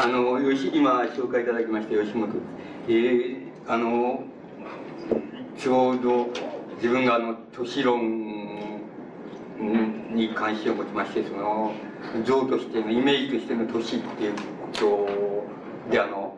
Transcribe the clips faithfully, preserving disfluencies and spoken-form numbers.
あの、よし、今紹介いただきました吉本。えー、あの、ちょうど自分があの、都市論に関心を持ちまして、その、像としての、イメージとしての都市っていうことで、あの、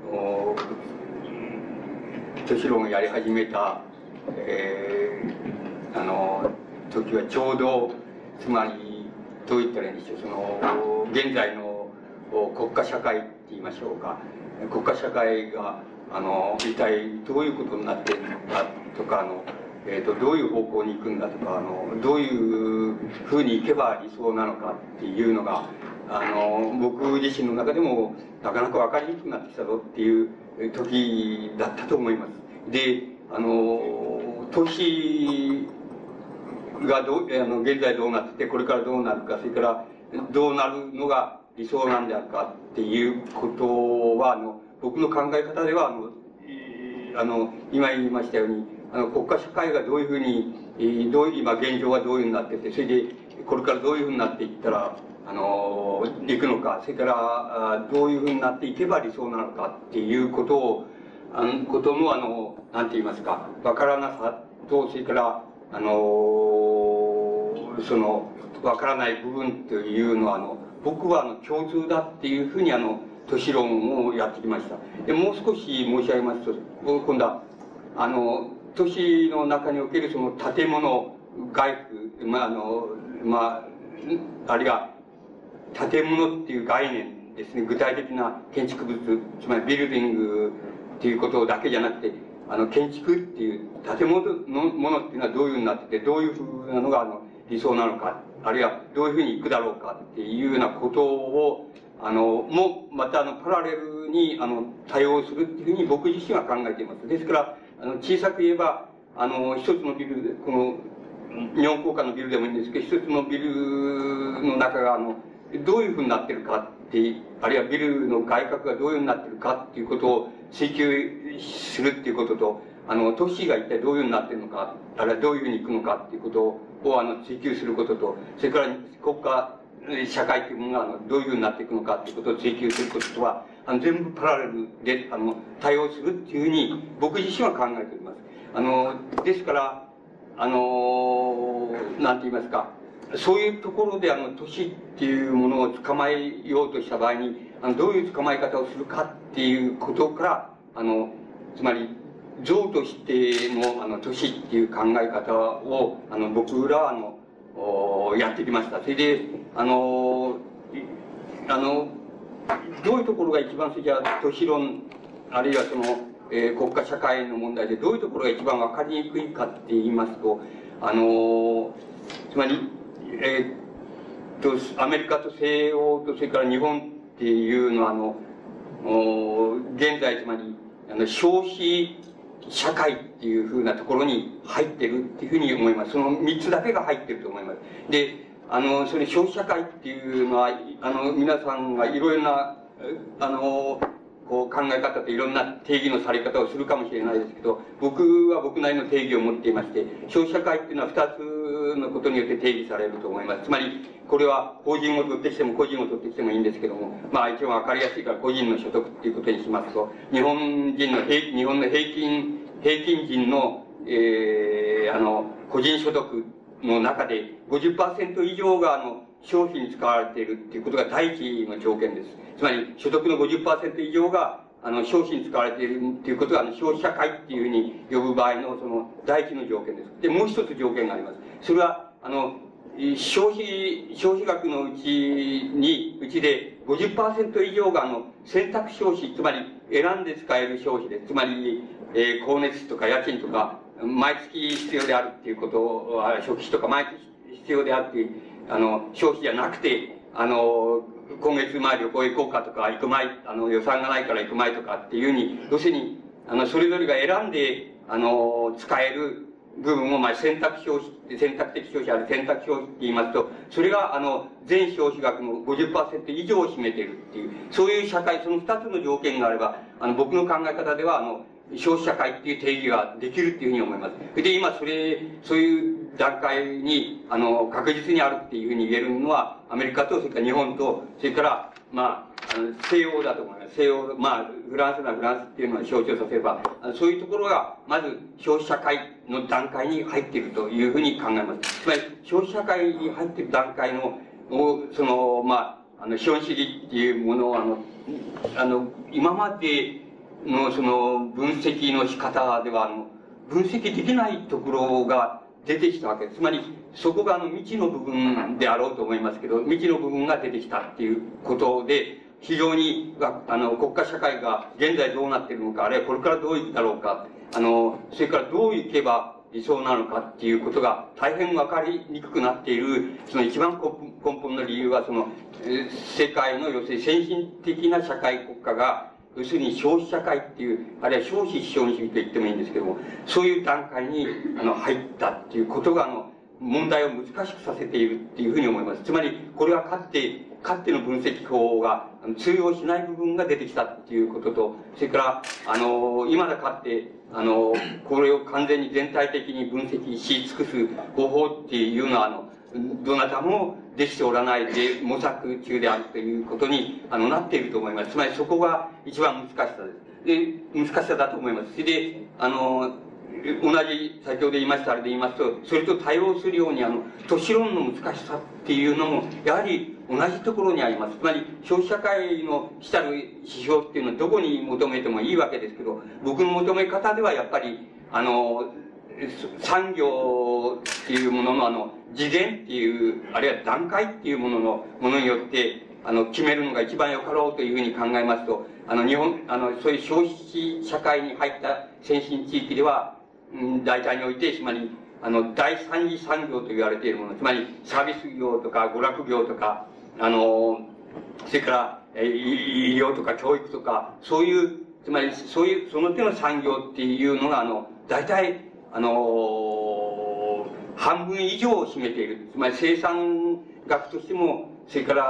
都市論をやり始めた、えー、あの、時はちょうど、つまり、どう言ったらいいんでしょう、その、現在の国家社会って言いましょうか、国家社会が、あの、一体どういうことになっているのかとか、あの、えーと、どういう方向に行くんだとか、あの、どういうふうに行けば理想なのかっていうのが、あの、僕自身の中でもなかなか分かりにくくなってきたぞっていう時だったと思います。で、あの、都市がどう、あの、現在どうなってて、これからどうなるか、それからどうなるのが理想なんであるかっていうことは、あの、僕の考え方では、あの、あの、今言いましたように、あの、国家社会がどういうふうに、えー、どういう、今現状がどういうふうになってて、それで、これからどういうふうになっていったら、あの、行くのか、それから、どういうふうになっていけば理想なのかっていうことを、あの、ことの、あの、なんて言いますか、わからなさと、それから、あの、その、わからない部分というのは、あの、僕は、あの、共通だっていうふうに、あの、都市論をやってきました。で、もう少し申し上げますと、今度は、あの、都市の中におけるその建物、外区、まあ、あの、まあ、あるいは、建物っていう概念ですね、具体的な建築物、つまりビルディングっていうことだけじゃなくて、あの、建築っていう建物のものっていうのはどういうふうになってて、どういうふうなのが、あの、理想なのか、あるいはどういうふうに行くだろうかっていうようなことを、あの、も、またあの、パラレルに、あの、対応するっていうふうに僕自身は考えています。ですから、あの、小さく言えば、あの、一つのビルで、この、日本高架のビルでもいいんですけど、一つのビルの中が、あの、どういうふうになってるかって、あるいはビルの外郭がどういうふうになってるかっていうことを追求するっていうことと、あの、都市が一体どういうふうになってるのか、あるいはどういうふうに行くのかっていうことを、あの、追求することと、それから国家、社会というものが、あの、どういうふうになっていくのかっていうことを追求することとは、あの、全部パラレルで、あの、対応するっていうふうに、僕自身は考えております。あの、ですから、あの、なんて言いますか、そういうところで、あの、都市っていうものを捕まえようとした場合に、あの、どういう捕まえ方をするかっていうことから、あの、つまり、像としての、あの、都市っていう考え方を、あの、僕らは、あの、やってきました。それで、あの、あの、どういうところが一番、それじゃあ、都市論、あるいはその、えー、国家社会の問題でどういうところが一番わかりにくいかって言いますと、あの、つまり、えー、と、アメリカと西欧と、それから日本っていうのは、あの、現在、つまり、あの、消費社会っていうふうなところに入ってるっていうふうに思います。その三つだけが入ってると思います。で、あの、それ消費社会っていうのは、あの、皆さんがいろいろな、あの、こう考え方といろんな定義のされ方をするかもしれないですけど、僕は僕なりの定義を持っていまして、消費社会っていうのは二つのことによって定義されると思います。つまり、これは法人を取ってきても個人を取ってきてもいいんですけども、まあ一番わかりやすいから個人の所得っていうことにしますと、日本人の平、日本の平均、平均人の、えー、あの、個人所得の中で ごじゅっパーセント 以上が、あの、消費に使われているっていうことが第一の条件です。つまり、所得の ごじゅっパーセント 以上が、あの、消費に使われているっていうことが、あの、消費社会っていうふうに呼ぶ場合の、その、第一の条件です。で、もう一つ条件があります。それは、あの、消費、消費額のうちに、うちで ごじゅっパーセント 以上が、あの、選択消費、つまり、選んで使える消費です。つまり、えー、光熱費とか家賃とか、毎月必要であるっていうことは、食費とか毎月必要であるっていう、あの、消費じゃなくて、あの、今月前旅行行こうかとか、行く前、あの、予算がないから行く前とかっていうふうに、要するに、あの、それぞれが選んで、あの、使える部分を、まあ、選択消費、選択的消費ある選択消費って言いますと、それが、あの、全消費額の ごじゅっパーセント 以上を占めているっていう、そういう社会、その二つの条件があれば、あの、僕の考え方では、あの、消費社会っていう定義ができるっていうふうに思います。で、今それ、そういう段階に、あの、確実にあるっていうふうに言えるのは、アメリカと、それから日本と、それから、まあ、 あの西欧だと思います。西欧、まあ、フランスなフランスっていうのを象徴させれば、あのそういうところが、まず、消費社会の段階に入っているというふうに考えます。つまり、消費社会に入っている段階の、その、まあ、あの、資本主義っていうものを、あの、あの、今までのその分析の仕方では、あの、分析できないところが出てきたわけです。つまり、そこがあの未知の部分であろうと思いますけど、未知の部分が出てきたっていうことで、非常に、あの、国家社会が現在どうなっているのか、あるいはこれからどういくだろうか、あの、それからどういけば理想なのかっていうことが大変わかりにくくなっている、その一番根本の理由は、その、世界の要するに先進的な社会国家が、要するに消費社会っていう、あるいは消費資本主義と言ってもいいんですけども、そういう段階に、あの、入ったっていうことが、あの、問題を難しくさせているっていうふうに思います。つまり、これはかつて、かつての分析法が通用しない部分が出てきたっていうことと、それから、あの、今だかって、あの、これを完全に全体的に分析し尽くす方法っていうのは、あの、どなたもできておらないで模索中であるということに、あの、なっていると思います。つまりそこが一番難しさです。で、難しさだと思います。それで、あの、同じ、先ほど言いましたあれで言いますと、それと対応するように、あの、都市論の難しさっていうのも、やはり同じところにあります。つまり、消費社会の主たる指標っていうのはどこに求めてもいいわけですけど、僕の求め方ではやっぱり、あの、産業っていうもののあの、次元っていう、あるいは段階っていうものの、ものによって、あの、決めるのが一番よかろうというふうに考えますと、あの、日本、あの、そういう消費社会に入った先進地域では、うん、大体において、つまり、あの、第三次産業と言われているもの、つまり、サービス業とか、娯楽業とか、あの、それから、え医療とか教育とか、そういう、つまり、そういう、その手の産業っていうのが、あの、大体、あの、半分以上を占めている。つまり、生産額としても、それから、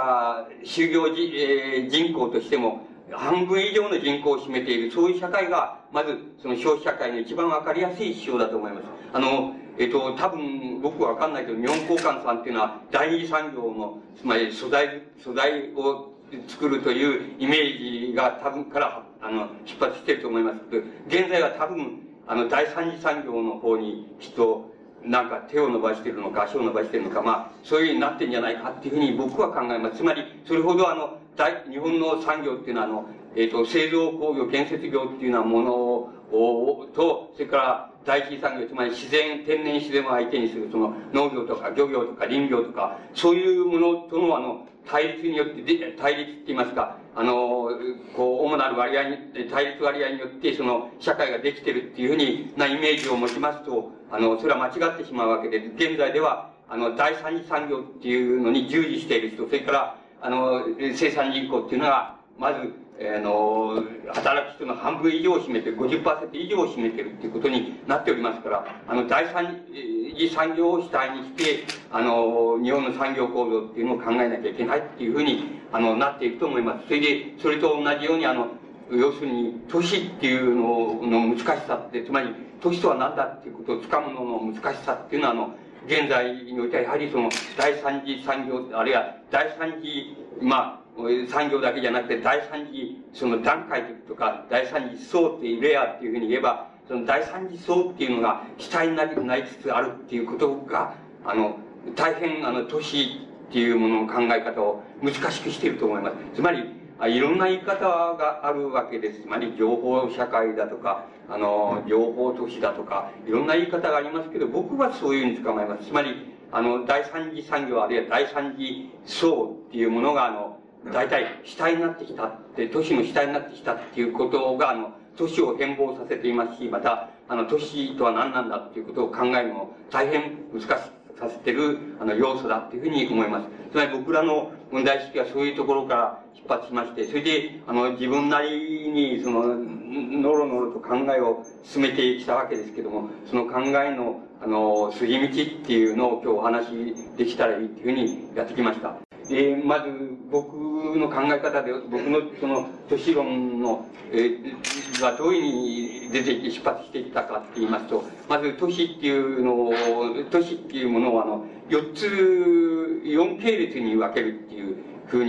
就業じ、えー、人口としても、半分以上の人口を占めている、そういう社会が、まず、その消費社会の一番わかりやすい指標だと思います。あの、えっと、多分、僕はわかんないけど、日本交換さんっていうのは、第二次産業の、つまり素材、素材を作るというイメージが多分から、あの、出発していると思いますけど、現在は多分、あの、第三次産業の方に、きっと、なんか手を伸ばしているのか、足を伸ばしているのか、まあ、そういうふうになってるんじゃないかっていうふうに僕は考えます。つまり、それほどあの、大、日本の産業っていうのは、あの、えっと、製造工業、建設業っていうようなものを、と、それから、第一次産業、つまり自然、天然自然を相手にする、その、農業とか漁業とか林業とか、そういうものとの、あの、対立によってで、対立って言いますか、あの、こう、主なる割合に、対立割合によって、その、社会ができてるっていうふうになイメージを持ちますと、あの、それは間違ってしまうわけで、現在では、あの、第三次産業っていうのに従事している人、それから、あの、生産人口っていうのが、まず、あの、働く人の半分以上を占めてる、ごじゅっパーセント以上を占めてるっていうことになっておりますから、あの、第三次産業を主体にして、あの、日本の産業構造っていうのを考えなきゃいけないっていうふうに、あの、なっていくと思います。それで、それと同じように、あの、要するに、都市っていうのの難しさって、つまり、都市とは何だっていうことをつかむのの難しさっていうのは、あの、現在においてはやはりその、第三次産業、あるいは第三次、まあ、産業だけじゃなくて、第三次、その段階とか、第三次層っていうレアっていうふうに言えば、その第三次層っていうのが主体になり、なりつつあるっていうことが、あの、大変、あの、都市っていうものの考え方を難しくしていると思います。つまり、いろんな言い方があるわけです。つまり、情報社会だとか、あの、情報都市だとか、いろんな言い方がありますけど、僕はそういうふうに捕まえます。つまり、あの、第三次産業あるいは第三次層っていうものが、あの、大体主体になってきたって、都市の主体になってきたっていうことが、あの、都市を変貌させていますし、また、あの、都市とは何なんだっていうことを考えるのを大変難しくさせてる、あの、要素だっていうふうに思います。つまり僕らの問題意識はそういうところから出発しまして、それで、あの、自分なりに、その、のろのろと考えを進めてきたわけですけども、その考えの、あの、筋道っていうのを今日お話しできたらいいっていうふうにやってきました。で、まず、僕の考え方で、僕のその都市論の、えー、がどういうふうに出てきて出発してきたかって言いますと、まず都市っていうのを、都市っていうものをあの、よっつ、よん系列に分けるっていうふうに、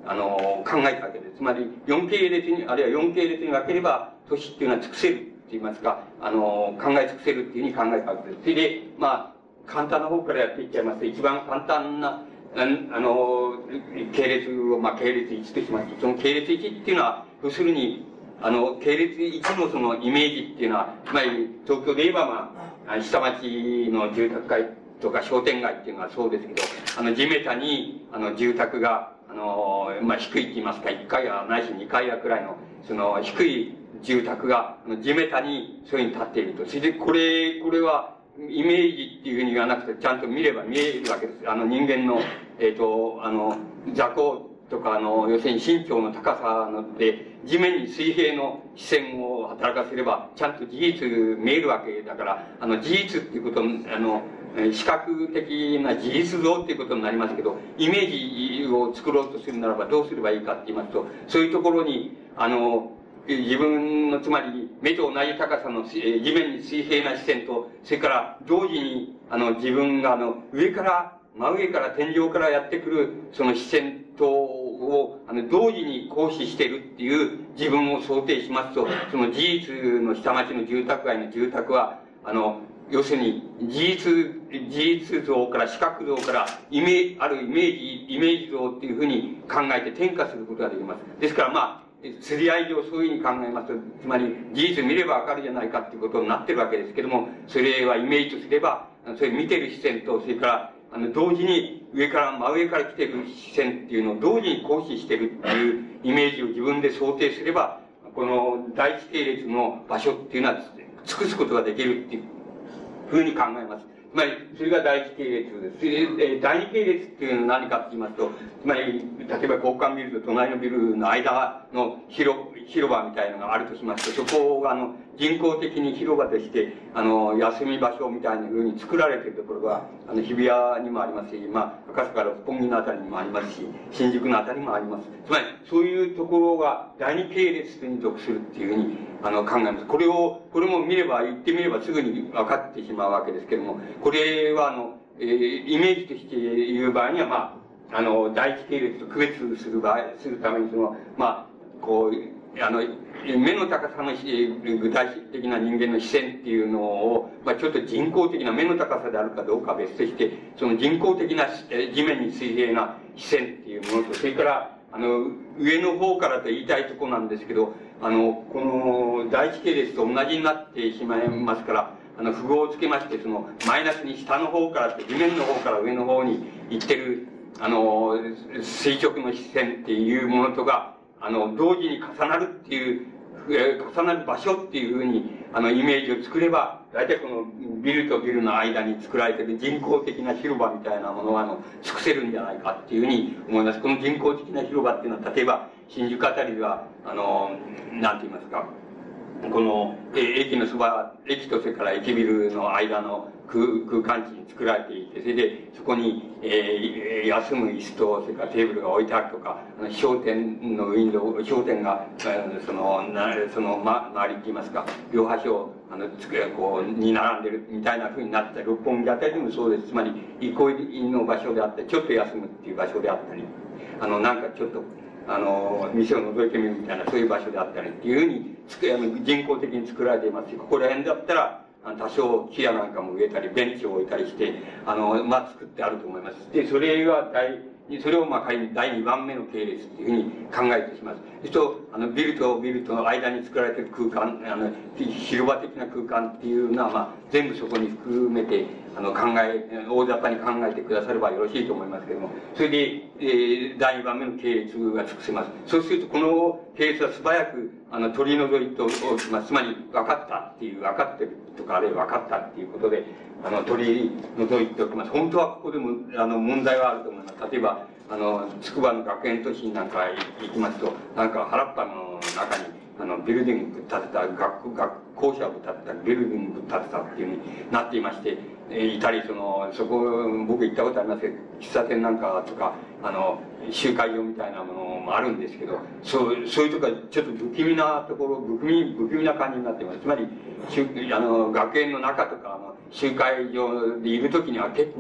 あの、考えたわけです。つまり、よん系列に、あるいはよん系列に分ければ、都市っていうのは尽くせるって言いますか、あの、考え尽くせるっていうふうに考えたわけです。それで、まあ、簡単な方からやっていっちゃいますと、一番簡単な、あの、系列を、まあ、系列いちとしますと、その系列いちっていうのは、要するに、あの、系列いちのそのイメージっていうのは、つまり、東京で言えば、まあ、下町の住宅街とか商店街っていうのはそうですけど、あの、地べたに、あの、住宅が、あの、まあ、低いって言いますか、いっかいやないしにかいやくらいの、その、低い住宅が、あの地べたにそういうふうに立っていると。それで、これ、これは、イメージっていうふうに言わなくて、ちゃんと見れば見えるわけです。あの、人間の、えっと、あの、座高とか、あの、要するに身長の高さので、地面に水平の視線を働かせれば、ちゃんと事実見えるわけだから、あの、事実っていうこと、あの、視覚的な事実像っていうことになりますけど、イメージを作ろうとするならばどうすればいいかって言いますと、そういうところに、あの、自分の、つまり、目と同じ高さの、地面に水平な視線と、それから同時に、あの、自分が、あの、上から、真上から天井からやってくる、その視線と、を、あの、同時に行使しているっていう自分を想定しますと、その事実の下町の住宅街の住宅は、あの、要するに、事実、事実像から視覚像から、イメあるイメージ、イメージ像っていうふうに考えて転化することができます。ですからまあ、釣り合い上そういうふうに考えますと、つまり事実見ればわかるじゃないかっていうことになってるわけですけども、それはイメージとすれば、それ見てる視線と、それから、あの、同時に上から、真上から来てる視線っていうのを同時に行使してるっていうイメージを自分で想定すれば、この第一系列の場所っていうのは尽くすことができるっていうふうに考えます。つまり、それが第一系列です。それで、第二系列っていうのは何かって言いますと、つまり、例えば交換ビルと隣のビルの間の広、広場みたいなのがあるとしますと、そこが、あの、人工的に広場として、あの、休み場所みたいな風に作られているところが、あの、日比谷にもありますし、まあ、赤坂六本木のあたりにもありますし、新宿のあたりにもあります。つまり、そういうところが第二系列に属するっていうふうに、あの、考えます。これを、これも見れば、言ってみればすぐに分かってしまうわけですけども、これは、あの、えー、イメージとして言う場合には、まあ、あの、第一系列と区別する場合、するために、その、まあ、こう、あの、目の高さの具体的な人間の視線っていうのを、まあ、ちょっと人工的な目の高さであるかどうかは別として、その人工的な地面に水平な視線っていうものと、それから、あの、上の方からと言いたいところなんですけど、あの、この第一系列と同じになってしまいますから、あの、符号をつけまして、その、マイナスに下の方からって、地面の方から上の方に行ってる、あの、垂直の視線っていうものとが、あの、同時に重なるっていう、えー、重なる場所っていうふうに、あの、イメージを作れば、大体このビルとビルの間に作られている人工的な広場みたいなものは、あの、尽くせるんじゃないかっていうふうに思います。この人工的な広場っていうのは、例えば、新宿あたりでは、あの、なんて言いますか、この、えー、駅のそば、駅とそれから駅ビルの間の空、空間地に作られていて、それで、そこに、えー、休む椅子と、それからテーブルが置いてあるとか、商店のウィンドウ、商店が、その、なその、ま、周りって言いますか、両端を、あの、つく、こう、に並んでるみたいな風になって、六本木あたりでもそうです。つまり、憩いの場所であったり、ちょっと休むっていう場所であったり、あの、なんかちょっと、あの、店を覗いてみるみたいな、そういう場所であったりっていうふうに、つく、あの、人工的に作られていますし、ここら辺だったら、多少木やなんかも植えたり、ベンチを置いたりして、あの、まあ、作ってあると思います。で、それは第、それをまあ仮にだいにばんめの系列っていうふうに考えてしまう。そうすると、あの、ビルとビルとの間に作られている空間、あの、広場的な空間っていうのは、まあ、全部そこに含めて、あの、考え、大雑把に考えてくださればよろしいと思いますけれども、それで、えー、だいにばんめの系列が尽くせます。そうすると、この系列は素早く、あの、取り除いておきます。つまり、分かったっていう、分かってるとか、あるいは分かったっていうことで、あの、取り除いておきます。本当はここでも、あの、問題はあると思います。例えば、あの、筑波の学園都市なんか行きますと、なんか原っぱの中に、あの、ビルディング建てた、学、学校舎を建てた、ビルディング建てたっていうふうになっていまして、えー、いたり、その、そこ、僕行ったことありますけど、喫茶店なんかとか、あの、集会所みたいなものもあるんですけど、そう、そういうとこはちょっと不気味なところ、不気味、不気味な感じになっています。つまり、あの、学園の中とか、あの、集会所でいるときには結構、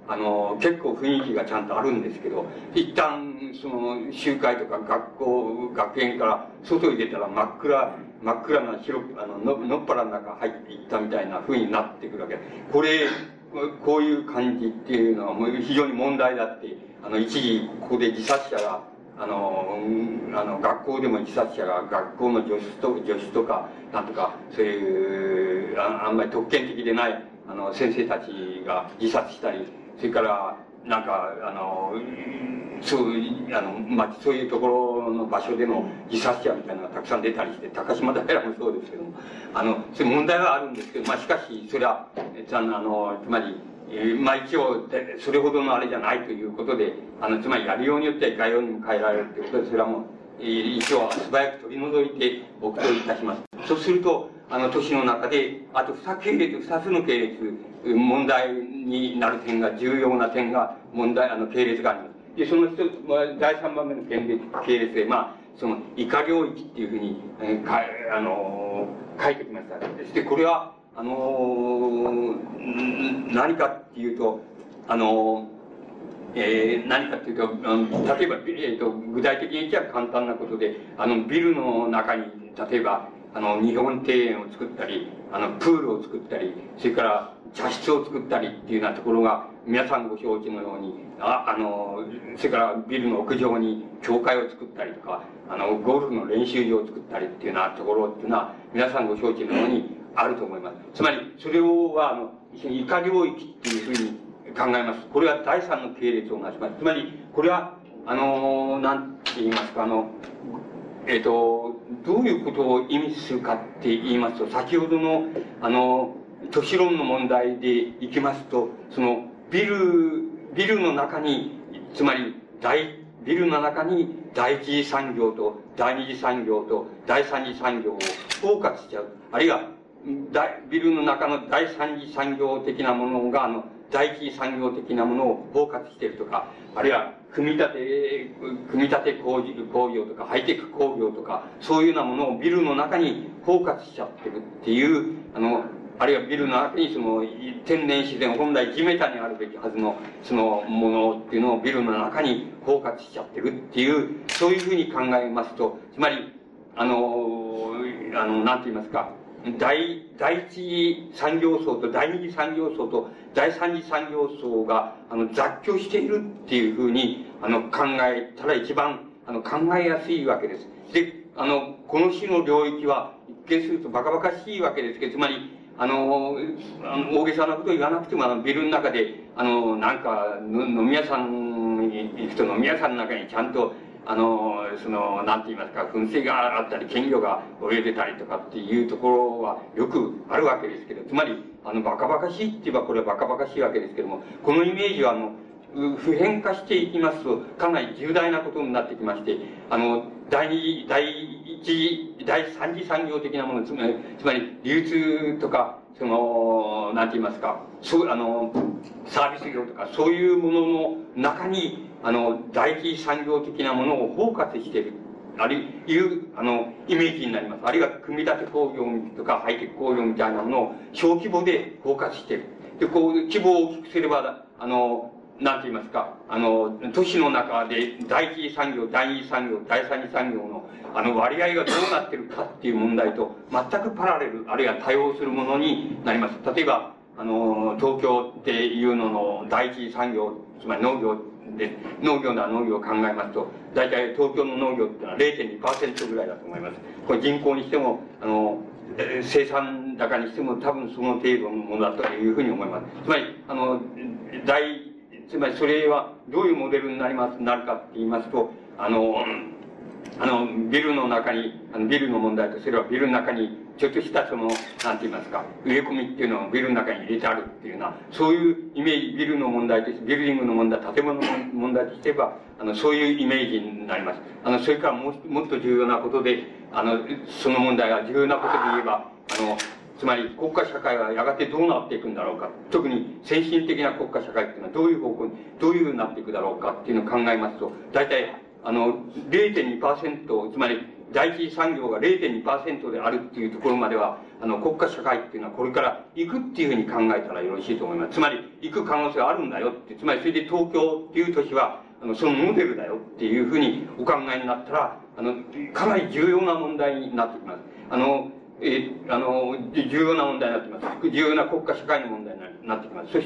あの、結構雰囲気がちゃんとあるんですけど、一旦、その、集会とか学校、学園から外に出たら真っ暗、真っ暗な広く、あの、ののっぱらの中入っていったみたいな風になってくるわけ。これ、こういう感じっていうのはもう非常に問題だって、あの、一時、ここで自殺者が、あの、あの、学校でも自殺者が、学校の助手と、助手とか、なんとか、そういう、あ、あんまり特権的でない、あの、先生たちが自殺したり、それから、なんか、あの、そういう、あの、まあ、そういうところの場所での自殺者みたいなのがたくさん出たりして、高島平もそうですけども、あの、そういう問題はあるんですけど、まあ、しかし、それは、あの、つまり、えー、まあ一応、それほどのあれじゃないということで、あの、つまりやりようによっては概要にも変えられるということで、それはもう、えー、一応素早く取り除いておくといたします。そうすると、あの、都市の中で、あと二系列、二つの系列、問題になる点が、重要な点が、問題、あの、系列があります。で、その一つ、まあ、だいさんばんめの系列系列で、まあ、その、以下領域っていうふうに、えー、か、あのー、書いてきました。そして、これは、あのー、何かっていうと、あのー、えー、何かっていうと、あの例えば、えーと、具体的に言っちゃ簡単なことで、あの、ビルの中に、例えば、あの、日本庭園を作ったり、あの、プールを作ったり、それから茶室を作ったりっていうようなところが、皆さんご承知のように、あ、あの、それからビルの屋上に教会を作ったりとか、あの、ゴルフの練習場を作ったりっていうようなところっていうのは、皆さんご承知のようにあると思います。つまり、それをは、あの、以下領域っていうふうに考えます。これは第三の系列をなします。つまり、これは、あの、なんて言いますか、あの、えっと、どういうことを意味するかって言いますと、先ほどの、あの、都市論の問題でいきますと、その、ビル、ビルの中に、つまり、大、ビルの中に第一次産業と第二次産業と第三次産業を包括しちゃう。あるいは、ビルの中の第三次産業的なものが、あの、第一次産業的なものを包括しているとか、あるいは、組み立て、組み立て工事工業とか、ハイテク工業とか、そういうようなものをビルの中に包括しちゃってるっていう、あの、あるいはビルの中にその天然自然、本来地べたにあるべきはずのそのものっていうのをビルの中に包括しちゃってるっていう、そういうふうに考えますと、つまり、あの、あの、なんて言いますか、第、第一次産業層と第二次産業層と第三次産業層が、あの、雑居しているっていうふうに、あの、考えたら一番、あの、考えやすいわけです。で、あの、この種の領域は、一見するとバカバカしいわけですけど、つまり、あの、あの大げさなことを言わなくても、あの、ビルの中で、あの、なんか、飲み屋さんに行くと飲み屋さんの中にちゃんと、あの、その、なんて言いますか、噴水があったり、金魚が泳いでたりとかっていうところはよくあるわけですけど、つまり、あの、バカバカしいって言えばこれはバカバカしいわけですけども、このイメージは、あの、普遍化していきますと、かなり重大なことになってきまして、あの、第二、第一、第三次産業的なもの、つまり、つまり流通とか、その、なんて言いますか、そう、あの、サービス業とか、そういうものの中に、あの、第一次産業的なものを包括している。あるいう、あの、イメージになります。あるいは、組み立て工業とか、ハイテク工業みたいなものを小規模で包括している。で、こう、規模を大きくすれば、あの、なんて言いますか、あの、都市の中で第一次産業、第二次産業、第三次産業の、あの、割合がどうなってるかっていう問題と全くパラレル、あるいは多用するものになります。例えば、あの、東京っていうのの第一次産業、つまり農業で、農業な農業を考えますと、大体東京の農業っていうのは れいてんにパーセント ぐらいだと思います。これ人口にしても、あの、生産高にしても多分その程度のものだというふうに思います。つまり、あの、大、つまりそれはどういうモデルになります、なるかって言いますと、あの、あの、ビルの中に、あの、ビルの問題とすれば、ビルの中に、ちょっとしたその、なんて言いますか、植え込みっていうのをビルの中に入れてあるっていうような、そういうイメージ、ビルの問題として、ビルディングの問題、建物の問題としては、あの、そういうイメージになります。あの、それからもう、もっと重要なことで、あの、その問題が重要なことで言えば、あの、つまり国家社会はやがてどうなっていくんだろうか。特に先進的な国家社会っていうのはどういう方向に、どういうふうになっていくだろうかっていうのを考えますと、大体、あの、れいてんにパーセント、つまり、 第一次産業が れいてんにパーセント であるっていうところまでは、あの、国家社会っていうのはこれから行くっていうふうに考えたらよろしいと思います。つまり、行く可能性があるんだよって、つまりそれで東京っていう都市は、あの、そのモデルだよっていうふうにお考えになったら、あの、かなり重要な問題になってきます。あの、えー、あの、重要な問題になってきます。重要な国家社会の問題になってきます。そして、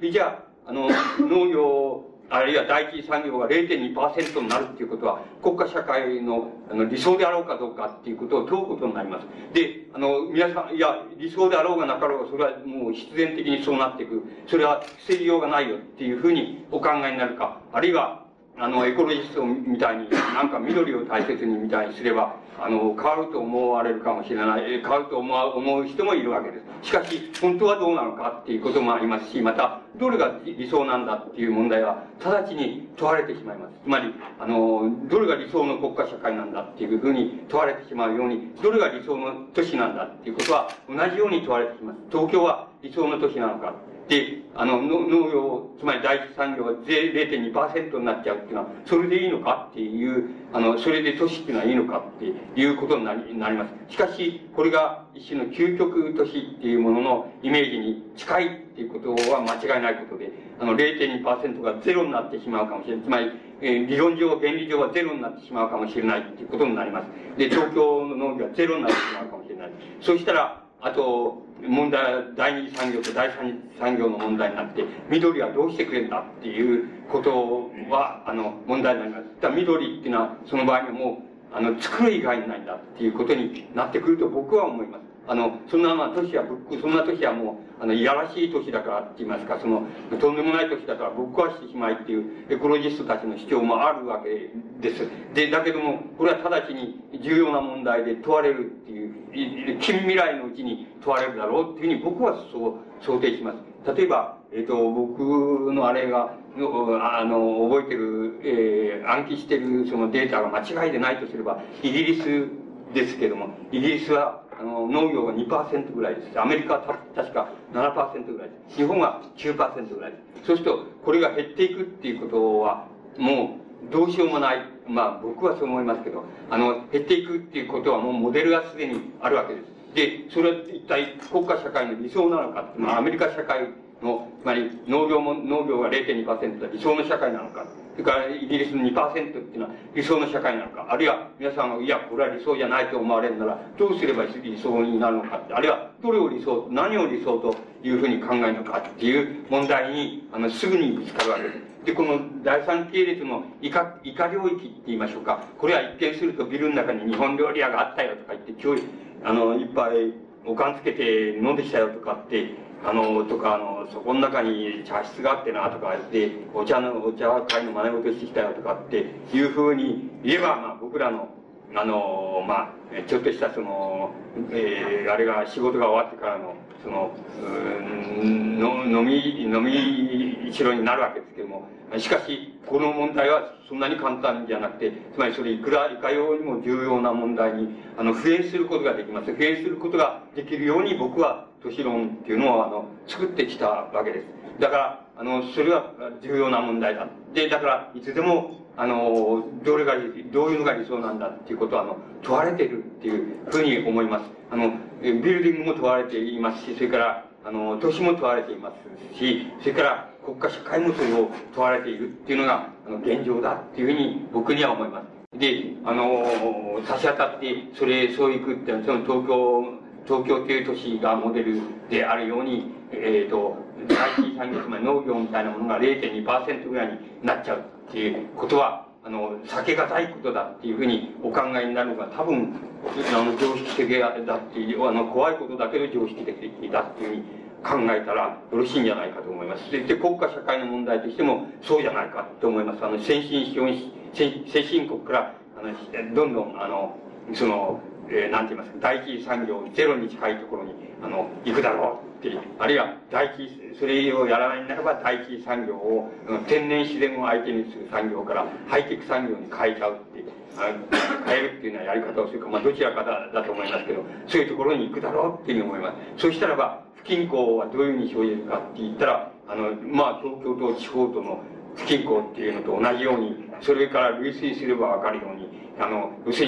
じゃあ、あの、農業、あるいは第一次産業が れいてんにパーセント になるっていうことは、国家社会のあの理想であろうかどうかっていうことを問うことになります。で、あの、皆さん、いや、理想であろうがなかろうが、それはもう必然的にそうなっていく。それは防ぎようがないよっていうふうにお考えになるか、あるいは、あの、エコロジストみたいに、なんか緑を大切にみたいにすれば、あの、変わると思われるかもしれない、変わると思う、思う人もいるわけです。しかし、本当はどうなのかっていうこともありますし、また、どれが理想なんだっていう問題は、直ちに問われてしまいます。つまり、あの、どれが理想の国家社会なんだっていうふうに問われてしまうように、どれが理想の都市なんだっていうことは、同じように問われてしまう。東京は理想の都市なのか。で、あの、農業、つまり第一産業が れいてんにパーセント になっちゃうっていうのは、それでいいのかっていう、あの、それで都市っていうのはいいのかっていうことになり、なります。しかし、これが一種の究極都市っていうもののイメージに近いっていうことは間違いないことで、あの、れいてんにパーセント がゼロになってしまうかもしれない。つまり、えー、理論上、原理上はゼロになってしまうかもしれないっていうことになります。で、東京の農業はゼロになってしまうかもしれない。そうしたら、あと、問題は第二次産業と第三次産業の問題になって、緑はどうしてくれるんだっていうことは、あの、問題になります。だから緑っていうのは、その場合にはもう、あの、作る以外にないんだっていうことになってくると僕は思います。あの、そんな、まあ、都市は、そんな都市はもう、あの、いやらしい都市だからって言いますか、その、とんでもない都市だからぶっ壊してしまいっていうエコロジストたちの主張もあるわけです。で、だけども、これは直ちに重要な問題で問われるっていう、近未来のうちに問われるだろうっていうふうに僕はそう想定します。例えば、えっと、僕のあれが、あの、覚えてる、えー、暗記してるそのデータが間違いでないとすれば、イギリスですけども、イギリスは、あの、農業が にパーセント ぐらいです。アメリカはた確か ななパーセント ぐらいです。日本は きゅうパーセント ぐらいです。そうすると、これが減っていくっていうことは、もう、どうしようもない。まあ、僕はそう思いますけど、あの、減っていくっていうことはもうモデルがすでにあるわけです。で、それは一体国家社会の理想なのかっていうのは、アメリカ社会の、つまり農業も、農業が れいてんにパーセント は理想の社会なのか。それからイギリスの にパーセント っていうのは理想の社会なのか。あるいは皆さんが、いや、これは理想じゃないと思われるなら、どうすれば理想になるのかって。あるいは、どれを理想、何を理想というふうに考えるのかっていう問題に、あの、すぐにぶつかるわけです。で、この第三系列の以下、以下領域って言いましょうか。これは一見するとビルの中に日本料理屋があったよとか言って、今日、あの、いっぱいおかんつけて飲んできたよとかって、あの、とか、あの、そこの中に茶室があってなとか言って、お茶の、お茶会の真似事してきたよとかっていうふうに言えば、まあ僕らの、あの、まあ、ちょっとしたその、えー、あれが仕事が終わってからの、その、うんの飲み、飲みしろになるわけですけども、しかし、この問題はそんなに簡単じゃなくて、つまりそれいくら、いかようにも重要な問題に、あの、普遍することができます。普遍することができるように僕は都市論っていうのを、あの、作ってきたわけです。だから、あの、それは重要な問題だ。で、だから、いつでも、あの、どれが、どういうのが理想なんだっていうことは、あの、問われているっていうふうに思います。あの、ビルディングも問われていますし、それから、あの、都市も問われていますし、それから国家社会もそれを問われているっていうのが、あの、現状だっていうふうに僕には思います。で、あの、差し当たって、それ、そういくって、その東京、東京という都市がモデルであるように、えっ、ー、と、第一次産業、つまり農業みたいなものが れいてんにパーセント ぐらいになっちゃうっていうことは、あの、避けがたいことだっていうふうにお考えになるのが多分、あの、常識的だっていう、あの、怖いことだけど常識的だっていうふうに考えたらよろしいんじゃないかと思います。で、国家社会の問題としてもそうじゃないかと思います。あの、先進資本主義、先進国から、あの、どんどん、あの、その、えー、なんて言いますか、第一次産業ゼロに近いところに、あの、行くだろうって、あるいは、第一次、それをやらないならば、第一次産業を、天然自然を相手にする産業から、ハイテク産業に変えちゃうって、変えるっていうようなやり方をするか、まあ、どちらかだ、だと思いますけど、そういうところに行くだろうっていうふうに思います。そうしたらば、不均衡はどういうふうに生じるかって言ったら、あの、まあ、東京と地方との不均衡っていうのと同じように、それから類推すればわかるように、あの、要するに、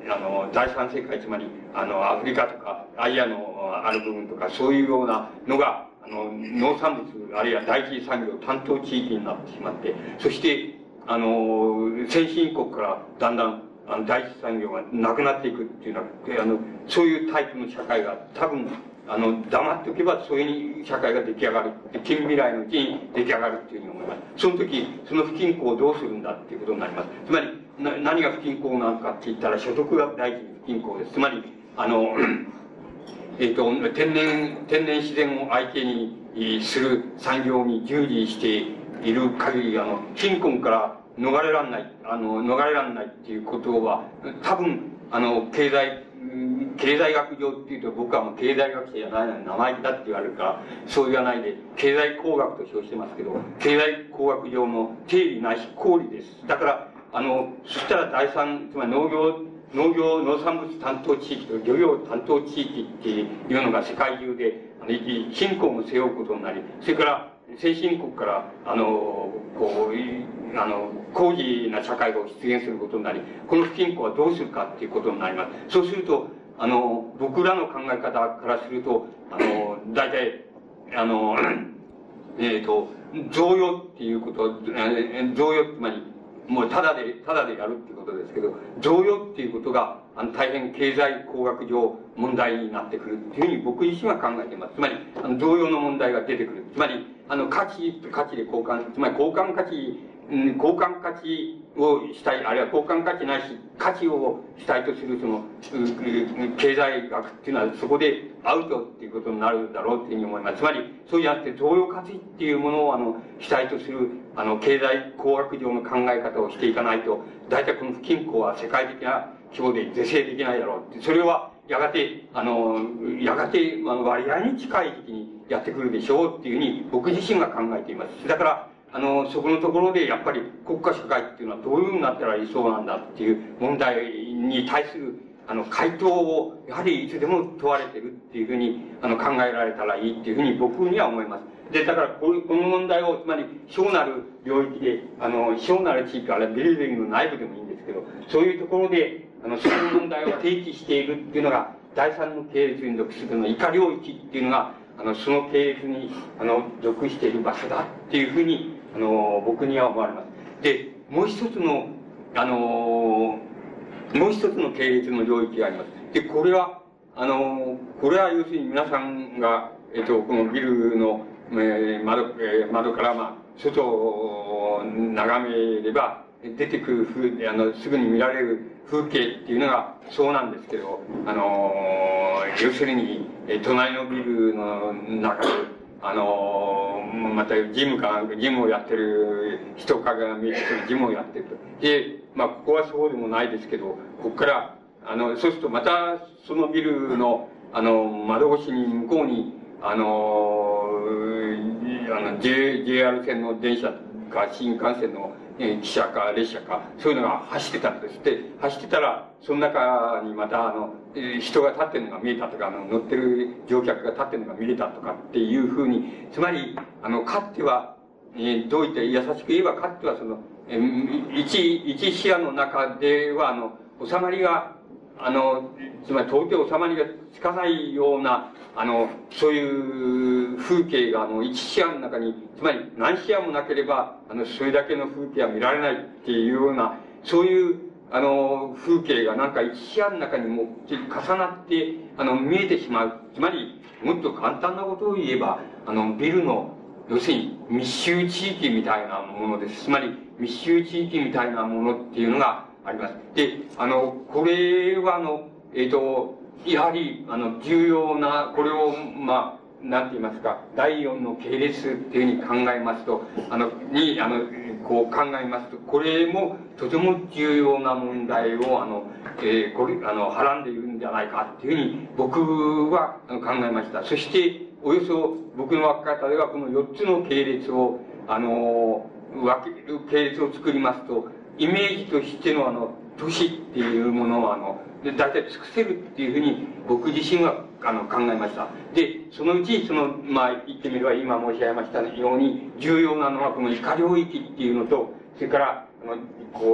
あの、第三世界、つまり、あの、アフリカとか、アジアのある部分とか、そういうようなのが、あの、農産物、あるいは第一次産業担当地域になってしまって、そして、あの、先進国からだんだん、あの、第一次産業がなくなっていくっていうのは、あの、そういうタイプの社会が多分、あの、黙っておけば、そういう社会が出来上がる。近未来のうちに出来上がるっていうふうに思います。その時、その不均衡をどうするんだっていうことになります。つまり、な何が不均衡なのかって言ったら、所得が第一に不均衡です。つまり、あの、えっと、天然、天然自然を相手にする産業に従事している限り、あの、貧困から逃れられない、あの、逃れられないっていうことは、多分、あの、経済、経済学上っていうと、僕はもう経済学者じゃないのに生意気だって言われるから、そう言わないで、経済工学と称してますけど、経済工学上の定理ないし公理です。だから、あの、そしたら第三、つまり農業、農業、農産物担当地域と漁業担当地域っていうのが世界中で、あの、貧困を背負うことになり、それから、先進国から、あの、こう、あの、高次な社会が出現することになり、この不均衡はどうするかっていうことになります。そうすると、あの、僕らの考え方からすると、あの、大体、あの、えっ、ー、と、贈与っていうこと、えー、贈与、つまり、もうただで、ただでやるっていうことですけど、贈与っていうことが、あの、大変経済工学上問題になってくるっていうふうに僕自身は考えています。つまり、あの、贈与の問題が出てくる。つまり、あの、価値と価値で交換、つまり交換価値、うん、交換価値をしたい、あるいは交換価値ないし、価値を主体とするその、経済学っていうのはそこでアウトっていうことになるだろうっていうふうに思います。つまり、そうじゃなくて、贈与価値っていうものを、あの、主体とする、あの、経済工学上の考え方をしていかないと、大体この不均衡は世界的な規模で是正できないだろうって。それは、やがて、あの、やがて、あの、割合に近い時期にやってくるでしょうっていうふうに、僕自身が考えています。だから、あの、そこのところで、やっぱり国家社会っていうのはどういうふうになったら理想なんだっていう問題に対する、あの、回答を、やはりいつでも問われてるっていうふうに、あの、考えられたらいいっていうふうに僕には思います。で、だからこう、この問題を、つまり、小なる領域で、あの、小なる地域、あるいはビルディングの内部でもいいんですけど、そういうところで、あの、そういう問題を提起しているっていうのが、第三の系列に属するの以下領域っていうのが、あの、その系列に、あの、属している場所だっていうふうに、あの、僕には思われます。で、もう一つの、あの、もう一つの系列の領域があります。で、これは、あの、これは要するに皆さんが、えっと、このビルの、えー、窓、えー、窓から、まあ、外を眺めれば、出てくる風、あの、すぐに見られる風景っていうのがそうなんですけど、あの、要するに、隣のビルの中で、あの、またジムかなんか、ジムをやってる人影が見えてくるジムをやってると。で、まあ、ここはそうでもないですけど、ここから、あの、そうするとまた、そのビルの、あの、窓越しに向こうに、あの、あの、J、ジェイアール 線の電車か、新幹線の、えー、汽車か列車か、そういうのが走ってたんです。で、走ってたら、その中にまた、あの、えー、人が立ってるのが見えたとか、あの、乗ってる乗客が立ってるのが見れたとかっていうふうに、つまり、あの、かつては、えー、どういった優しく言えば、かつてはその、えー、一、一視野の中では、あの、収まりが、あの、つまり到底収まりがつかないような、あの、そういう風景が、あの、一視野の中に、つまり何視野もなければ、あの、それだけの風景は見られないっていうような、そういう、あの、風景がなんか一視野の中にも重なって、あの、見えてしまう。つまり、もっと簡単なことを言えば、あの、ビルの、要するに密集地域みたいなものです。つまり、密集地域みたいなものっていうのがあります。で、あの、これはあの、えっと、やはり、あの、重要な、これを、まあ、なんて言いますか、第四の系列っていうふうに考えますと、あの、に、あの、こう考えますと、これもとても重要な問題を、あの、えー、これ、あの、はらんでいるんじゃないかっていうふうに僕は考えました。そして、およそ僕の分け方では、このよっつの系列を、あの、分ける系列を作りますと、イメージとしてのあの、都市っていうものをあの、で、大体尽くせるっていうふうに僕自身はあの考えました。で、そのうち、その、まあ、言ってみれば今申し上げましたように、重要なのはこの以下領域っていうのと、それから、あの、こう、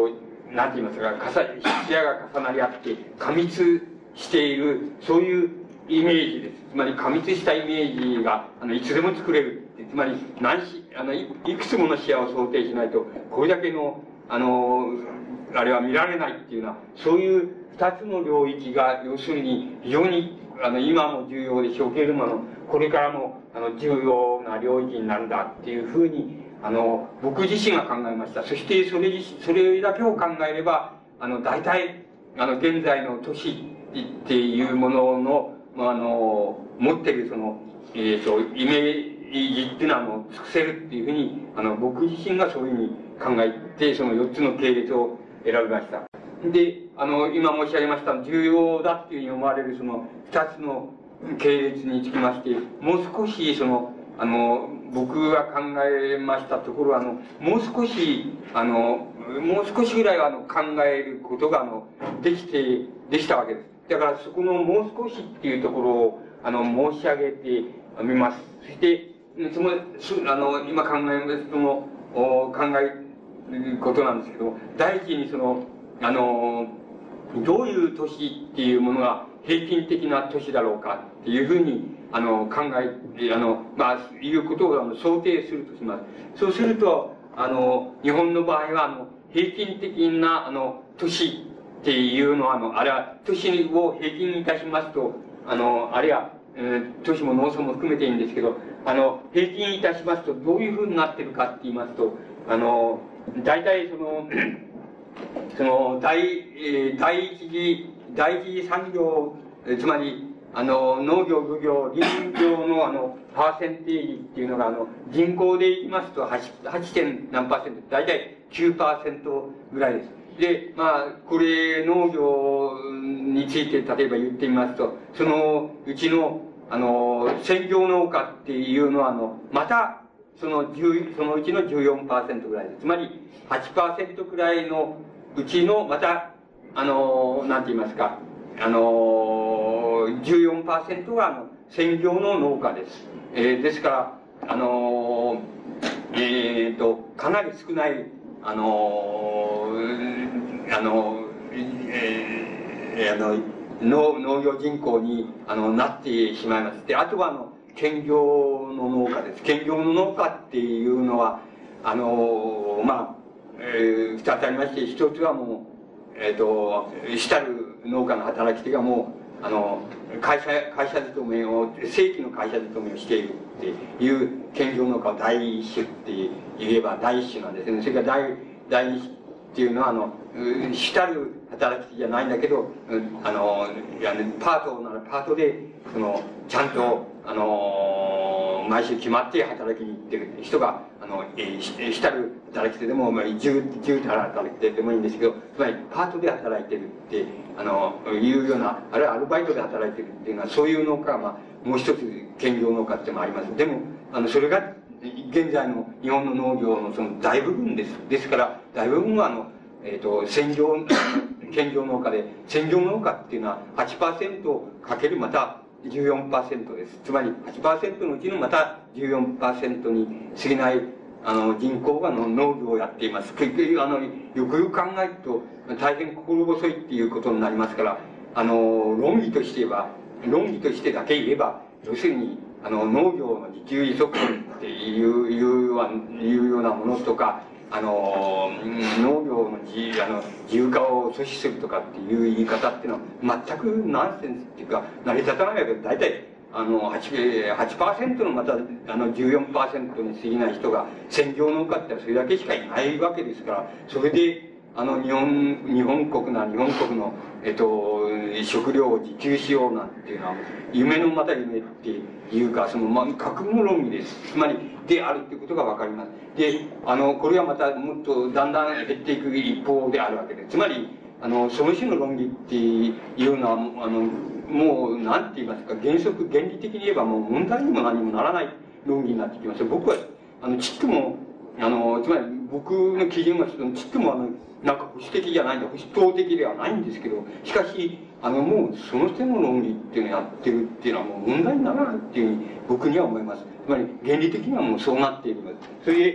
なんて言いますか、視野が重なり合って、過密している、そういうイメージです。つまり過密したイメージが、あの、いつでも作れる。つまり、何し、あのい、いくつもの視野を想定しないと、これだけの、あの、あれは見られないっていうような、そういう二つの領域が、要するに、非常に、あの、今も重要でしょうけれども、あの、これからも、あの、重要な領域になるんだっていうふうに、あの、僕自身が考えました。そして、それ自身、それだけを考えれば、あの、大体、あの、現在の都市っていうものの、あの、持ってるその、えっと、イメージっていうのは、あの、尽くせるっていうふうに、あの、僕自身がそういうふうに考えて、そのよっつの系列を選びました。で、あの、今申し上げました、重要だっていうふうに思われるそのふたつの系列につきまして、もう少しその、あの、僕が考えましたところは、あの、もう少し、あの、もう少しぐらいは、あの、考えることが、あの、できて、できたわけです。だから、そこのもう少しっていうところを、あの、申し上げてみます。そして、その、あの、今考えます、その、考えることなんですけども、第一にその、あの、どういう都市っていうものが平均的な都市だろうかっていうふうに、あの、考え、あの、まあ、いうことをあの想定するとします。そうすると、あの、日本の場合は、あの、平均的な、あの、都市っていうのは、あの、あれは、都市を平均いたしますと、あの、あるいは、えー、都市も農村も含めていいんですけど、あの、平均いたしますと、どういうふうになってるかって言いますと、あの、大体その、その、第、えー、第一次、第一次産業、つまり、あの、農業、漁業、林業のあの、パーセンテージっていうのが、あの、人口で言いますと 8, 8. 点何パーセント、大体 きゅうパーセント ぐらいです。で、まあ、これ、農業について例えば言ってみますと、そのうちの、あの、専業農家っていうのは、あの、また、その10、そのうちの じゅうよんパーセント ぐらいです。つまり、はちパーセント くらいのうちの、また、あの、なんて言いますか、あの、じゅうよんパーセント が、あの、専業の農家です。えー、ですから、あの、えーと、かなり少ない、あの、あの、えー、あの、農、農業人口に、あの、なってしまいます。で、あとは、あの、兼業の農家です。兼業の農家っていうのは、あの、まあ、えー、二つありまして、一つはもう、えっ、ー、と、主たる農家の働き手がもう、あの、会社、会社勤めを、正規の会社勤めをしているっていう兼業農家を第一種って言えば第一種なんですね。それから第、第二種っていうのは、あの、主たる働き手じゃないんだけど、あの、いやね、パートならパートで、その、ちゃんと、あの、毎週決まって働きに行ってる人が、あの、えー、主たる働き手でも、まあ、十、十たる働き手でもいいんですけど、つまり、パートで働いてるって、あの、いうような、あるいはアルバイトで働いてるっていうのは、そういう農家が、まあ、もう一つ、兼業農家っていうのもあります。でも、あの、それが、現在の日本の農業のその大部分です。ですから、大部分は、あの、えっ、ー、と、専業、兼業農家で、専業農家っていうのは はちパーセント かけるまた じゅうよんパーセント です。つまり はちパーセント のうちのまた じゅうよんパーセント に過ぎない、あの、人口がの農業をやっています。結局、あの、よくよく考えると、大変心細いっていうことになりますから、あの、論理としては、論理としてだけ言えば、要するに、あの、農業の自給自足っていう、いういうようなものとか、あの、農業の自、あの、自由化を阻止するとかっていう言い方っていうのは、全くナンセンスっていうか、成り立たないわけで、大体、あの、8、はちパーセントのまた、あの、じゅうよんパーセントに過ぎない人が、専業農家ってそれだけしかいないわけですから、それで、あの、日本、日本国な、日本国の、えっと、食料を自給しようなんていうのは、夢のまた夢っていうか、その、まあ、覚悟論理です。つまり、であるっていうことがわかります。で、あの、これはまたもっとだんだん減っていく一方であるわけです。つまり、あの、その種の論理っていうのは、あの、もう、なんて言いますか、原則、原理的に言えばもう問題にも何もならない論理になってきます。僕は、あの、ちっとも、あの、つまり僕の基準はちっともあの、なんか保守的じゃないんだ、保守党的ではないんですけど、しかし、あの、もうその手の論理っていうのをやってるっていうのはもう問題にならないっていうふうに僕には思います。つまり原理的にはもうそうなっている。それで、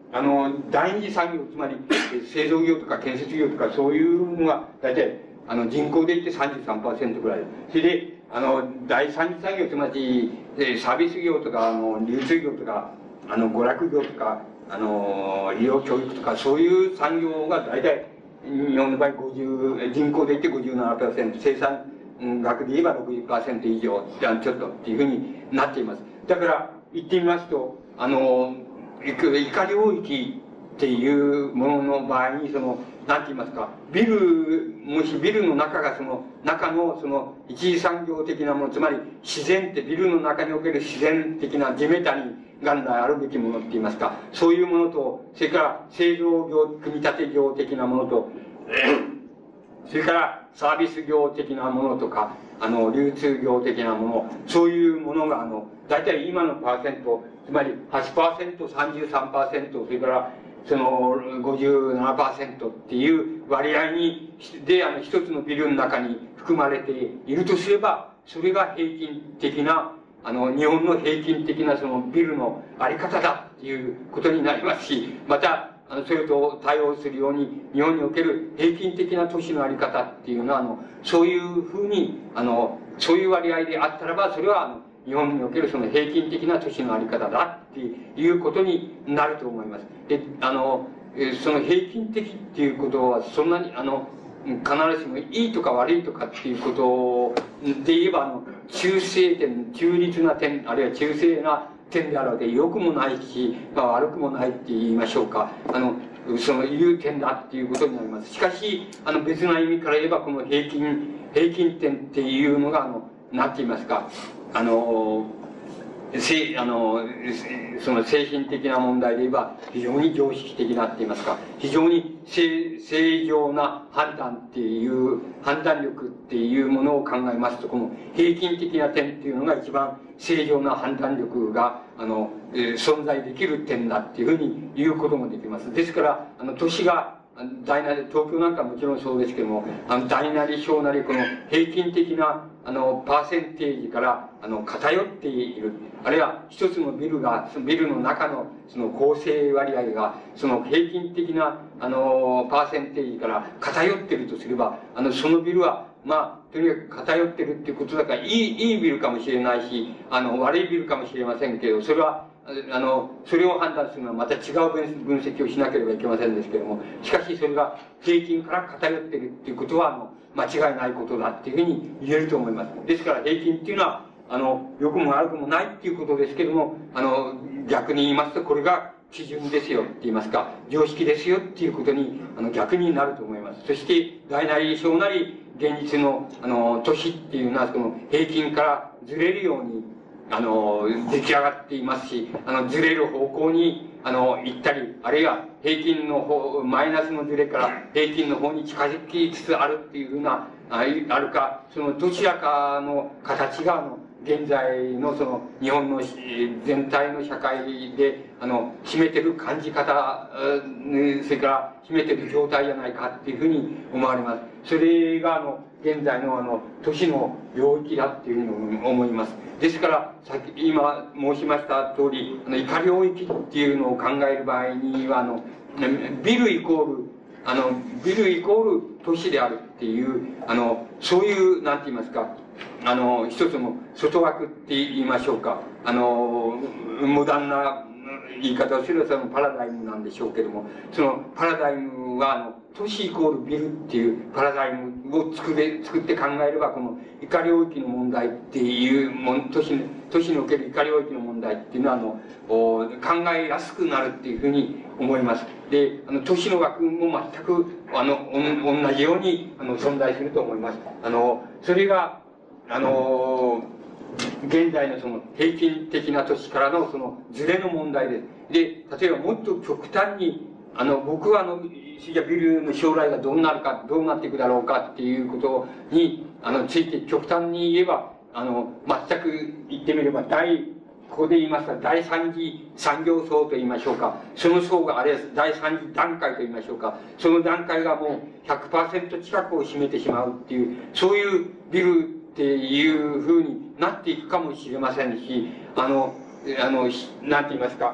あの、第二次産業、つまり、製造業とか建設業とか、そういうのが、大体、あの、人口で言って さんじゅうさんパーセント ぐらい。それで、あの、第三次産業、つまり、サービス業とか、あの、流通業とか、あの、娯楽業とか、あの、医療教育とか、そういう産業が大体、日本の場合ごじゅう、人口で言って ごじゅうななパーセント、生産額で言えば ろくじゅっパーセント 以上、ちょっとっていうふうになっています。だから、言ってみますと、あの、怒り領域っていうものの場合に、その、なんて言いますか、ビル、もしビルの中がその、中のその、一次産業的なもの、つまり自然ってビルの中における自然的な地べたに元来あるべきものって言いますか、そういうものと、それから製造業、組み立て業的なものと、それからサービス業的なものとか、あの、流通業的なもの、そういうものが、あの、大体今のパーセント、つまりはちパーセント、さんじゅうさんパーセント、それからその ごじゅうななパーセント っていう割合に、で、あの、一つのビルの中に含まれているとすれば、それが平均的な、あの、日本の平均的なそのビルのあり方だっていうことになりますし、また、あの、それと対応するように、日本における平均的な都市のあり方っていうのは、あの、そういうふうに、あの、そういう割合であったらば、それは、あの、日本におけるその平均的な都市のあり方だっていうことになると思います。で、あの、その平均的っていうことは、そんなに、あの、必ずしもいいとか悪いとかっていうことで言えば、あの、中性点、中立な点、あるいは中性な点であるわけで、良くもないし、まあ、悪くもないって言いましょうか。あの、そのいう点だっていうことになります。しかし、あの、別な意味から言えば、この平均、平均点っていうのが、あの、なんて言いますか、あの、せあのその精神的な問題で言えば非常に常識的なって言いますか、非常に正正常な判断っていう判断力っていうものを考えますと、この平均的な点っていうのが一番正常な判断力があの、えー、存在できる点だっていうふうに言うこともできます。ですからあの都市が大なり、東京なんかもちろんそうですけども、あの大なり小なりこの平均的なあのパーセンテージからあの偏っている、あるいは一つのビルがそのビルの中のその構成割合がその平均的なあのパーセンテージから偏っているとすれば、あのそのビルはまあとにかく偏ってるっていうことだから、いいいいビルかもしれないし、あの悪いビルかもしれませんけど、それはあの、それを判断するのはまた違う分析をしなければいけませんですけれども、しかしそれが平均から偏っているっていうことは、あの、間違いないことだっていうふうに言えると思います。ですから平均っていうのは、あの、良くも悪くもないっていうことですけれども、あの、逆に言いますと、これが基準ですよって言いますか、常識ですよっていうことに、あの、逆になると思います。そして、大なり小なり、現実の、あの、都市っていうのは、その、平均からずれるように、あの、出来上がっていますし、あの、ずれる方向に、あの、行ったり、あるいは平均の方、マイナスのずれから平均の方に近づきつつあるっていうふうな、ああるか、そのどちらかの形が、あの、現在のその日本の全体の社会で、あの、占めてる感じ方、それから占めてる状態じゃないかっていうふうに思われます。それが、あの、現在のあの、都市の領域だっていうふうに思います。ですから、さっき、今申しました通り、あの、以下領域っていうのを考える場合には、あの、ビルイコール、あの、ビルイコール都市であるっていう、あの、そういう、なんて言いますか、あの、一つの外枠って言いましょうか、あの、モダンな言い方をすればそのパラダイムなんでしょうけども、そのパラダイムは、あの、都市イコールビルっていうパラダイムを作れ、作って考えれば、この以下領域の問題っていうもん、都市、都市における以下領域の問題っていうのは、あの、考えやすくなるっていうふうに思います。で、あの、都市の枠も全く、あの、同じように、あの、存在すると思います。あの、それが、あの、現在のその平均的な都市からのそのズレの問題です。で、例えばもっと極端に、あの、僕はあの、ビルの将来がどうなるか、どうなっていくだろうかっていうことに、あの、ついて極端に言えば、あの、全く言ってみれば、第、ここで言いますか、第三次産業層と言いましょうか。その層が、あれです、第三次段階と言いましょうか。その段階がもう ひゃくパーセント 近くを占めてしまうっていう、そういうビルっていう風になっていくかもしれませんし、あの、あの、なんて言いますか、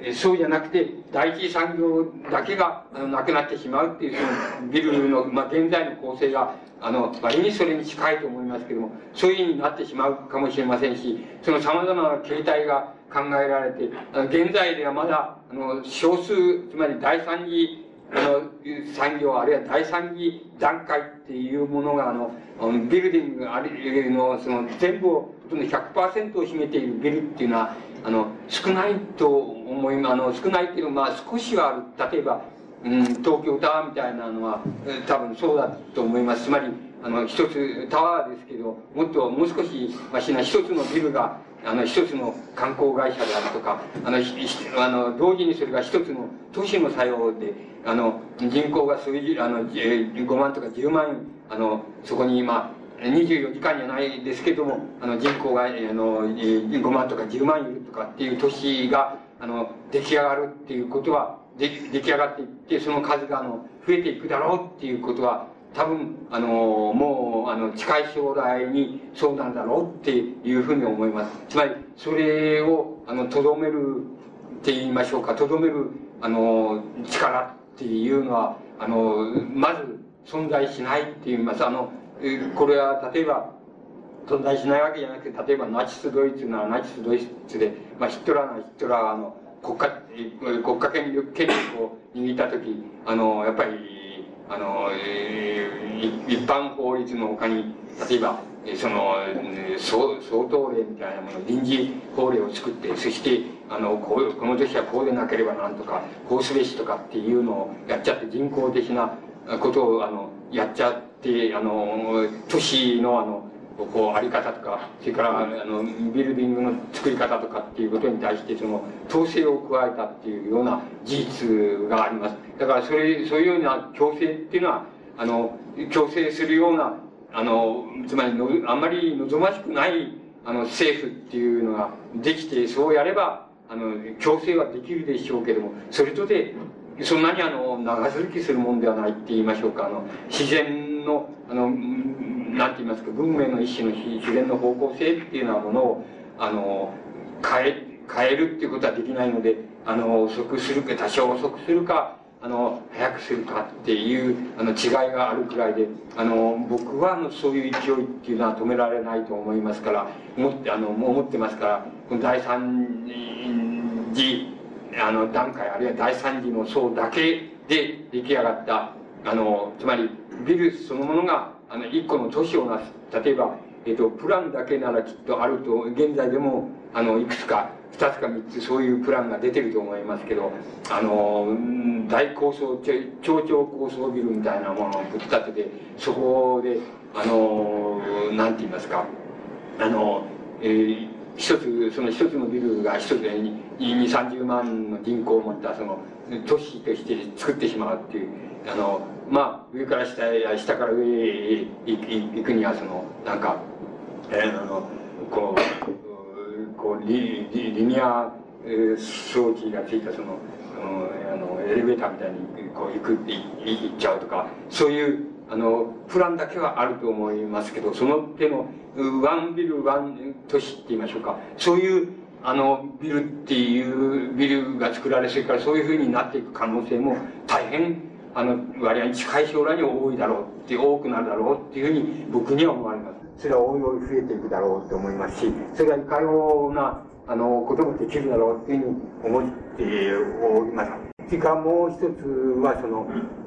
そうじゃなくて、第一次産業だけが、あの、なくなってしまうっていう、その、ビルの、まあ、現在の構成が、あの、割にそれに近いと思いますけども、そういうふうになってしまうかもしれませんし、その様々な形態が考えられて、あの、現在ではまだ、あの、少数、つまり第三次、あの、産業、あるいは第三次段階っていうものが、あの、ビルディング、あるの、その、全部を、ほとんど ひゃくパーセント を占めているビルっていうのは、あの、少ないと思います。あの、少ないっていうのは、まあ、少しはある。例えば、うん、東京タワーみたいなのは、多分そうだと思います。つまり、あの、一つ、タワーですけど、もっと、もう少し、ましな一つのビルが、あの、一つの観光会社であるとか、あの、あの、同時にそれが一つの都市の作用で、あの、人口が数十、あの、ごまんとかじゅうまん、あの、そこに今、にじゅうよじかんじゃないですけども、あの、人口が、あの、ごまんとかじゅうまんいるとかっていう都市が、あの、出来上がるっていうことは、で出来上がっていって、その数が、あの、増えていくだろうっていうことは、多分、あの、もう、あの、近い将来にそうなんだろうっていうふうに思います。つまり、それを、あの、とどめるって言いましょうか、とどめる、あの、力っていうのは、あの、まず存在しないって言います。あの、これは、例えば、存在しないわけじゃなくて、例えばナチスドイツならナチスドイツで、まあ、ヒットラーならヒットラーは、あの、国家、国家権力、権力を握ったとき、あの、やっぱり、あの、一般法律の他に、例えば、その、総総統令みたいなもの、臨時法令を作って、そして、あの、こう、この年はこうでなければなんとか、こうすべしとかっていうのをやっちゃって、人工的なことを、あの、やっちゃって、あの、都市の、あの、こう、あり方とか、それから、あの、ビルディングの作り方とかっていうことに対して、その、統制を加えたっていうような事実があります。だから、それ、そういうような強制っていうのは、あの、強制するような、あの、つまりの、あんまり望ましくない、あの、政府っていうのができて、そうやれば、あの、強制はできるでしょうけども、それとで、そんなにあの、長続きするもんではないって言いましょうか、あの、自然の、あの、なんて言いますか、文明の一種の自然の方向性っていうようなものを、あの、変え、変えるっていうことはできないので、あの、遅くするか、多少遅くするか、あの、早くするかっていう、あの、違いがあるくらいで、あの、僕は、あの、そういう勢いっていうのは止められないと思いますから、思って、あの、思ってますから、この第三次、あの、段階、あるいは第三次の層だけで出来上がった、あの、つまり、ビルそのものが、あの、一個の都市をなす。例えば、えっと、プランだけならきっとあると、現在でも、あの、いくつか、二つか三つ、そういうプランが出てると思いますけど、あの、大高層、超超高層ビルみたいなものをぶっ立てて、そこで、あの、なんて言いますか、あの、えー、一つ、その一つのビルが一つでに、さんじゅうまんの人口を持った、その、都市として作ってしまうっていう、あの、まあ、上から下へ、下から上へ行くには、その、なんか、えー、あの、こう、こうリ、リ、リニア装置がついた、その、あの、エレベーターみたいに、こう、行くって、行っちゃうとか、そういう、あの、プランだけはあると思いますけど、その手の、ワンビル、ワン都市って言いましょうか、そういう、あの、ビルっていうビルが作られ、それからそういうふうになっていく可能性も大変、あの、割合に近い将来に多いだろうって、多くなるだろうっていうふうに僕には思われます。それはおいおい増えていくだろうと思いますし、それはいかような、あの、こともできるだろうっていうふうに思っております。それからもう一つは、その、うん、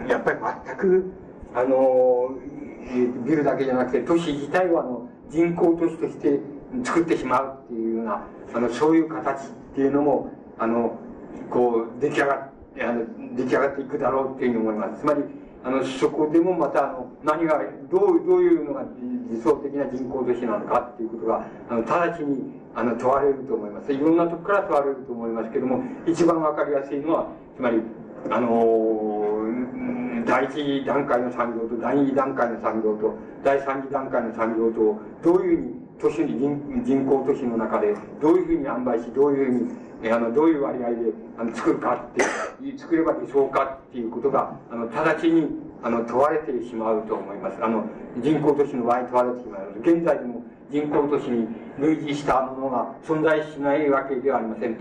やっぱり全く、あの、ビルだけじゃなくて、都市自体は、あの、人工都市として作ってしまうっていうような、あの、そういう形っていうのも、あの、こう、出来上がって、あの、出来上がっていくだろうっていうふうに思います。つまり、あの、そこでもまた、あの、何が、どう、どういうのが理想的な人口都市なのかっていうことが、あの、直ちに、あの、問われると思います。いろんなとこから問われると思いますけども、一番わかりやすいのは、つまり、あの、第一段階の産業と、第二段階の産業と、第三次段階の産業と、どういうふうに、都市に人、人口都市の中で、どういうふうに販売し、どういうふうに、あの、どういう割合で、あの、作るかって、作れば理想かっていうことが、あの、直ちに、あの、問われてしまうと思います。あの、人口都市の場合に問われてしまう。現在でも人口都市に類似したものが存在しないわけではありません。つまり、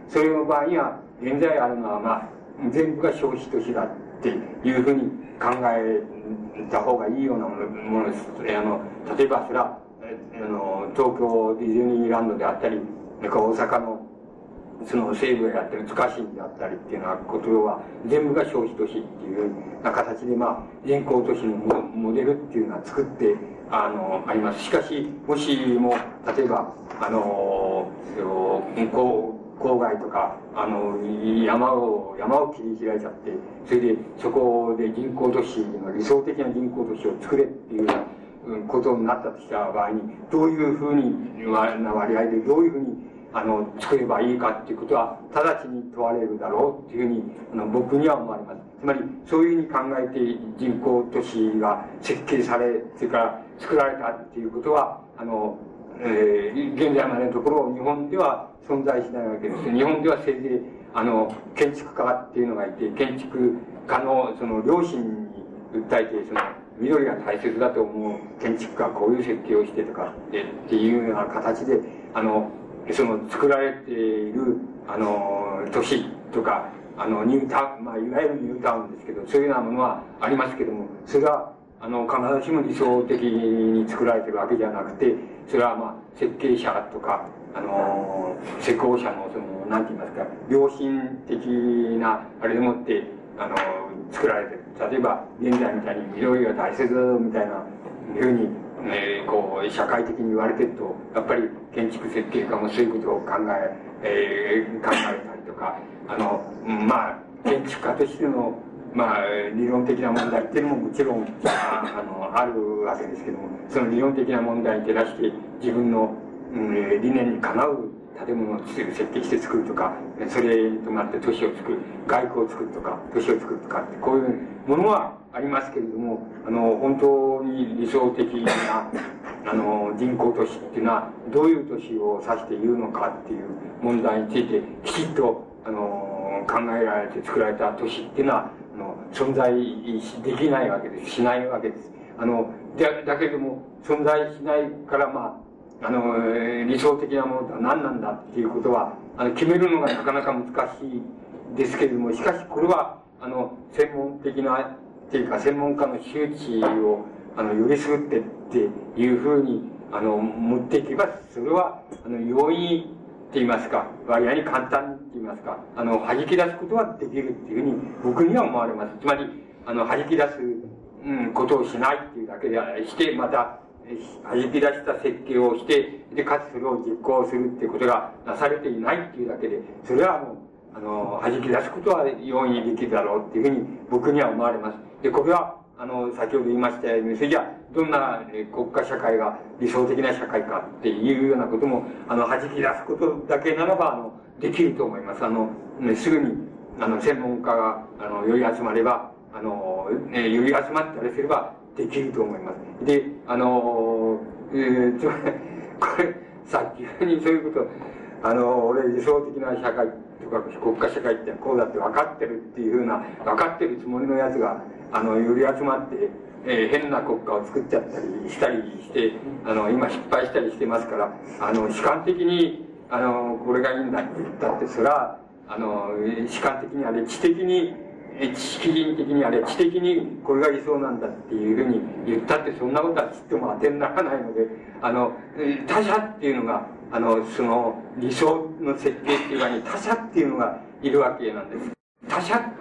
それの場合には、現在あるのは、まあ、全部が消費都市だっていうふうに考えた方がいいようなもの、ものです。あの、例えば、それは、あの、東京ディズニーランドであったり、なんか大阪の、その西部であったり、塚新であったりっていうようなことは、全部が消費都市っていうような形で、まあ、人口都市のモデルっていうのは作って、あの、あります。しかし、もしも、例えば、あの、こう、郊外とか、あの、山を、山を切り開いちゃって、それで、そこで人工都市の理想的な人工都市を作れっていうようなことになったとした場合に、どういうふうに、な割合で、どういうふうに、あの、作ればいいかっていうことは、直ちに問われるだろうっていうふうに、あの、僕には思われます。つまり、そういうふうに考えて人工都市が設計され、それから作られたっていうことは、あの、えー、現在までのところ、日本では存在しないわけです。日本ではせいぜい、あの、建築家っていうのがいて、建築家のその良心に訴えて、その、緑が大切だと思う建築家はこういう設計をしてとかってっていうような形で、あの、その作られている、あの、都市とか、あの、ニュータウン、まあ、いわゆるニュータウンですけど、そういうようなものはありますけども、それは、あの、必ずしも理想的に作られているわけじゃなくて、それはまあ、設計者とか、あの、施工者の、その、なんて言いますか、良心的な、あれでもって、あの、作られている。例えば、現在みたいに緑が大切みたいな、ふうに、えー、こう、社会的に言われてると、やっぱり建築設計家もそういうことを考え、えー、考えたりとか、あの、まあ、建築家としての、まあ、理論的な問題っていうのももちろん、あの、あるわけですけども、その理論的な問題に照らして自分の、うん、理念にかなう建物を設計して作るとか、それとなって都市を作る、外区を作るとか、都市を作るとかって、こういうものはありますけれども、あの、本当に理想的な、あの、人口都市っていうのは、どういう都市を指して言うのかっていう問題について、きちっと、あの、考えられて作られた都市っていうのは、あの、存在できないわけです。しないわけです。あの、だ、だけれども、存在しないから、まあ、あの、理想的なものとは何なんだっていうことは、あの、決めるのがなかなか難しいですけれども、しかしこれは、あの、専門的な、っていうか、専門家の周知を、あの、よりすぐってっていうふうに、あの、持っていけば、それは、あの、容易って言いますか、割合に簡単って言いますか、あの、弾き出すことはできるっていうふうに僕には思われます。つまり、あの、弾き出す、うん、ことをしないっていうだけでして、また、弾き出した設計をして、で、かつそれを実行するっていうことがなされていないっていうだけで、それはもう、あの、弾き出すことは容易にできるだろうっていうふうに僕には思われます。で、これは、あの、先ほど言いましたように、それじゃあ、どんな国家社会が理想的な社会かっていうようなことも、あの、弾き出すことだけならば、あの、できると思います。あの、ね、すぐに、あの、専門家が、あの、より集まれば、あの、ね、より集まってあれすれば、できると思います。で、あの、えー、つまり、これ、さっきにそういうこと、あの、俺理想的な社会とか国家社会ってこうだって分かってるっていうふうな、分かってるつもりのやつが、あの、より集まって、えー、変な国家を作っちゃったりしたりして、あの、今失敗したりしてますから、あの、主観的に、あの、これがいいんだって言ったって、それは、あの、主観的にあれ、知的に、知識人的にあれ、知的にこれが理想なんだっていうふうに言ったって、そんなことはちっとも当てにならないので、あの、他者っていうのが、あの、その、理想の設計っていうかに、他者っていうのがいるわけなんです。他者って、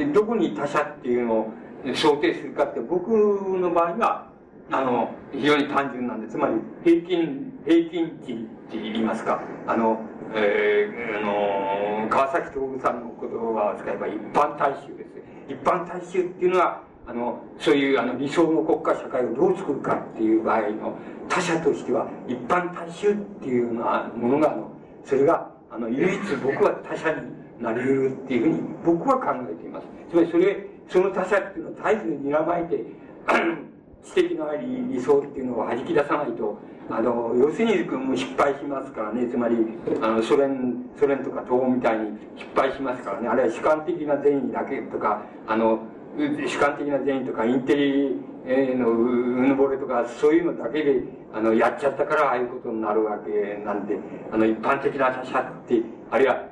どこに他者っていうのを想定するかって、僕の場合は、あの、非常に単純なんです。つまり、平均、平均値って言いますか、あの、えー、あの、川崎徹さんの言葉を使えば一般大衆です。一般大衆っていうのは、あの、そういうあの理想の国家社会をどう作るかっていう場合の他者としては、一般大衆っていうようなものが、あの、それが、あの、唯一僕は他者になれるっていうふうに僕は考えています。つまりそれ、その他者っていうのを絶えずにらまえて、知的な理想っていうのを弾き出さないと、あの、要するにもう失敗しますからね。つまり、あの、ソ連、ソ連とか東欧みたいに失敗しますからね。あるいは主観的な善意だけとか、あの、主観的な善意とか、インテリのうぬぼれとか、そういうのだけで、あの、やっちゃったから、ああいうことになるわけなんで、あの、一般的な他者って、あるいは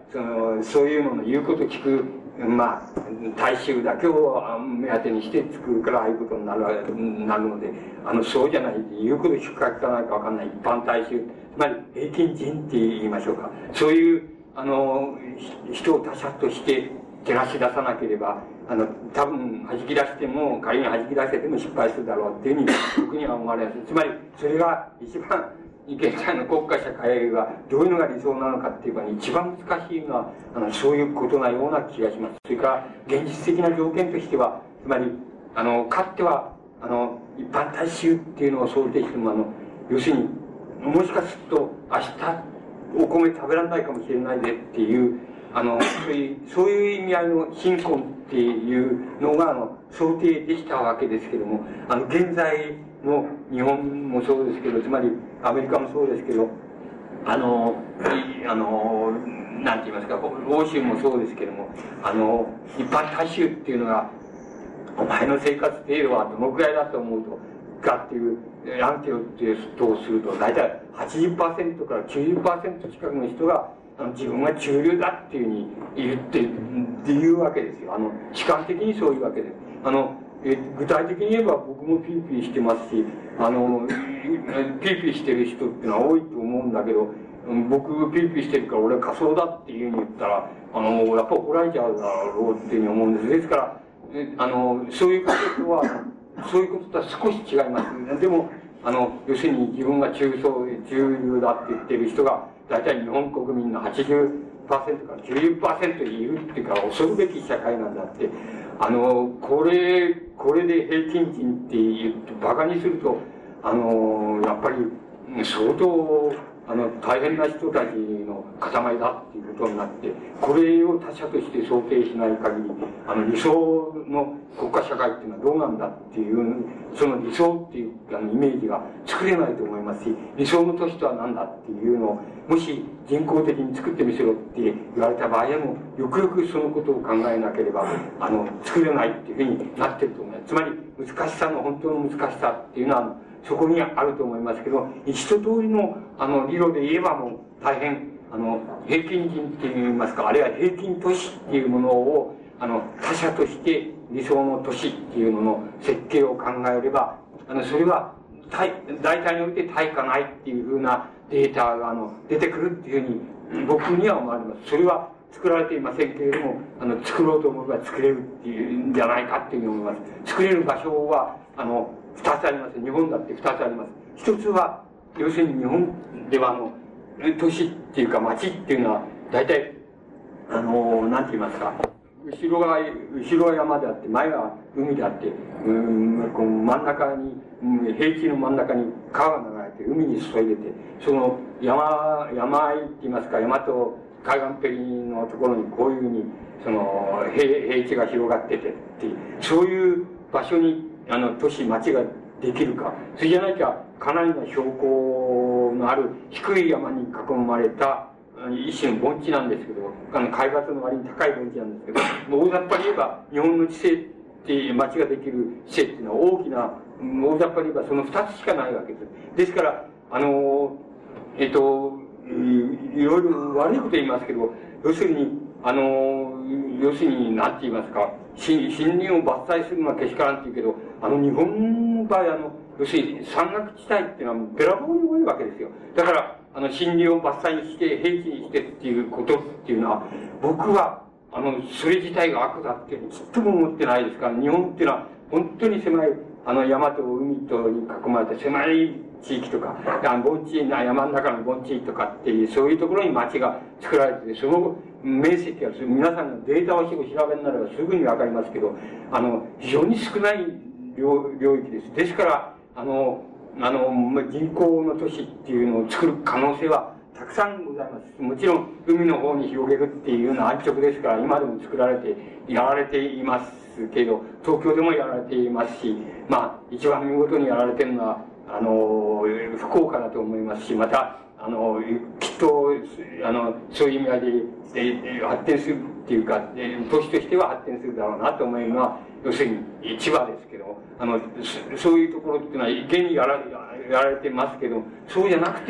その、そういうのの言うこと聞く、まあ、大衆だけを目当てにして作るから、ああいうことになる、なるので、あの、そうじゃない、言うこと聞くか聞かないかわかんない一般大衆、つまり平均人って言いましょうか。そういう、あの、人を他者として照らし出さなければ、あの、多分、弾き出しても、仮に弾き出せても失敗するだろうっていうふうに、僕には思われます。つまり、それが一番、現在の国家社会がどういうのが理想なのかっていうか、ね、一番難しいのは、あの、そういうことなような気がします。それから、現実的な条件としては、つまり、あの、かつては、あの、一般大衆っていうのを想定しても、あの、要するに、もしかすると、明日、お米食べられないかもしれないでっていう、あの、そういう、そういう意味合いの貧困っていうのが、あの、想定できたわけですけども、あの、現在の日本もそうですけど、つまりアメリカもそうですけど、あの、あの、なんて言いますか、欧州もそうですけども、あの、一般大衆っていうのが、お前の生活程度はどのくらいだと思うと、かっていうアンケートをすると、大体 はちじゅっパーセント から きゅうじゅっパーセント 近くの人が、あの自分が中流だっていうふうに言ってっていうわけですよ。あの主観的にそういうわけです。あのえ具体的に言えば僕もピーピーしてますし、あのピーピーしてる人っていうのは多いと思うんだけど、僕ピーピーしてるから俺は仮想だっていうふうに言ったら、あのやっぱ怒られちゃうだろうっていうふうに思うんです。ですからあのそういうこととはそういうこととは少し違います。でもあの要するに自分が中層中流だって言ってる人が大体日本国民の はちじゅっパーセント から きゅうじゅっパーセント いるっていうか恐るべき社会なんだって、あのこれこれで平均人って言ってバカにすると、あのやっぱり相当あの大変な人たちの塊だっていうことになって、これを他者として想定しない限り、あの理想の国家社会っていうのはどうなんだっていう、その理想っていうあのイメージが作れないと思いますし、理想の都市とは何だっていうのをもし人工的に作ってみせろって言われた場合でも、よくよくそのことを考えなければあの作れないっていうふうになってると思います。つまり難しさの本当の難しさっていうのはそこにあると思いますけど、一通りのあの理論で言えばもう大変あの平均人っていいますか、あるいは平均都市っていうものをあの他者として理想の都市っていうのの設計を考えれば、あのそれは大大体において対価ないっていうふうなデータがあの出てくるっていうふうに僕には思われます。それは作られていませんけれども、あの作ろうと思えば作れるっていうんじゃないかっていうふうに思います。作れる場所はあの二つあります。日本だって二つあります。一つは要するに日本ではあの都市っていうか町っていうのは大体あのなんて言いますか、後ろが後ろは山であって前は海であって、うんこの真ん中に、うん、平地の真ん中に川が流れて海に注いでて、その山山あいって言いますか、山と海岸ペリのところにこういうふうにその 平, 平地が広がっててっていう、そういう場所にあの都市町ができるか。それじゃなきゃかなりの標高のある低い山に囲まれた一種の盆地なんですけど、あの海抜の割に高い盆地なんですけど、もう大雑把に言えば日本の地勢っていう町ができる地勢っていうのは大きな、大雑把に言えばその二つしかないわけです。ですからあのえっといろいろ悪いこと言いますけど、要するにあの要するに何て言いますか、森林を伐採するのはけしからんって言うけど、あの日本の場合あの要するに山岳地帯っていうのはべらぼうに多いわけですよ。だからあの森林を伐採して平地にしてっていうことっていうのは、僕はあのそれ自体が悪だってちっとも思ってないですから。日本っていうのは本当に狭いあの山と海とに囲まれた狭い地域とか、盆地な山の中の盆地とかっていうそういうところに町が作られてて、その面積は皆さんのデータを調べになればすぐにわかりますけど、あの非常に少ない領域です。ですからあのあの人口の都市っていうのを作る可能性はたくさんございます。もちろん海の方に広げるっていうような安直ですから今でも作られてやられていますけど、東京でもやられていますし、まあ一番見事にやられてるのはあの福岡だと思いますし、またあのきっとあのそういう意味合いで、で発展するっていうか都市としては発展するだろうなと思うのは要するに千葉ですけど、あのそういうところっていうのは現にやらやられてますけど、そうじゃなくてあ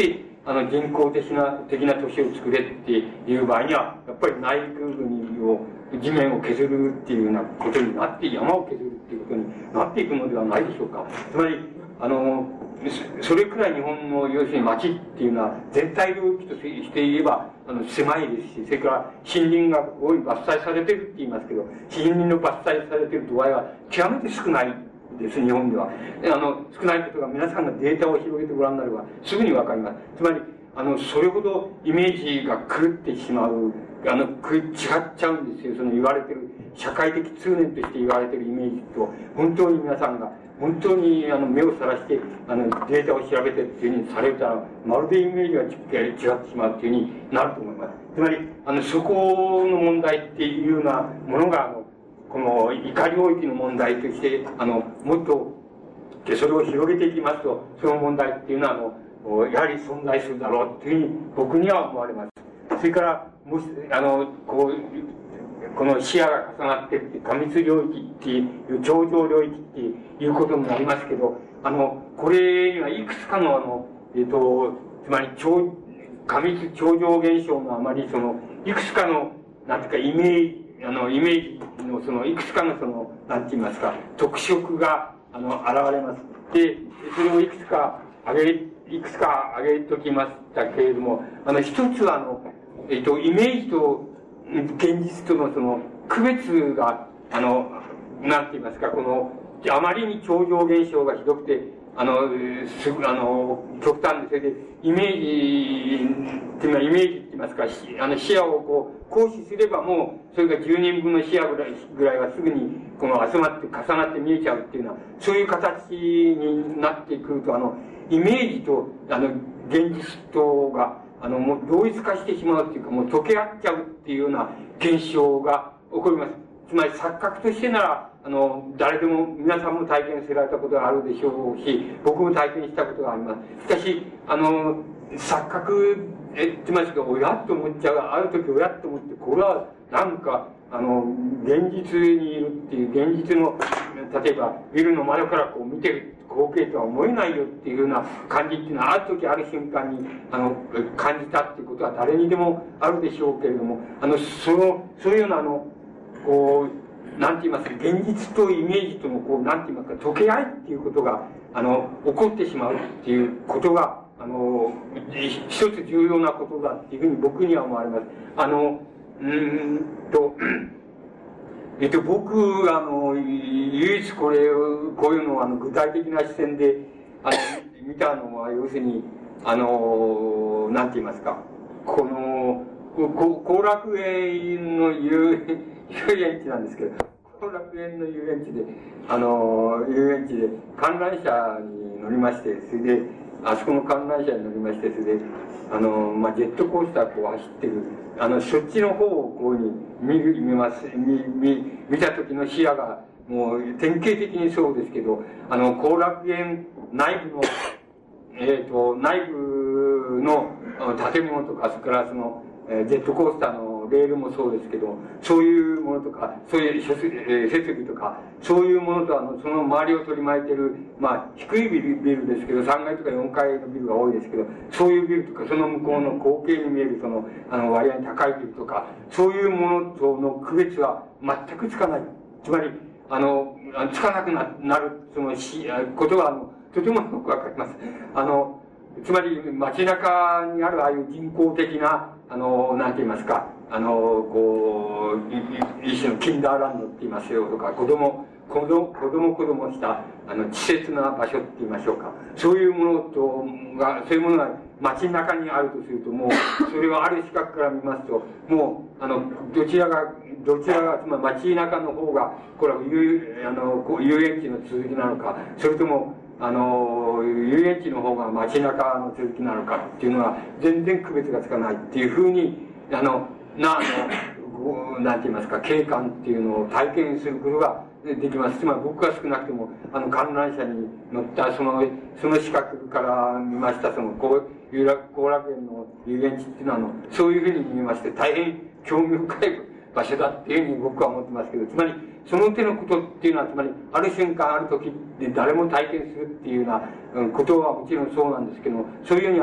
あの、人工的な、的な都市を作れっていう場合には、やっぱり内陸部にを、地面を削るっていうようなことになって、山を削るっていうことになっていくのではないでしょうか。つまり、あの、それくらい日本の要するに町っていうのは全体領域として言えばあの狭いですし、それから森林が多い伐採されてるって言いますけど、森林の伐採されてる度合いは極めて少ないです、日本では。あの、少ないことが皆さんがデータを広げてご覧になればすぐにわかります。つまり、あの、それほどイメージが狂ってしまう、あの、違っちゃうんですよ。その言われてる、社会的通念として言われてるイメージと、本当に皆さんが本当にあの目をさらしてあのデータを調べてっていうふうにされたら、まるでイメージが違ってしまうっていうふうになると思います。つまり、あの、そこの問題っていうようなものが、あの、この怒り領域の問題として、あの、もっと、それを広げていきますと、その問題っていうのは、あの、やはり存在するだろうっていうふうに僕には思われます。それから、もし、あの、こう、この視野が重なっていって、過密領域っていう、頂上領域っていうことになりますけど、あの、これにはいくつかの、あの、えっと、つまり、超、過密超常現象のあまり、その、いくつかの、なんていうか、イメージ、あの、イメージの、その、いくつかの、その、なんて言いますか、特色が、あの、現れます。で、それをいくつか挙げ、いくつか挙げときましたけれども、あの、一つは、あの、えっと、イメージと、現実とのその区別が、あの、なんて言いますか、この、あまりに超常現象がひどくて、あの、すぐ、あの、極端で、それで、イメージ、っていうのはイメージって言いますか、あの、視野をこう、行使すればもう、それがじゅうにんぶんの視野ぐらい、ぐらいはすぐに、この集まって、重なって見えちゃうっていうのは、そういう形になってくると、あの、イメージと、あの、現実とが、あの、もう同一化してしまうっていうか、もう溶け合っちゃうっていうような現象が起こります。つまり錯覚としてなら、あの、誰でも、皆さんも体験せられたことがあるでしょうし、僕も体験したことがあります。しかし、あの、錯覚、え、って言いますか、おやっと思っちゃう。ある時おやっと思って、これは、なんか、あの、現実にいるっていう、現実の、例えば、ビルの窓からこう見てる光景とは思えないよっていうような感じっていうのは、ある時ある瞬間に、あの、感じたっていうことは誰にでもあるでしょうけれども、あの、その、そういうような、あの、こう、なんて言いますか、現実とイメージとの、こう、なんて言いますか、溶け合いっていうことが、あの、起こってしまうっていうことが、あの、一つ重要なことだっていうふうに僕には思われます。あの、うーんと、えっと、僕、あの、唯一これを、こういうのを、あの、具体的な視線で、あの、見たのは、要するに、あの、なんて言いますか、この、後楽園の遊遊園地なんですけど、後楽園の遊園地で、あの、遊園地で観覧車に乗りまして、それで、あそこの観覧車に乗りまして、それで、あの、まあ、ジェットコースターこう走ってる、あの、そっちの方をこうに見る、見ます、見、見、見た時の視野が、もう、典型的にそうですけど、あの、後楽園内部の、えっと、内部の建物とか、それからその、ジェットコースターのレールもそうですけど、そういうものとか、そういう設備とか、そういうものとあの、その周りを取り巻いてる、まあ、低いビル、ビルですけど、さんがいとかよんかいのビルが多いですけど、そういうビルとか、その向こうの光景に見えるその、あの、割合に高いビルとか、そういうものとの区別は全くつかない。つまり、あの、つかなくななる、そのし、ことが、あの、とてもよくわかります。あの、つまり街中にあるああいう人工的な、あの、なんて言いますか、あの、こう、一種のキンダーランドって言いますよとか、子供、子供、子供子供した、あの、稚拙な場所って言いましょうか。そういうものと、が、そういうものが街中にあるとすると、もう、それはある視覚から見ますと、もう、あの、どちらが、どちらが、つまり街中の方が、これは遊、あの、遊園地の続きなのか、それとも、あの、遊園地の方が街中の続きなのかっていうのは、全然区別がつかないっていうふうに、あの、な、あの、なんて言いますか、景観っていうのを体験することができます。つまり僕が少なくとも、あの、観覧車に乗った、その、その視覚から見ました、その、後楽園の遊園地っていうのは、あの、そういうふうに見まして、大変興味深い場所だっていうふうに僕は思ってますけど、つまり、その手のことっていうのは、つまり、ある瞬間、ある時で誰も体験するっていうようなことはもちろんそうなんですけども、そういうようにあの、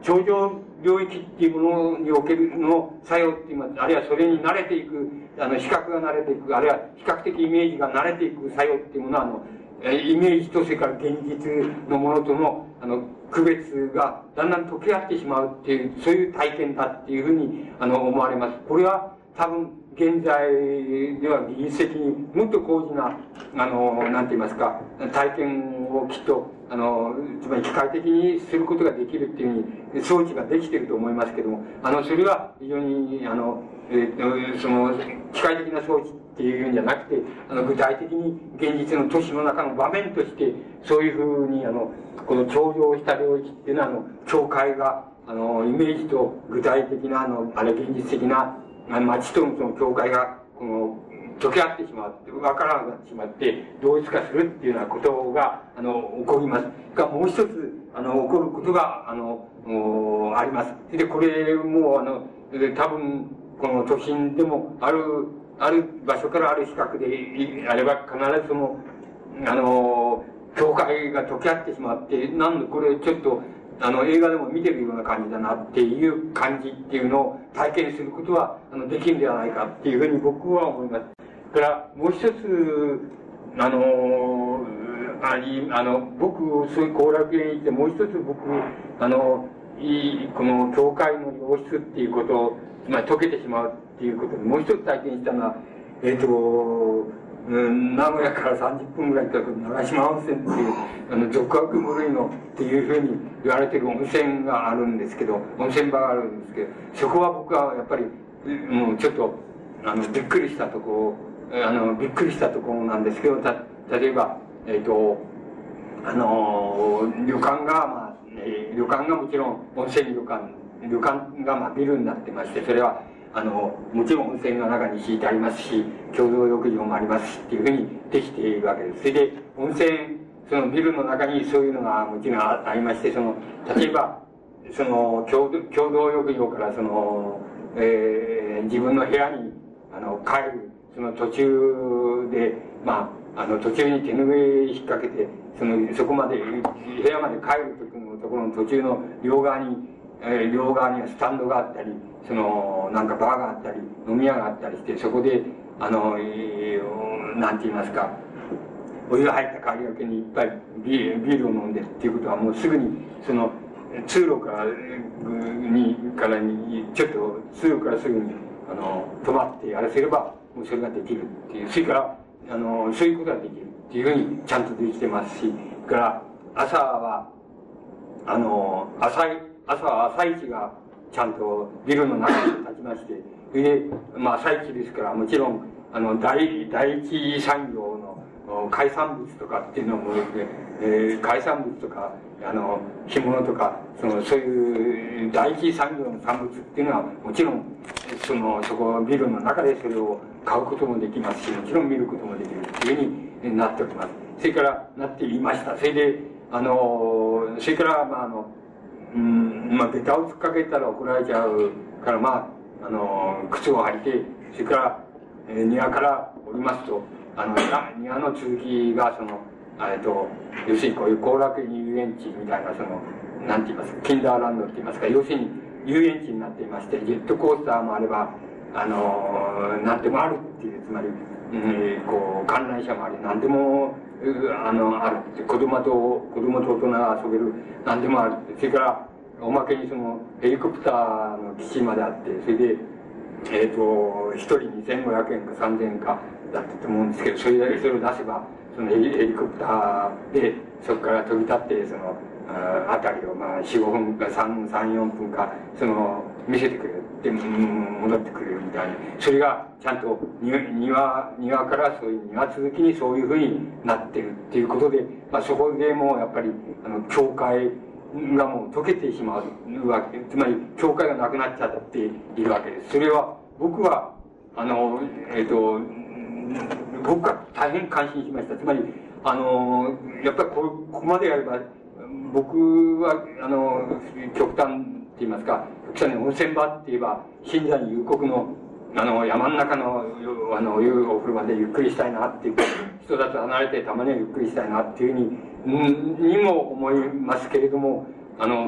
頂上領域っていうものにおけるの作用っていうのは、あるいはそれに慣れていく、あの、視覚が慣れていく、あるいは比較的イメージが慣れていく作用っていうものは、あの、イメージとそれから現実のものとの、あの、区別がだんだん溶け合ってしまうっていう、そういう体験だっていうふうに、あの、思われます。これは多分、現在では技術的にもっと高次な、あの、なんて言いますか、体験をきっと、あの、つまり機械的にすることができるっていうふうに装置ができていると思いますけども、あの、それは非常に、あの、えー、その、機械的な装置っていうんじゃなくて、あの、具体的に現実の都市の中の場面として、そういうふうに、あの、この頂上した領域っていうのは、あの、境界が、あの、イメージと具体的な、あの、あれ、現実的な、街とのその境界が、この、溶け合ってしまって、わからなくなってしまって、同一化するっていうようなことが、あの、起こります。が、もう一つ、あの、起こることが、あの、あります。で、これも、あの、多分、この都心でも、ある、ある場所からある比較であれば、必ずその、あの、境界が溶け合ってしまって、なんでこれちょっと、あの、映画でも見てるような感じだなっていう感じっていうのを体験することは、あの、できるんではないかっていうふうに僕は思います。それから、もう一つ、あの、あり、あの、僕、そういう後楽園に行って、もう一つ僕、あの、いい、この教会の様子っていうことを、つまり溶けてしまうっていうことで、もう一つ体験したのは、えっ、ー、と、うん、名古屋からさんじゅっぷんぐらいかかる長島温泉っていう、あの、俗悪無類のっていうふうに言われてる温泉があるんですけど、温泉場があるんですけど、そこは僕はやっぱり、もうちょっと、あの、びっくりしたとこ、あの、びっくりしたところなんですけど、た、例えば、えっ、ー、と、あの、旅館が、まあ、えー、旅館がもちろん温泉旅館、旅館がまあビルになってまして、それは、あの、もちろん温泉の中に敷いてありますし、共同浴場もありますしっていうふうにできているわけです。それで、温泉、そのビルの中にそういうのがもちろんありまして、その、例えば、その、共同、共同浴場からその、えー、自分の部屋に、あの、帰る、その途中で、まあ、あの、途中に手ぬぐい引っ掛けて、その、そこまで、部屋まで帰る時のところの途中の両側に、えー、両側にはスタンドがあったり、その、なんかバーがあったり、飲み屋があったりして、そこで、あの、えー、なんて言いますか、お湯が入った代わりがけにいっぱいビールビールを飲んでっていうことはもうすぐに、その、通路からに、からに、ちょっと通路からすぐに、あの、止まってやらせれば、もうそれができるっていう、それから、あの、そういうことができるっていうふうにちゃんとできてますし、それから朝は、あの、朝い、朝は朝市がちゃんとビルの中に立ちまして、それで、まあ朝市ですから、もちろん、あの、第、第一産業の海産物とかっていうのも、えー、海産物とか、あの、干物とか、その、そういう第一産業の産物っていうのは、もちろん、その、そこ、ビルの中でそれを買うこともできますし、もちろん見ることもできるっていうふうになっております。それから、なっていました。それで、あの、それから、まあ、あの、うん、まあ、ベタを突っかけたら怒られちゃうから、まあ、あの、靴を履いて、それから、えー、庭から降りますと、あの、庭の続きが、その、えっと、要するにこういう後楽園遊園地みたいな、その、なんて言いますか、キンダーランドって言いますか、要するに遊園地になっていまして、ジェットコースターもあれば、あの、なんでもあるっていう、つまり、うん、こう、観覧車もあり、なんでも、あの、あるって、子供と、子供と大人が遊べる、なんでもあるって、それから、おまけにその、ヘリコプターの基地まであって、それで、えっと、一人にせんごひゃくえんかさんぜんえんかだったと思うんですけど、それだけそれを出せば、そのヘリ、ヘリコプターで、そこから飛び立って、その、あたりを、まあ、よん、ごふんかさん、さん、よんぷんか、その、見せてくれて、戻ってくれるみたいに。それが、ちゃんと庭、庭、庭からそういう庭続きにそういうふうになってるっていうことで、まあ、そこでもうやっぱり、あの、境界がもう溶けてしまうわけ。つまり、境界がなくなっちゃっているわけです。それは、僕は、あの、えっと、僕は大変感心しました。つまり、あの、やっぱりこここまでやれば、僕は、あの、極端って言いますか、極端に温泉場って言えば、新山幽谷の、あの、山の中の、あの、お風呂場でゆっくりしたいなっていう、人だと離れてたまにはゆっくりしたいなっていうふうに、にも思いますけれども、あの、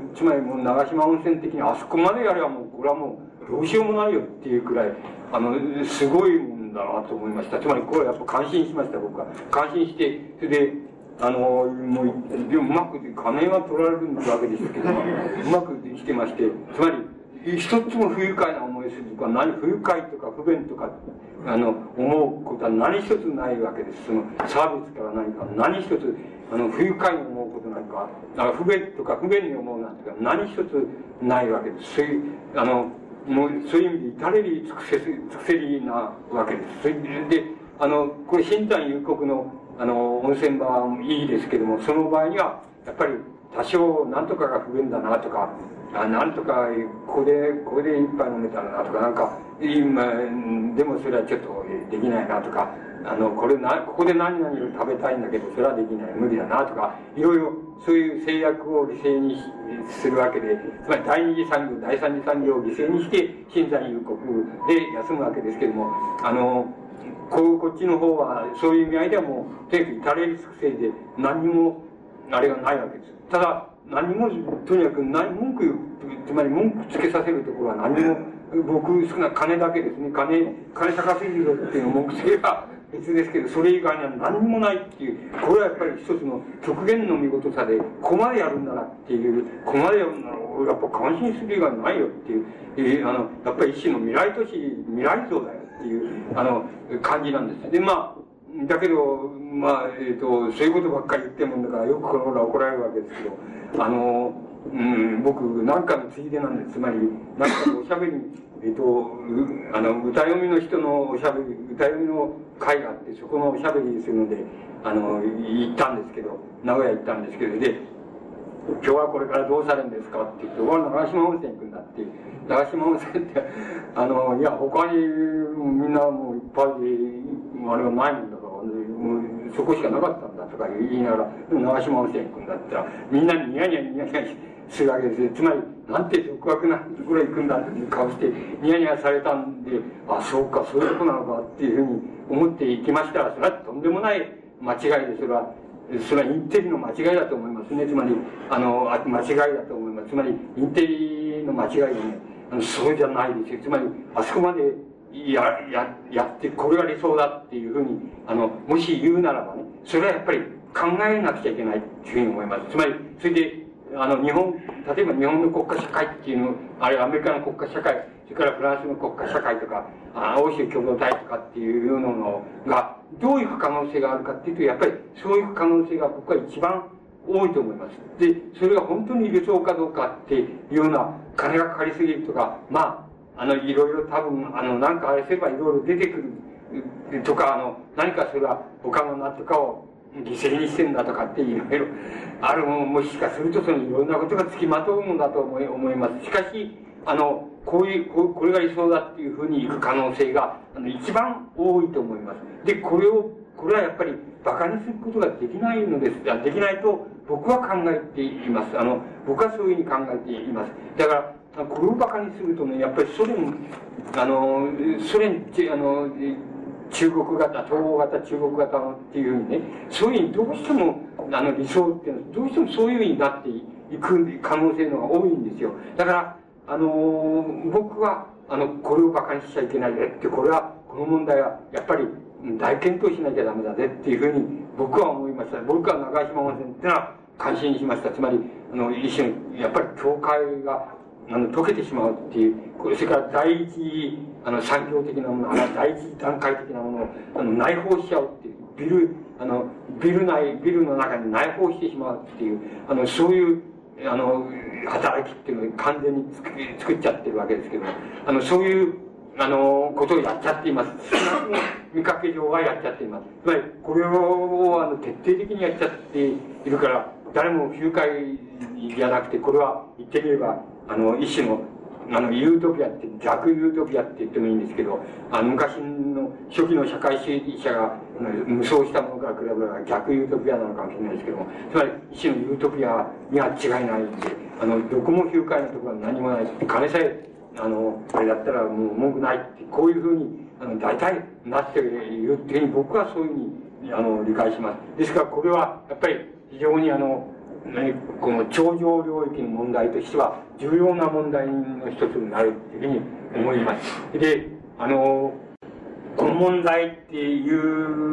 つまりもう長島温泉的にあそこまでやればもうこれはもうどうしようもないよっていうくらいあのすごいもんだなと思いました。つまりこれはやっぱ感心しました。僕は感心して、それであのもうでもうまく金は取られるわけですけども、うまくできてまして、つまり一つも不愉快な思いするとか、何不愉快とか不便とかあの思うことは何一つないわけです。そのサービスから何か何一つあの不愉快に思うことなんか、あ不便とか不便に思うなんていうか何一つないわけです。そういうあのもうそういう意味で至れり尽くせ尽くせりなわけです。それであのこれ新丹幽谷のあの温泉場はいいですけども、その場合にはやっぱり多少何とかが不便だなとか、あなんとかここでここで一杯飲めたらなとか、なんか今でもそれはちょっとできないなとか、あのこれなここで何々を食べたいんだけどそれはできない無理だなとか、いろいろそういう制約を犠牲にするわけで、つまり第二次産業第三次産業を犠牲にして新山幽谷で休むわけですけども、あのこうこっちの方はそういう意味合いではもうとにかく至れり尽くせりで何にもあれがないわけです。ただ何もとにかく何文句つまり文句つけさせるところは何も僕少な金だけですね。金金高すぎるっていうのを文句つければ別ですけど、それ以外には何にもないっていう、これはやっぱり一つの極限の見事さで、ここまでやるんだなっていう、ここまでやるんだな、俺やっぱ感心する以外ないよっていう、えー、あのやっぱり一種の未来都市未来像だよっていうあの感じなんです。でまあだけどまあえっ、ー、とそういうことばっかり言ってるもんだからよくこの頃は怒られるわけですけど、あのうん、僕なんかのついでなんです。つまりなんかのおしゃべりえっ、ー、とあの歌読みの人のおしゃべり歌読みの会があって、そこのおしゃべりするのであの行ったんですけど、名古屋行ったんですけど、で今日はこれからどうされるんですかって言って、俺は長島温泉行くんだっていう。長島温泉ってあのいや他にみんなもういっぱいあれがないんだから、もうそこしかなかったんだとか言いながら長島温泉行くんだって言ったら、みんなにニヤニヤニヤニヤするわけですよ。つまりなんて独学なところへ行くんだっていう顔してニヤニヤされたんで、あそうかそういうとこなのかっていうふうに思って行きましたら、それはとんでもない間違いで、それはそれはインテリの間違いだと思いますね。つまりあの間違いだと思います。つまりインテリの間違いでね、あのそうじゃないですよ。つまりあそこまでやややってこれが理想だっていうふうにあのもし言うならばね、それはやっぱり考えなくちゃいけないっていうふうに思います。つまりそれであの日本例えば日本の国家社会っていうの、あるいはアメリカの国家社会、それからフランスの国家社会とかあ欧州共同体とかっていうのがどういう可能性があるかっていうと、やっぱりそういう可能性が僕は一番多いと思います。でそれが本当に理想かどうかっていうような、金がかかりすぎるとか、まああのいろいろ多分あの何かあれすればいろいろ出てくるとか、あの何かそれは他の何とかを犠牲にしてんだとかっていろいろあるももしかするとそのいろんなことがつきまとうもんだと思い思います。しかしあのこういうここれが理想だっていうふうにいく可能性があの一番多いと思います。でこれをこれはやっぱり馬鹿にすることができないのです。できないと僕は考えています。あの僕はそういうふうに考えています。だからこれを馬鹿にするとね、やっぱりソ連あのソ連あの中国型、統合型、中国型っていうふうにね、そういうふうにどうしてもあの理想っていうのはどうしてもそういうふうになっていく可能性のが多いんですよ。だからあの僕はあのこれを馬鹿にしちゃいけないぜって、これはこの問題はやっぱり大検討しなきゃダメだぜっていうふうに僕は思いました。僕は長島温泉っていうのは感心しました。つまりあの一種のやっぱり境界があの溶けてしまうっていう、それから第一あの産業的なもの、第一段階的なものをあの内包しちゃうっていう、ビルあのビル内ビルの中に内包してしまうっていう、あのそういうあの働きっていうのを完全に作作っちゃってるわけですけども、あのそういうあのことをやっちゃっています。見かけ上はやっちゃっています。つまりこれをあの徹底的にやっちゃっているから、誰も不愉快じゃなくて、これは言ってみればあの一種のあのユートピアって、逆ユートピアって言ってもいいんですけど、あの昔の初期の社会主義者が無双したものから比べれば逆ユートピアなのかもしれないですけども、つまり一種のユートピアには違いないんで、あのどこも不愉快なところは何もない、金さえあのあれだったらもう文句ないって、こういうふうにあの大体なっているっていうふうに僕はそういうふうにあの理解します。ですからこれはやっぱり非常にあのね、この超常領域の問題としては重要な問題の一つになるというふうに思います。で、あの、この問題っていう、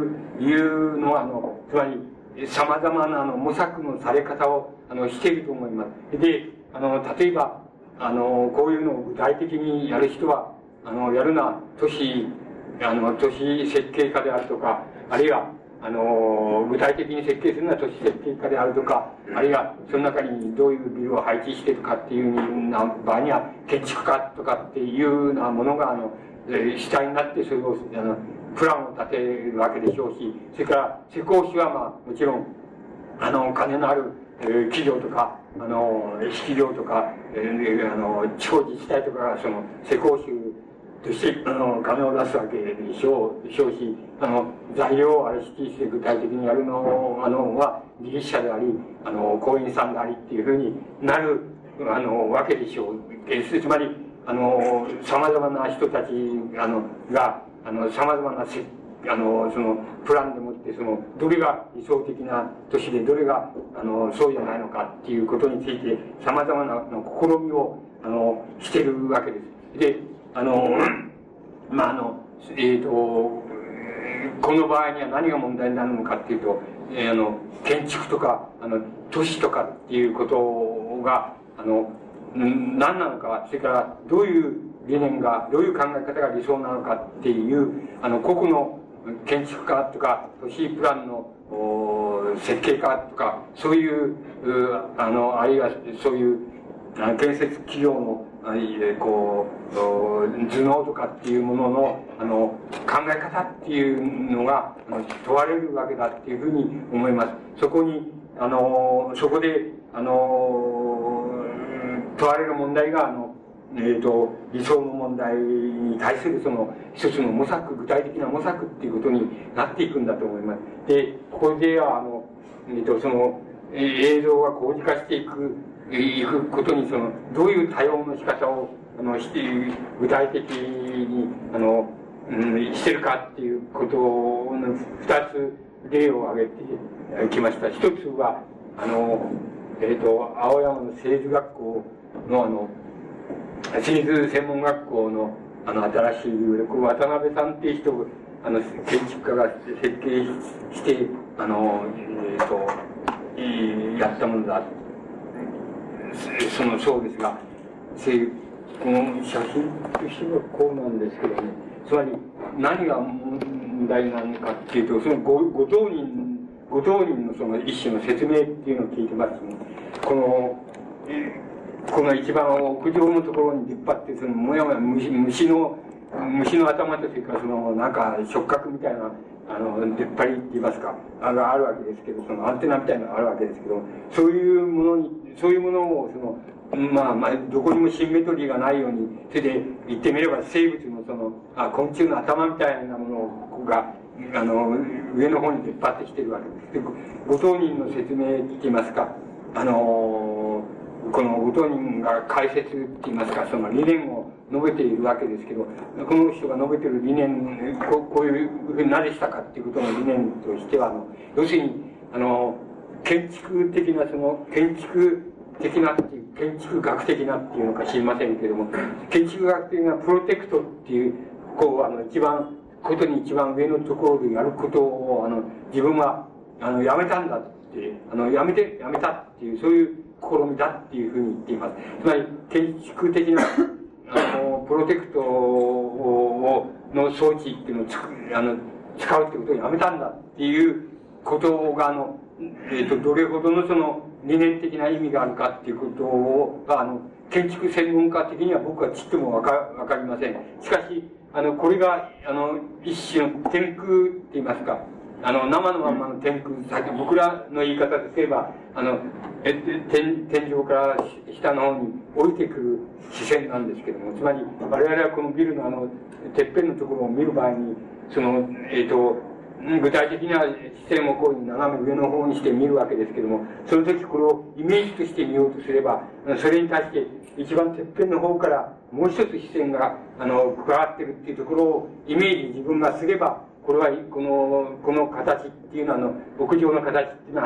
いうのは、あの、つまり、様々なあの模索のされ方をあのしていると思います。で、あの、例えば、あの、こういうのを具体的にやる人は、あの、やるな、都市、あの、都市設計家であるとか、あるいは、あの、具体的に設計するのは都市設計家であるとか、あるいは、その中にどういうビルを配置しているかっていうな場合には、建築家とかっていうようなものが、あの、主体になって、それを、あの、プランを立てるわけでしょうし、それから、施工士は、まあ、もちろん、あの、金のある、えー、企業とか、あの、企業とか、えー、あの、地方自治体とかが、その、施工士として、あの、金を出すわけでしょう、しょうし、あの、材料をあれ指揮して具体的にやるの、あの、は、技術者であり、あの、工員さんでありっていうふうになる、あの、わけでしょう。えー、つまり、あの、様々な人たち、あの、が、あの、様々な設あの、その、プランでもって、その、どれが理想的な都市で、どれが、あの、そうじゃないのかっていうことについて、様々なあの試みを、あの、してるわけです。で、あの、まあ、あの、えっ、ー、と、この場合には何が問題になるのかっていうと、えー、あの、建築とか、あの、都市とかっていうことが、あの、何なのか、それからどういう理念が、どういう考え方が理想なのかっていう、あの、個々の建築家とか、都市プランの設計家とか、そういう、あの、あるいはそういう、建設企業の、こう、頭脳とかっていうものの、あの、考え方っていうのが、問われるわけだっていうふうに思います。そこに、あの、そこで、あの、問われる問題が、あの、えーと、理想の問題に対するその一つの模索、具体的な模索っていうことになっていくんだと思います。で、ここでは、あの、えーと、その、映像が工事化していく、いくことに、その、どういう対応の仕方を、あの、して、具体的に、あの、うん、してるかっていうことの二つ例を挙げてきました。一つは、あの、えーと、青山の製図学校の、あの、製図専門学校の、あの、新しい、この渡辺さんっていう人が、あの、建築家が設計して、あの、えっ、ー、と、やったものだ。その、そうですが、この写真としてはこうなんですけどね、つまり、何が問題なのかっていうと、そのご、ご当人、ご当人のその一種の説明っていうのを聞いてますね。この、えーこの一番屋上のところに出っ張って、そのもやもや虫、虫の、虫の頭というか、そのなんか触覚みたいな、あの、出っ張りって言いますか、あの、あるわけですけど、そのアンテナみたいなのがあるわけですけど、そういうものに、そういうものを、その、まあ、まあ、どこにもシンメトリーがないように、それで言ってみれば生物のその、あ、昆虫の頭みたいなものが、あの、上の方に出っ張ってきてるわけです。で、ご当人の説明って言いますか、あのー、このご当人が解説って言いますか、その理念を述べているわけですけど、この人が述べている理念、こうこういうふうになぜしたかっていうことの理念としては、あの要するに、あの、建築的な、その、建築的なっていう、建築学的なっていうのか知りませんけども、建築学的なプロテクトっていう、こう、あの、一番、ことに一番上のところでやることを、あの、自分は、あの、やめたんだって、あの、やめて、やめたっていう、そういう、試みだっていうふうに言っています。つまり、建築的な、あの、プロテクトを、の装置っていうのをつあの使うってことをやめたんだっていうことが、あの、えっ、ー、と、どれほどのその理念的な意味があるかっていうことを、が、あの、建築専門家的には僕はちっともわか、わかりません。しかし、あの、これが、あの、一種の天空って言いますか、あの、生のままの天空、先僕らの言い方ですれば、あの、え天、天井から下の方に降りてくる視線なんですけども、つまり、我々はこのビルのあの、てっぺんのところを見る場合に、その、えっ、ー、と、具体的な視線をこういう斜め上の方にして見るわけですけども、その時これをイメージとして見ようとすれば、それに対して一番てっぺんの方からもう一つ視線が、あの、加わってるっていうところをイメージ自分がすれば、これは、この、この形っていうのは、あの、牧場の形っていうのは、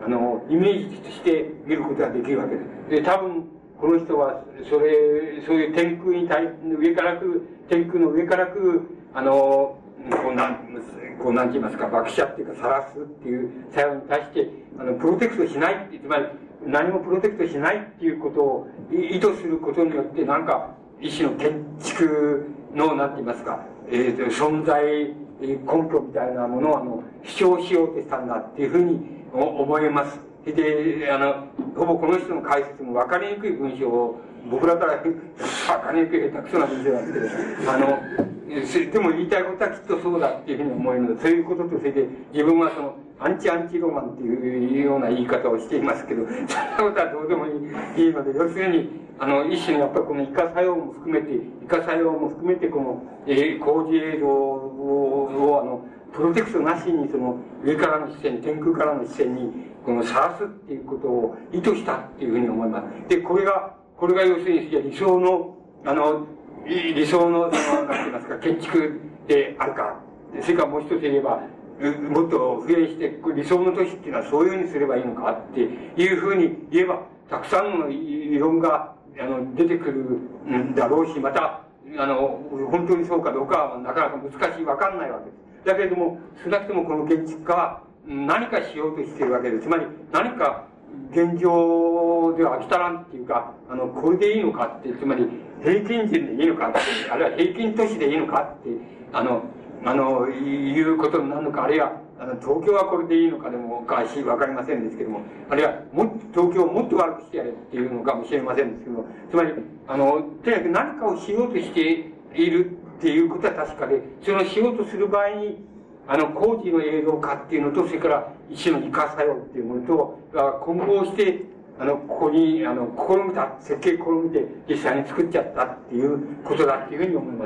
あの、イメージとして見ることができるわけです。で、多分、この人は、それ、そういう天空に対、上から来る、天空の上から来る、あの、こうなん、こうなんて言いますか、爆射っていうか、晒すっていう作用に対して、あの、プロテクトしないって、つまり、何もプロテクトしないっていうことを意図することによって、なんか、一種の建築の、なんて言いますか、えー、と存在根拠みたいなものを、あの、主張しようとしたんだっていうふうに思います。で、あの、ほぼこの人の解説も分かりにくい文章を、僕らから分かりにくい下手くそな文章なんですけど、あの、でも言いたいことはきっとそうだっていうふうに思えるので、そういうことと、それで自分はその、アンチアンチロマンっていうような言い方をしていますけど、そんなことはどうでもいいので、要するに、あの、一種のやっぱりこのイカ作用も含めて、イカ作用も含めて、この、えー、工事映像を、をあの、プロテクトなしに、その、上からの視線、天空からの視線に、この、晒すっていうことを意図したっていうふうに思います。で、これが、これが要するに、理想の、あの、理想の、その、なんて言いますか、建築であるか。それからもう一つ言えば、もっと普遍して、理想の都市っていうのはそういうふうにすればいいのかっていうふうに言えば、たくさんの異論が、あの、出てくるんだろうし、また、あの、本当にそうかどうかはなかなか難しい、わかんないわけです。だけれども、少なくともこの建築家は何かしようとしているわけです。つまり、何か現状では飽き足らんっていうか、あの、これでいいのかって、つまり、平均人でいいのかって、あるいは平均都市でいいのかって、あの、あの、いうことになるのか、あるいは、あの、東京はこれでいいのかでもおかしい、わかりませんですけども、あるいは、もっと、東京をもっと悪くしてやれっていうのかもしれませんですけども、つまり、あの、とにかく何かをしようとしているっていうことは確かで、そのしようとする場合に、あの、工事の映像化っていうのと、それから一種のイカ作用っていうものと、混合して、あの、ここに、あの、試みた、設計試みて、実際に作っちゃったっていうことだっていうふうに思います。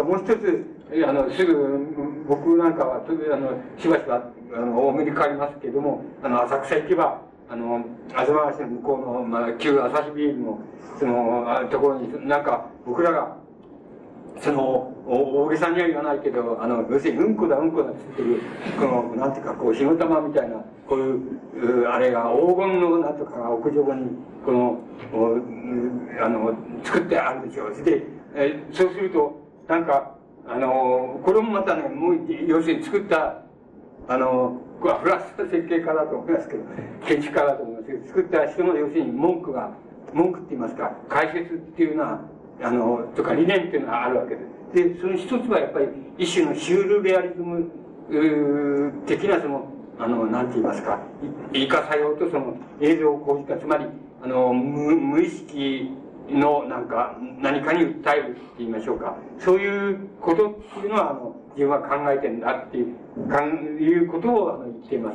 もう一つ、あの、すぐ、僕なんかは、あの、しばしば、あの、お目にかかりますけれども、あの、浅草行けば、あの、東橋の向こうの、まあ、旧朝日ビルの、その、ところに、なんか、僕らが、その、大げさには言わないけど、あの、要するに、うんこだ、うんこだって言ってる、この、なんていうか、こう、火の玉みたいな、こういう、あれが、黄金の、なんとかが屋上に、この、あの、作ってあるでしょう。で、えー、そうすると、なんか、あの、これもまたね、もう、要するに作った、あの、これはフランスの設計家だと思いますけど、建築家だと思いますけど、作った人の要するに文句が、文句って言いますか、解説っていうのは、あの、とか理念っていうのはあるわけです。で、その一つはやっぱり一種のシュールレアリズム的なその、あの、なんて言いますか、イカ作用とその映像工事化、つまり、あの、無、無意識のなんか、何かに訴えるって言いましょうか。そういうことっていうのは、あの、自分は考えてんだっていう、かんいうことをあの言っています。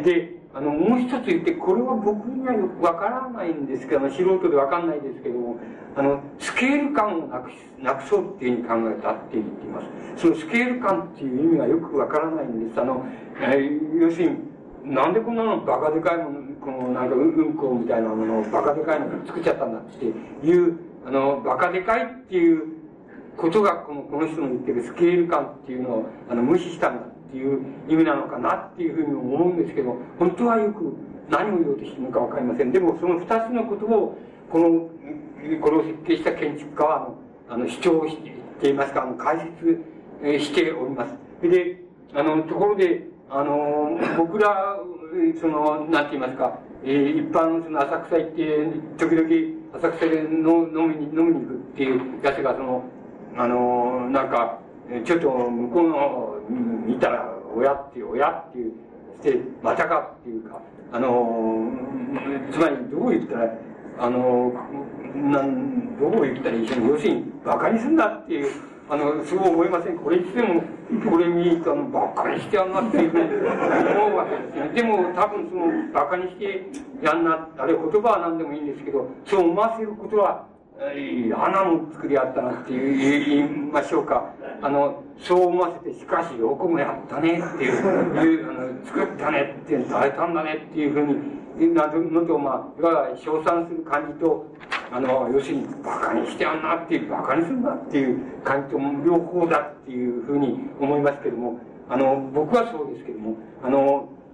で、あの、もう一つ言って、これは僕にはよくわからないんですけども、素人でわかんないですけども、あの、スケール感をなくし、なくそうっていうふうに考えたって言っています。そのスケール感っていう意味がよくわからないんです。あの、えー、要するに、なんでこんなのバカでかいもの、このなんかうんこみたいなものをバカでかいの作っちゃったんだっていう、あの、バカでかいっていうことがこの、この人の言ってるスケール感っていうのを、あの、無視したんだっていう意味なのかなっていうふうに思うんですけど、本当はよく何を言おうとしているのかわかりません。でもその二つのことを、この、これを設計した建築家は、あの、あの主張していますか、あの、解説しております。で、あの、ところで、あの、僕ら、その、なんて言いますか、えー、一般のその浅草行って、時々浅草での飲みに、飲みに行くっていうやつが、その、あの、なんか、ちょっと向こうの見たら、親っていう、親っていう、して、またかっていうか、あの、つまりどう言ったら、あの、なん、どう言ったらいいし、要するに、馬鹿にすんだっていう、あの、そう思いません。これ言っても、これ見に行ったの、馬鹿にしてやんなっていうふうに思うわけですよ。でも、多分その、馬鹿にしてやんな、あれ言葉は何でもいいんですけど、そう思わせることは、花も作りあったなっていう言いましょうか。あの、そう思わせて、しかしよくもやったねっていう、いうあの作ったねって、大胆だねっていうふうに、なのと、まあ、いわゆる称賛する感じと、あの、要するに、馬鹿にしてやんなっていう、馬鹿にするなっていう感じと、両方だっていうふうに思いますけども、あの、僕はそうですけども、あの、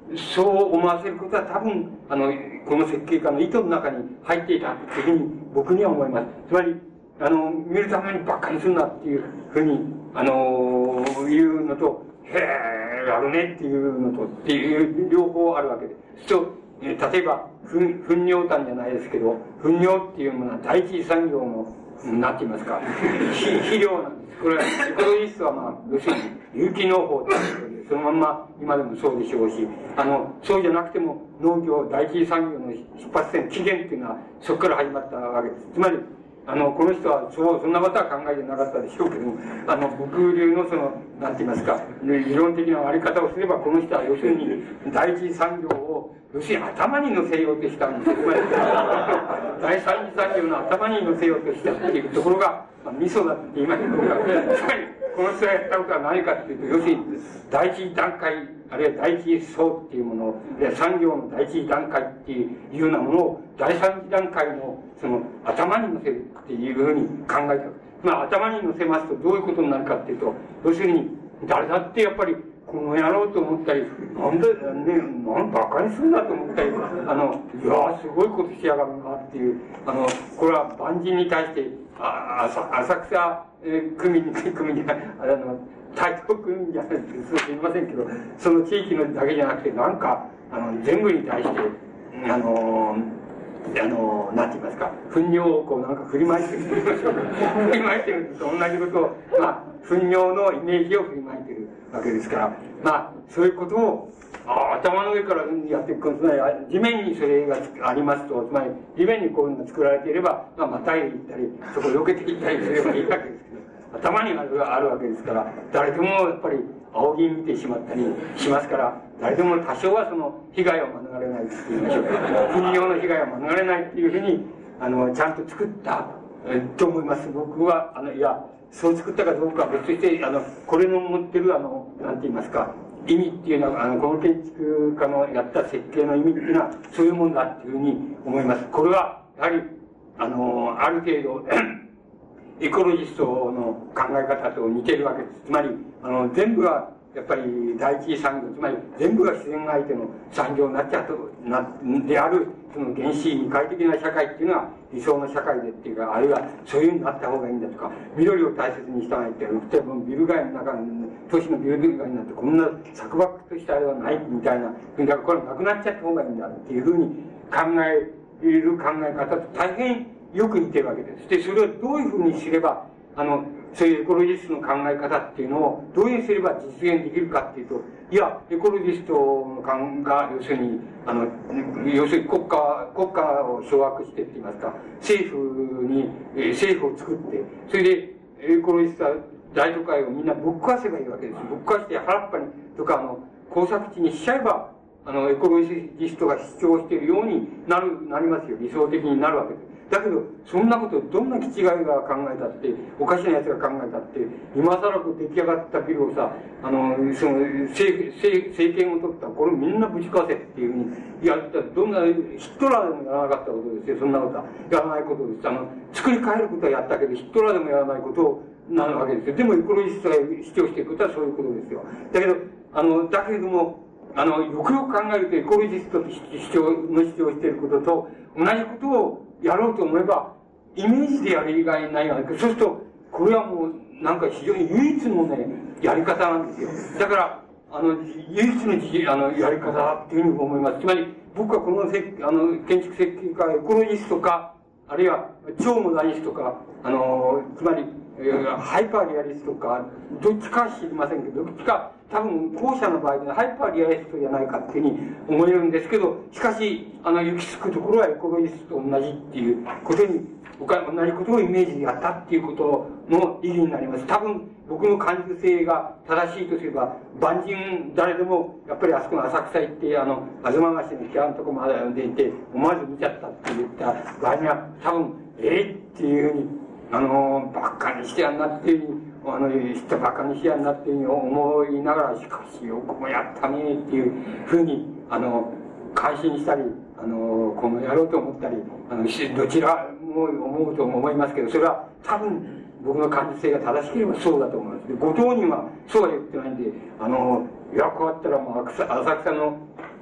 そう思わせることは多分、あの、この設計家の意図の中に入っていたというふうに僕には思います。つまり、あの、見るためにばっかりするなっていうふうに、あの、いうのと、へえ、やるねっていうのと、っていう両方あるわけです。そう、例えば、糞尿炭じゃないですけど、糞尿っていうものは第一次産業の、なんて言いますか、肥料なんです。これは、エコロジストはまあ、要するに、有機農法っていうそのまんま今でもそうでしょうし、あの、そうじゃなくても農業、第一次産業の出発点、起源っていうのはそこから始まったわけです。つまり、あの、この人は、そう、そんなことは考えてなかったでしょうけども、あの、僕流のその、なんて言いますか、理論的な割り方をすれば、この人は要するに、第一次産業を、要するに頭に乗せようとしたんですよ。第三次産業の頭に乗せようとしたっていうところが、まあ、ミソだって言いましょうか。つまり、この人がやったことは何かっていうと、要するに、第一段階、あるいは第一層っていうものを、産業の第一段階っていうようなものを、第三次段階の、その、頭に乗せるっていうふうに考えた。まあ、頭に乗せますとどういうことになるかっていうと、要するに、誰だってやっぱり、この野郎と思ったり、なんで、ね、なんバカにするんだと思ったり、あの、いやー、すごいことしやがるなっていう、あの、これは万人に対して、あ浅浅草、えー、区民、区民じゃない、あの、台東区民じゃないですすいませんけど、その地域のだけじゃなくて、なんか、あの、全部に対して、あのー、あのー、なんて言いますか、糞尿をこうなんか振りまいてると言いましょうか。振りまいてると同じことを、まあ、糞尿のイメージを振りまいてるわけですから、まあ、そういうことを、あ頭の上からやっていく、つまり地面にそれがありますと、つまり地面にこういうのが作られていれば、まあ、またいでいったり、そこを避けていったりすればいいわけですけど、頭にあるあるわけですから、誰でもやっぱり仰ぎ見てしまったりしますから、誰でも多少はその被害を免れないって言いましょうか、糞尿の被害を免れないっていうふうに、あの、ちゃんと作った、えと思います。僕は、あの、いや、そう作ったかどうかは別として、あの、これの持ってる、あの、なんて言いますか、意味っていうのは、あの、この建築家のやった設計の意味っていうのは、そういうもんだっていうふうに思います。これは、やはり、あの、ある程度、エコロジストの考え方と似てるわけです。つまり、あの、全部が、やっぱり第一次産業、つまり全部が自然相手の産業になっちゃうと、な、である、その原始二階的な社会っていうのは理想の社会でっていうか、あるいはそういうふうになった方がいいんだとか、緑を大切にしたいって、例えばビル街の中に、都市のビル街になってこんな錯漠としたあれはないみたいな、だからこれなくなっちゃった方がいいんだっていうふうに考える考え方と大変よく似てるわけです。で、それをどういうふうにすれば、あの、そういうエコロジストの考え方っていうのをどういうふうにすれば実現できるかっていうと、いや、エコロジストの考が、要するに、あの、要するに国家、国家を掌握してって言いますか、政府に、えー、政府を作って、それで、エコロジストは大都会をみんなぶっ壊せばいいわけです。ぶっ壊して原っぱに、とか、あの、工作地にしちゃえば、あの、エコロジストが主張しているようになる、なりますよ。理想的になるわけです。だけど、そんなこと、どんな気違いが考えたって、おかしな奴が考えたって、今更こう出来上がったビルをさ、あの、その、政、政、政権を取ったら、これみんなぶち壊せっていうふうにやったら、どんな、ヒットラーでもやらなかったことですよ、そんなことは。やらないことです。あの、作り変えることはやったけど、ヒットラーでもやらないことを、なるわけですよ。でも、エコロジストが主張していることはそういうことですよ。だけど、あの、だけれども、あの、よくよく考えると、エコロジストと主張、の主張していることと、同じことをやろうと思えば、イメージでやる以外にないわけです。そうすると、これはもう、なんか非常に唯一のね、やり方なんですよ。だから、あの、唯一のじあのやり方っていうふうに思います。つまり、僕はこのせあの建築設計家、エコロジストか、あるいは超モダニストか、あの、つまり、ハイパーリアリストか、どっちか知りませんけど、どっちか、多分、後者の場合でハイパーリアリストじゃないかっていうふうに思えるんですけど、しかし、あの、行き着くところはエコロジストと同じっていうことに、僕は同じことをイメージでやったっていうことの意義になります。多分、僕の感受性が正しいとすれば、万人、誰でも、やっぱりあそこの浅草行って、あの、吾妻橋の北のとこまで呼んでいて、思わず見ちゃったって言った場合には、多分、ええっていうふうに、あの、バカにしてやんなっていうふうに、あの、人バカにしてやんなっていうふうに思いながら、しかしよくもやったねっていうふうに、あの、感心したり、あの、このやろうと思ったり、あの、どちらも思うと思いますけど、それは多分、僕の感受性が正しければそうだと思います。で、ご当人はそうは言ってないんで、あの、いや、こうやったらもう浅草の、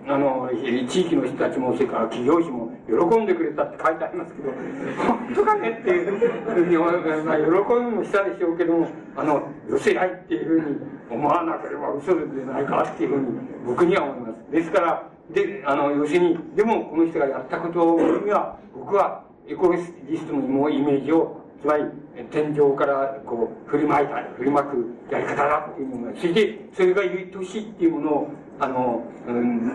あの、地域の人たちも、それから企業士も喜んでくれたって書いてありますけど、本当かねっていうふうに、まあ、喜びもしたでしょうけども、あの、寄せないっていうふうに思わなければ嘘でないかっていうふうに僕には思います。ですから、で、あの、要するに、でもこの人がやったことには、僕はエコロジストのイメージを、つまり、天井からこう、振りまいた、振りまくやり方だっていうのが、そして、それが都市っていうものを、あの、うん、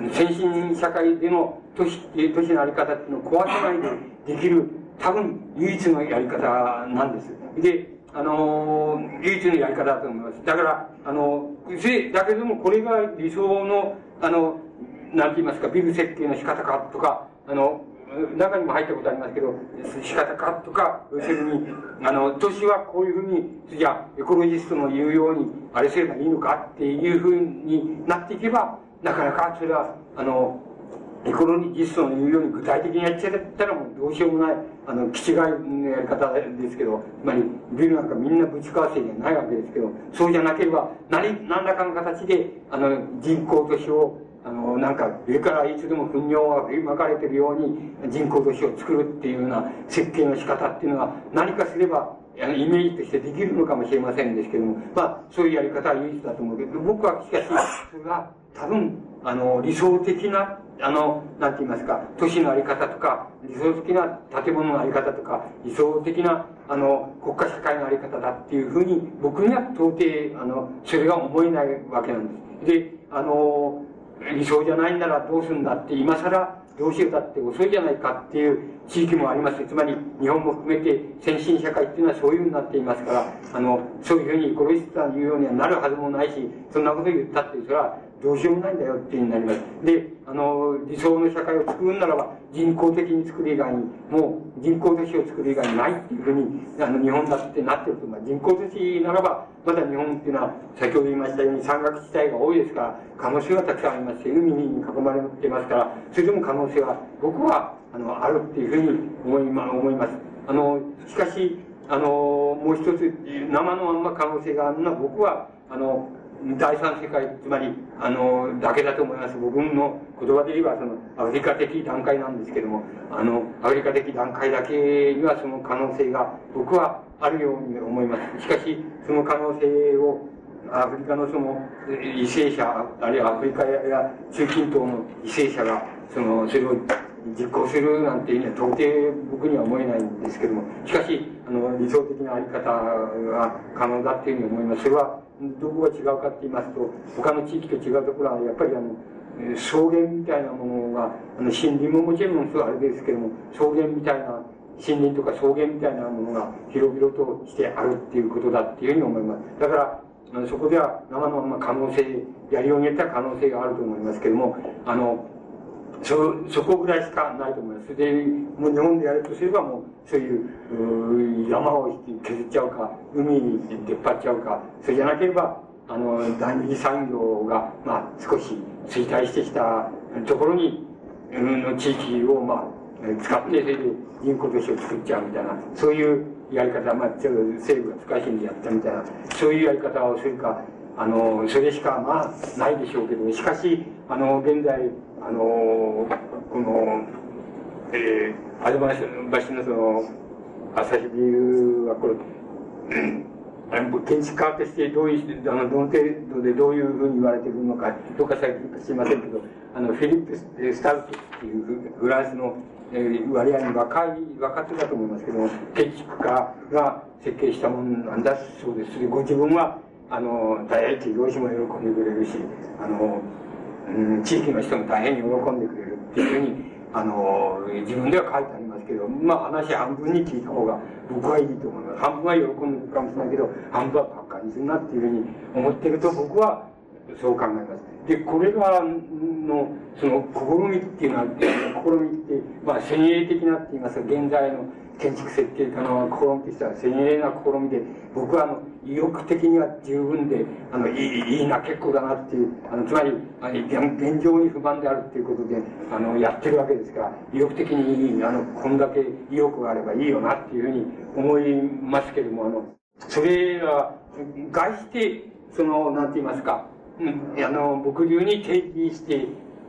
先進社会での都市っていう都市のあり方っていうのを壊さないでできる、多分、唯一のやり方なんです。で、あの、唯一のやり方だと思います。だから、あの、だけども、これが理想の、あの、なんて言いますか、ビル設計の仕方かとか、あの、中にも入ったことありますけど、仕方かとか、要するに、あの、都市はこういうふうに、じゃあ、エコロジストの言うように、あれすればいいのかっていうふうになっていけば、なかなかそれは、あの、エコロジストの言うように具体的にやっちゃったらもうどうしようもない、あの、気違いのやり方ですけど、つまり、ビルなんかみんなぶち壊せじゃないわけですけど、そうじゃなければ、何、何らかの形で、あの、人口都市を、あの、なんか、上からいつでも糞尿が振りまかれてるように人工都市を作るっていうような設計の仕方っていうのは何かすれば、あの、イメージとしてできるのかもしれませんですけども、まあ、そういうやり方は唯一だと思うけど、僕はしかし、それが多分、あの、理想的な、あの、なんて言いますか、都市のあり方とか、理想的な建物のあり方とか、理想的な、あの、国家社会のあり方だっていうふうに、僕には到底、あの、それが思えないわけなんです。で、あの、理想じゃないんならどうするんだって、今更どうしようだって遅いじゃないかっていう地域もあります。つまり、日本も含めて先進社会っていうのはそういうふうになっていますから、あの、そういうふうにエコロジストが言うようにはなるはずもないし、そんなこと言ったって、それはどうしようもないんだよっていうふうになります。で、あの、理想の社会を作るならば、人工的に作る以外に、もう人工都市を作る以外にないっていうふうに、あの、日本だってなってると思います。人工都市ならば、まだ日本っていうのは、先ほど言いましたように山岳地帯が多いですから、可能性はたくさんありますし、海に囲まれてますから、それでも可能性は、僕は、あの、あるっていうふうに思いま、思います。あの、しかし、あの、もう一つ、生のまんま可能性があるのは、僕は、あの、第三世界、つまり、あの、だけだと思います。僕の言葉で言えば、その、アフリカ的段階なんですけども、あの、アフリカ的段階だけにはその可能性が、僕はあるように思います。しかし、その可能性を、アフリカのその、為政者、あるいはアフリカや中近東の為政者が、その、それを実行するなんていうには、到底僕には思えないんですけども、しかし、あの、理想的なあり方が可能だっていうふうに思います。それは、どこが違うかって言いますと、他の地域と違うところは、やっぱりあの、草原みたいなものが、あの、森林ももちろんそうあれですけども、草原みたいな、森林とか草原みたいなものが広々としてあるっていうことだっていうふうに思います。だから、あのそこでは生のまま可能性、やりを得た可能性があると思いますけども、あの、そ、そこぐらいしかないと思います。で、もう日本でやるとすればもう、そういう、う山を削っちゃうか、海に出っ張っちゃうか、それじゃなければ、あの、第二次産業が、まあ、少し衰退してきたところに、の地域を、まあ、使って、それで人工都市を作っちゃうみたいな、そういうやり方、まあ、ちょっと政府が使いしんでやったみたいな、そういうやり方をするか、あの、それしか、まあ、ないでしょうけど、しかし、あの、現在、あの、この、えー、あずま橋のその、朝日ビルはこれ、建築家としてどういう、あの、どの程度でどういうふうに言われているのか、どうか最近知りませんけど、あの、フィリップ・スタルトっていうフランスの、えー、割合に若い、若手だと思いますけども、建築家が設計したものなんだそうです。で、ご自分は、あの、大変企業士も喜んでくれるし、あの、うん、地域の人も大変に喜んでくれるっていうふうに、あの、自分では書いてありますけど、まあ話半分に聞いた方が僕はいいと思います。半分は喜んでるかもしれないけど、半分はバカにするなっていうふうに思ってると僕はそう考えます。で、これが、の、その試みっていうのは、試みって、まあ先鋭的なって言いますか、現在の建築設計家の試みとしては先鋭な試みで、僕はあの、意欲的には十分で、あの、いい、いいな、結構だなっていう、あの、つまり、現状に不満であるっていうことで、あの、やってるわけですから、意欲的に、あの、こんだけ意欲があればいいよなっていうふうに思いますけども、あの、それは、概して、その、なんて言いますか、うん、あの、僕流に定義して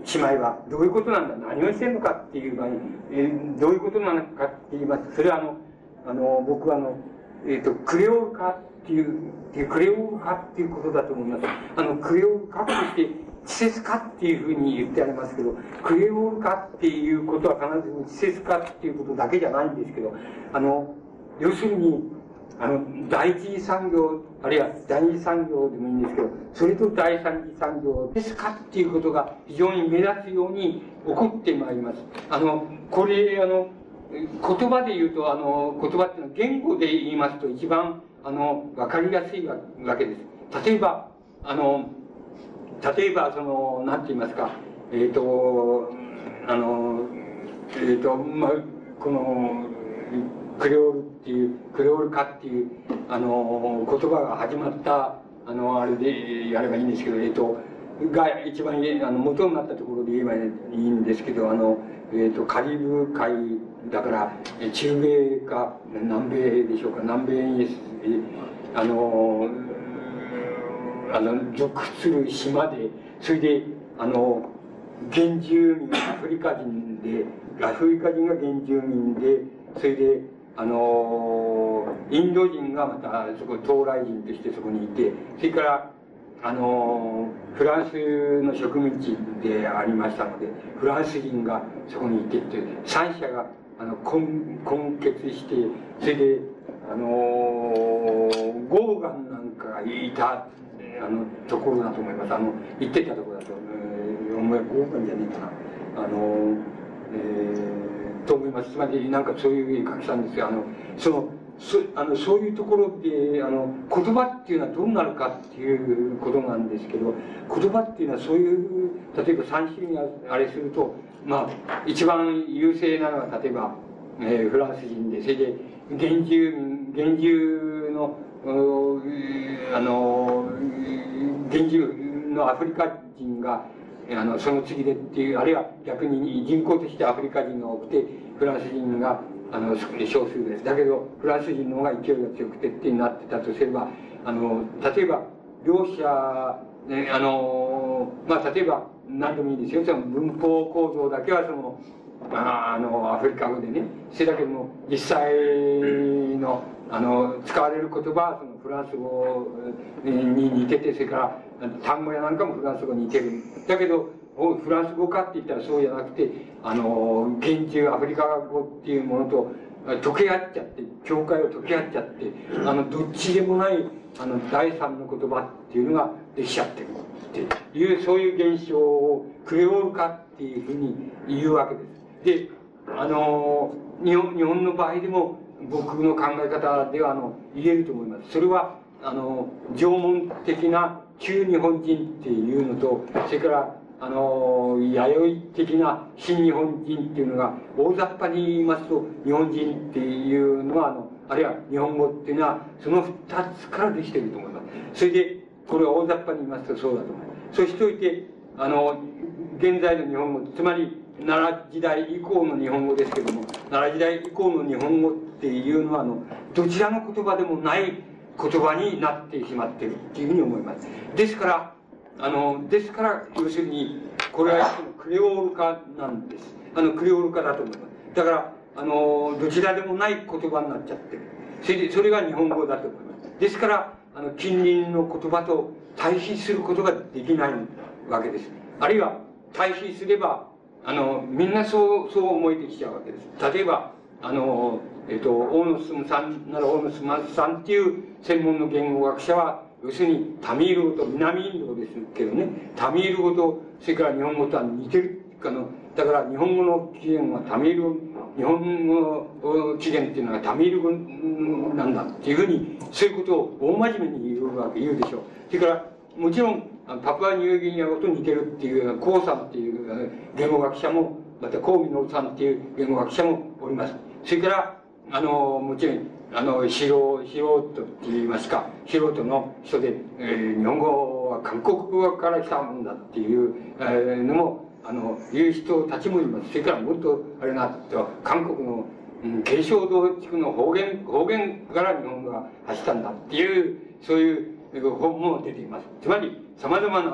しまえば、どういうことなんだ、何をしてるのかっていう場合に、えー、どういうことなのかって言いますと、それはあの、あの、僕はあの、えっ、ー、と、クレオール化っていう、クレオール化っていうことだと思います。あの、クレオール化として、稚拙化っていうふうに言ってありますけど、クレオール化っていうことは必ずしも稚拙化っていうことだけじゃないんですけど、あの、要するに、あの、第一次産業、あるいは第二次産業でもいいんですけど、それと第三次産業ですかっていうことが非常に目立つように起こってまいります。あの、これ、あの、言葉で言うと、あの、言葉っていうのは言語で言いますと一番、あの、わかりやすいわけです。例えば、あの、例えば、その、なんて言いますか、えっ、ー、と、あの、えっ、ー、と、まあ、この、クレオールっていう、クレオール化っていう、あの、言葉が始まった、あの、あれでやればいいんですけど、えっ、ー、と、が一番、あの、元になったところで言えばいいんですけど、あの、えっ、ー、と、カリブ海だから、中米か、南米でしょうか、南米に、あの、あの、属する島で、それで、あの、原住民、アフリカ人で、アフリカ人が原住民で、それで、あの、インド人がまた、そこ、東来人としてそこにいて、それから、あの、フランスの植民地でありましたので、フランス人がそこにいてって、三者が、あの、混、混結して、それで、あの、ゴーガンなんかがいた、あの、ところだと思います。あの、行ってたところだと、えー、お前、ゴーガンじゃねえかな。あの、えー、と思います。つまり、なんかそういう絵描きたんですよ。あの、その、そあのそういうところであの言葉っていうのはどうなるかっていうことなんですけど、言葉っていうのはそういう例えば三種類あれすると、まあ一番優勢なのは例えば、えー、フランス人で、それで原住民原住のあの原住のアフリカ人があのその次でっていう、あるいは逆に人口としてアフリカ人が多くてフランス人があの少数です。だけどフランス人の方が勢いが強くてってなってたとすれば、あの例えば両者、ね、あのまあ例えば何でもいいですよ。その文法構造だけはそのあのアフリカ語でね、それだけども実際のあの使われる言葉はそのフランス語に似てて、それから単語やなんかもフランス語に似てる。だけどフランス語かって言ったらそうじゃなくて、あの現地アフリカ語っていうものと溶け合っちゃって、境界を溶け合っちゃって、あのどっちでもないあの第三の言葉っていうのができちゃってるっていう、そういう現象をクレオール化っていうふうに言うわけです。で、あの日本日本の場合でも僕の考え方ではあの言えると思います。それはあの縄文的な旧日本人っていうのと、それからあの弥生的な新日本人っていうのが大雑把に言いますと、日本人っていうのはあのあるいは日本語っていうのはその二つからできていると思います。それでこれは大雑把に言いますとそうだと思います。そしておいてあの現在の日本語、つまり奈良時代以降の日本語ですけども、奈良時代以降の日本語っていうのはあのどちらの言葉でもない言葉になってしまっているっていうふうに思います。ですからあのですから要するにこれはクレオール化なんです。あのクレオール化だと思います。だからあのどちらでもない言葉になっちゃってる。それでそれが日本語だと思います。ですからあの近隣の言葉と対比することができないわけです。あるいは対比すればあのみんなそうそう思えてきちゃうわけです。例えばあの、えっと、大野進さんなら大野進さんっていう専門の言語学者は要するにタミール語と南インド語ですけどね、タミール語とそれから日本語とは似てるあのだから日本語の起源はタミール語、日本語の起源っていうのはタミール語なんだっていうふうに、そういうことを大真面目に言うわけ言うでしょう。それからもちろんパプアニューギニア語と似てるっていうコウさんっていう言語学者も、またコウミノルさんっていう言語学者もおります。それからあのもちろんあの素人素人って言いますか、素人の人で、えー、日本語は韓国語から来たもんだっていう、えー、のもあの言う人たちもいます。それからもっとあれなと韓国の慶尚道地区の方言方言から日本語が発したんだっていうそういう本も出ています。つまり様々な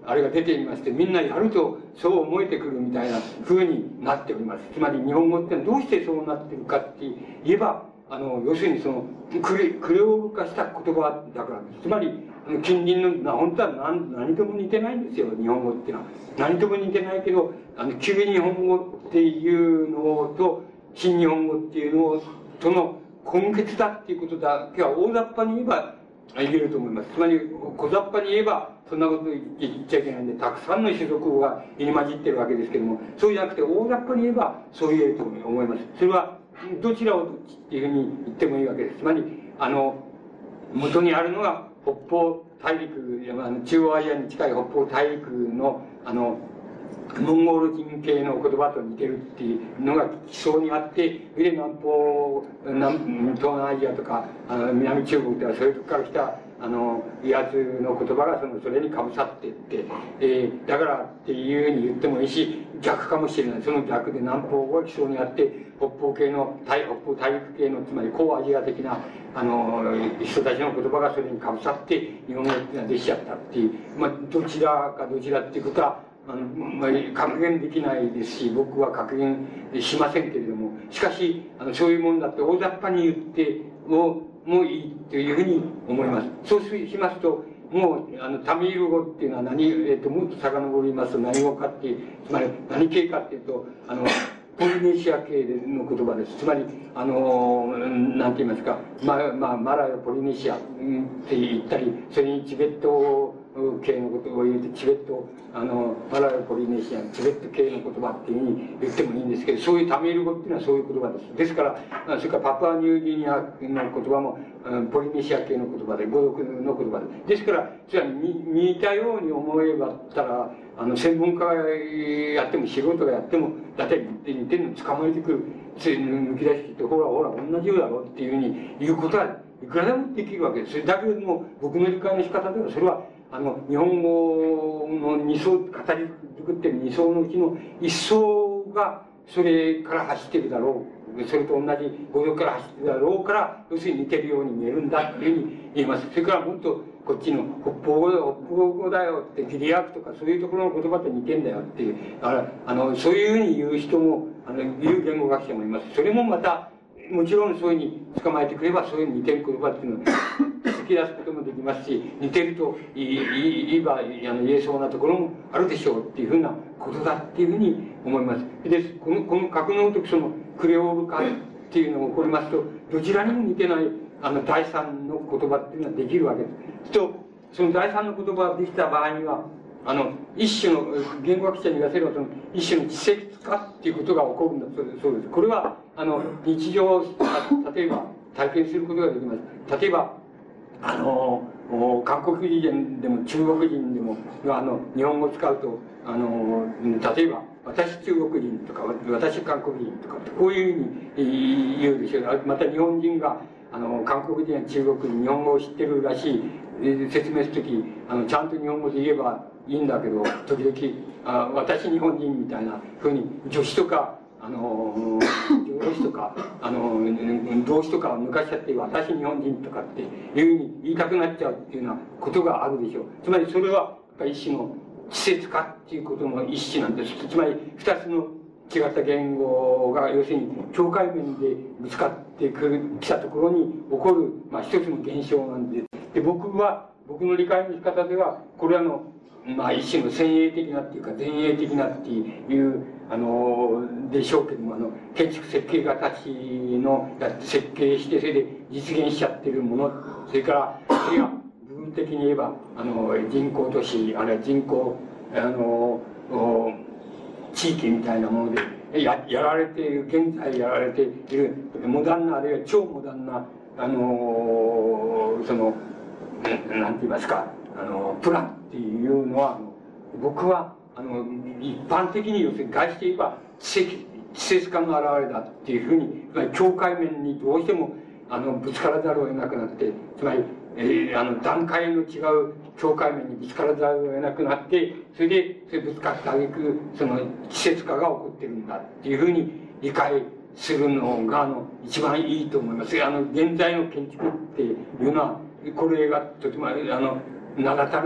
あれが出ていまして、みんなやるとそう思えてくるみたいな風になっております。つまり日本語ってどうしてそうなってるかって言えば、あの、要するにその、クレ、クレオール化した言葉だからです。つまり、近隣の、な本当は何、何とも似てないんですよ、日本語っていうのは。何とも似てないけど、あの、旧日本語っていうのと、新日本語っていうのを、その根結だっていうことだけは大雑把に言えば言えると思います。つまり、小雑把に言えば、そんなこと言っちゃいけないんで、たくさんの種族語が入り混じってるわけですけども、そうじゃなくて大雑把に言えば、そう言えると思います。それは、どちらをどっちっていうふうに言ってもいいわけです。つまり、あの、元にあるのが北方大陸、あの中央アジアに近い北方大陸の、あの、モンゴル人系の言葉と似てるっていうのが基礎にあって、それで南方、南東南アジアとか、あの南中国とかそういうとこから来た、あの、やつの言葉がその、それにかぶさっていって、えー、だからっていうふうに言ってもいいし、逆かもしれない。その逆で南方が基礎にあって、北方系の、北方大陸系の、つまり高アジア的な、あの、人たちの言葉がそれにかぶさって、日本語っていうのはできちゃったっていう、まあ、どちらかどちらっていうことは、あの、まあ、確言できないですし、僕は確言しませんけれども、しかし、あの、そういうもんだって大雑把に言っても、もういいというふうに思います。そうしますと、もう、あの、タミール語っていうのは何、えっと、もっと遡りますと何語かっていう、つまり何系かっていうと、あの、ポリネシア系の言葉です。つまり、あの、なんて言いますか、まあ、まあ、マラヤ、ポリネシアって言ったり、それにチベット系のことを入れて、チベット、あの、マラヤ、ポリネシア、チベット系の言葉っていうふうに言ってもいいんですけど、そういうタミール語っていうのはそういう言葉です。ですから、それからパプアニューギニアの言葉も、ポリネシア系の言葉で、語読の言葉で。ですから、それは似たように思えばったら、あの、専門家がやっても素人がやっても、だいたい似てるの捕まえてくる、抜き出してきて、ほらほら、同じようだろうっていうふうに言うことはいくらでもできるわけです。だけれども、僕の理解の仕方では、それは、あの、日本語の二層、語り作ってる二層のうちの一層が、それから走ってるだろう。それと同じ語彙から走ってるだろうから、要するに似てるように見えるんだっていうふうに言います。それからもっと、こっちの北方語だよ、北方語だよって、ギリアクとかそういうところの言葉と似てんだよっていう、ああの、そういうふうに言う人も、あの、言う言語学者もいます。それもまた、もちろんそういうふうに捕まえてくれば、そういう似てる言葉っていうのを突き出すこともできますし、似てると言えば、あの、言えそうなところもあるでしょうっていうふうなことだっていうふうに思います。で、この、この格納とそのクレオール化っていうのが起こりますと、どちらにも似てない、あの、第三の言葉っていうのはできるわけです。と、その第三の言葉ができた場合には、あの、一種の、言語学者に言わせれば、その、一種の知識化っていうことが起こるんだそうです。これは、あの、日常、例えば、体験することができます。例えば、あの、韓国人でも中国人でも、あの、日本語を使うと、あの、例えば、私中国人とか、私韓国人とかって、こういうふうに言うでしょう。また日本人が、あの、韓国人や中国人、日本語を知ってるらしい、説明するとき、あの、ちゃんと日本語で言えばいいんだけど、時々、あ私日本人みたいなふうに、助詞とか、あの、助詞とか、あの、動詞とかを抜かしちゃって、私日本人とかっていうふうに言いたくなっちゃうっていうようなことがあるでしょう。つまりそれは、一種の季節化っていうことの一種なんです。つまり、二つの違った言語が、要するに、境界面でぶつかってくる、来たところに起こる、まあ一つの現象なんです。で、僕は、僕の理解の仕方では、これはあの、まあ一種の先鋭的なっていうか、前衛的なっていう、あの、でしょうけども、あの、建築設計家たちの、設計して、それで実現しちゃってるもの、それから、それが部分的に言えば、あの、人口都市、あるいは人口、あの、地域みたいなもので、や、やられている、現在やられている、モダンな、あるいは超モダンな、あの、その、なんて言いますか、あの、プランっていうのは、僕は、あの、一般的に要するに外して言えば、季節感の表れだっていうふうに、つまり境界面にどうしても、あの、ぶつからざるを得なくなって、つまり、えー、あの、段階の違う境界面にぶつからざるを得なくなって、それで、それぶつかった挙句、その、季節化が起こってるんだっていうふうに理解するのが、あの、一番いいと思います。あの、現在の建築っていうのは、これがとても、あの、名だたる、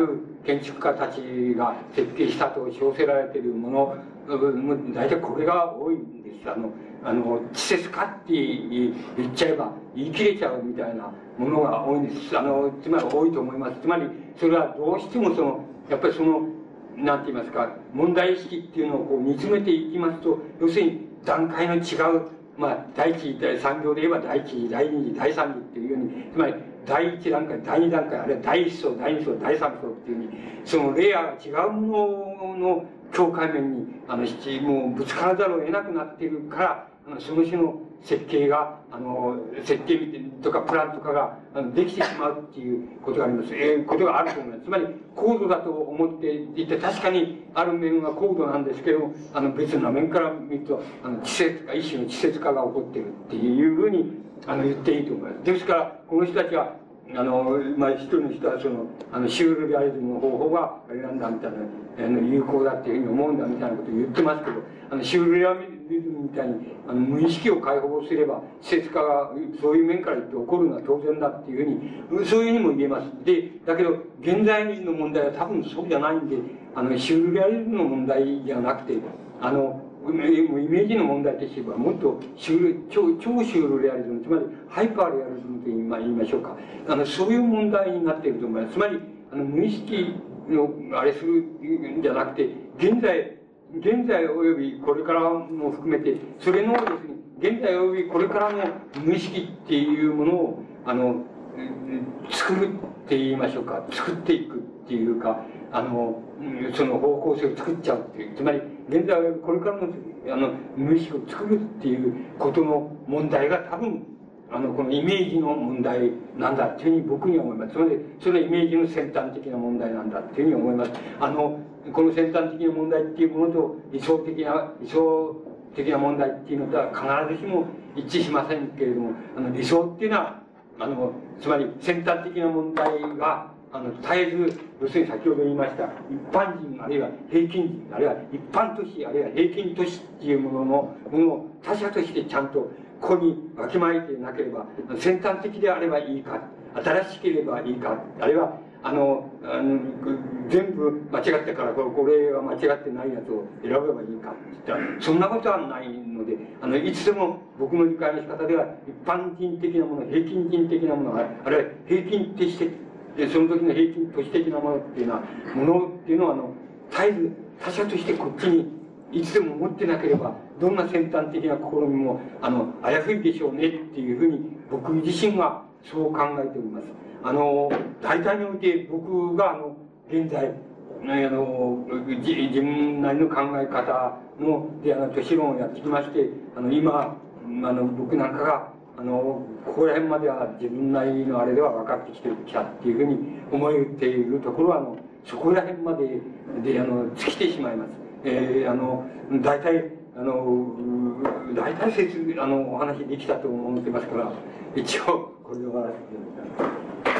建築家たちが設計したと称せられているもの、大体これが多いんです。あの、あの、稚拙化って言っちゃえば、言い切れちゃうみたいなものが多いんです。あの、つまり多いと思います。つまり、それはどうしてもその、やっぱりその、なんて言いますか、問題意識っていうのをこう煮詰めていきますと、要するに段階の違う、まあ、第一次、第三業で言えば第一次、第二次、第三次っていうように、つまり、第一段階、第二段階、あるいは第一層、第二層、第三層っていうふうに、そのレイヤーが違うものの境界面に、あの、もうぶつからざるを得なくなっているから、あのその種の設計が、あの、設計とかプランとかが、あの、できてしまうっていうことがあります。えー、ことがあると思います。つまり、高度だと思っていて、確かにある面は高度なんですけども、あの、別な面から見ると、あの、稚拙化、一種の稚拙化が起こっているっていうふうに、あの、言っていいと思います。ですから、この人たちは、あの、まあ、一人の人はその、あの、シュールレアリズムの方法が、あれなんだみたいな、あの、有効だっていうふうに思うんだみたいなことを言ってますけど、あの、シュールレアリズムみたいに、あの、無意識を解放すれば、施設化が、そういう面から言って起こるのは当然だっていうふうに、そういうふうにも言えます。で、だけど、現在の問題は多分そうじゃないんで、あの、シュールレアリズムの問題じゃなくて、あの、イメージの問題としては、もっとシュール、超、超シュールレアリズム、つまりハイパーレアリズムと言いま言いましょうか。あの、そういう問題になっていると思います。つまり、あの、無意識の、あれするんじゃなくて、現在、現在及びこれからも含めて、それのですね、現在及びこれからの無意識っていうものを、あの、作るって言いましょうか。作っていくっていうか、あの、その方向性を作っちゃうっていう。つまり、現在はこれからの、あの、無意識を作るっていうことの問題が多分、あの、このイメージの問題なんだっていうふうに僕には思います。それで、そのイメージの先端的な問題なんだっていうふうに思います。あの、この先端的な問題っていうものと理想的な、理想的な問題っていうのとは必ずしも一致しませんけれども、あの、理想っていうのは、あの、つまり先端的な問題が、あの、絶えず、要するに先ほど言いました、一般人、あるいは平均人、あるいは一般都市、あるいは平均都市っていうものの、ものを他者としてちゃんとここにわきまえてなければ、先端的であればいいか、新しければいいか、あるいは、あの、あの全部間違ったから、これは間違ってないやつを選べばいいかって言ったら、そんなことはないので、あの、いつでも僕の理解の仕方では、一般人的なもの、平均人的なもの、あるいは平均的で、その時の平均都市的なものっていうのは、ものっていうのは、あの、絶えず他者としてこっちにいつでも持ってなければ、どんな先端的な試みも、あの、危ういでしょうねっていうふうに、僕自身はそう考えております。あの、大体において僕が、あの、現在、あの、自自分なりの考え方の、で、あの、都市論をやってきまして、あの、今、あの、僕なんかが、あの、ここら辺までは自分なりのあれでは分かってきてきたっていうふうに思えているところは、あの、そこら辺までで、あの、尽きてしまいます。えー、あの、大体、あの、大体説、あの、お話できたと思ってますから、一応、これで終わらせてください。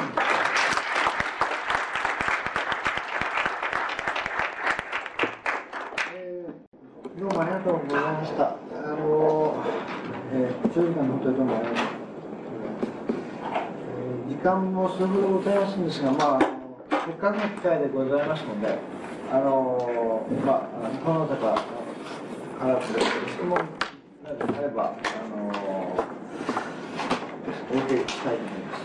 どうもありがとうございました。あの、えー、長時間の本当にどうもありがとうございます。えー、時間も数分ございますんですが、まあ、せっかくの機会でございますので、あの、まあ、どなたかから質問などあれば、あの、お受けしたいと思います。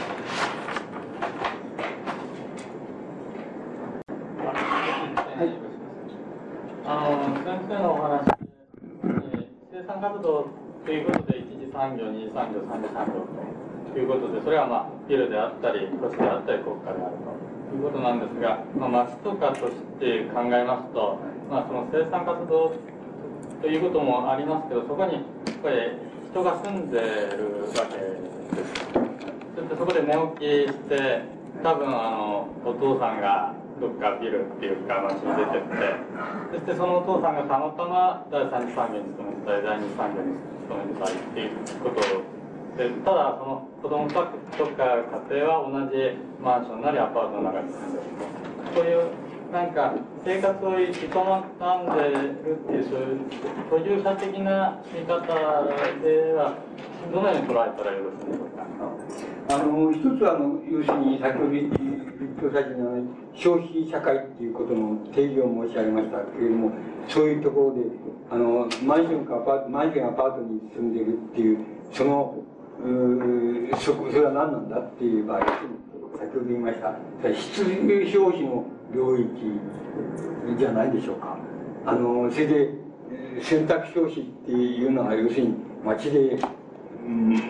はい。 あの先生のお話で、生産活動ということで、一次産業、二次産業、三次産業ということで、それは、まあ、ビルであったり、都市であったり、国家であるということなんですが、まあ、町とかとして考えますと、まあ、その生産活動ということもありますけど、そこにやっぱり人が住んでるわけです。そしてそこで寝起きして、多分あのお父さんがどっかビルっていうか町に出てって、そしてそのお父さんがたまたま第三次産業に勤めてたり第二次産業に勤めてたりっていうことで、ただその子供とか家庭は同じマンションなりアパートの中に住んでると、そういうなんか生活を営んでるっていうそういう居住者的な見方ではどのように捉えたらよろしいでしょうか。 あの一つはあの要するに先ほど言っその最初にあの消費社会っていうことの定義を申し上げましたけれども、そういうところであのマンションかアパートマンションアパートに住んでるっていうそのうそそれは何なんだっていう場合、先ほど言いました必需消費の領域じゃないでしょうか。あのそれで選択消費っていうのは要するに街で、うん、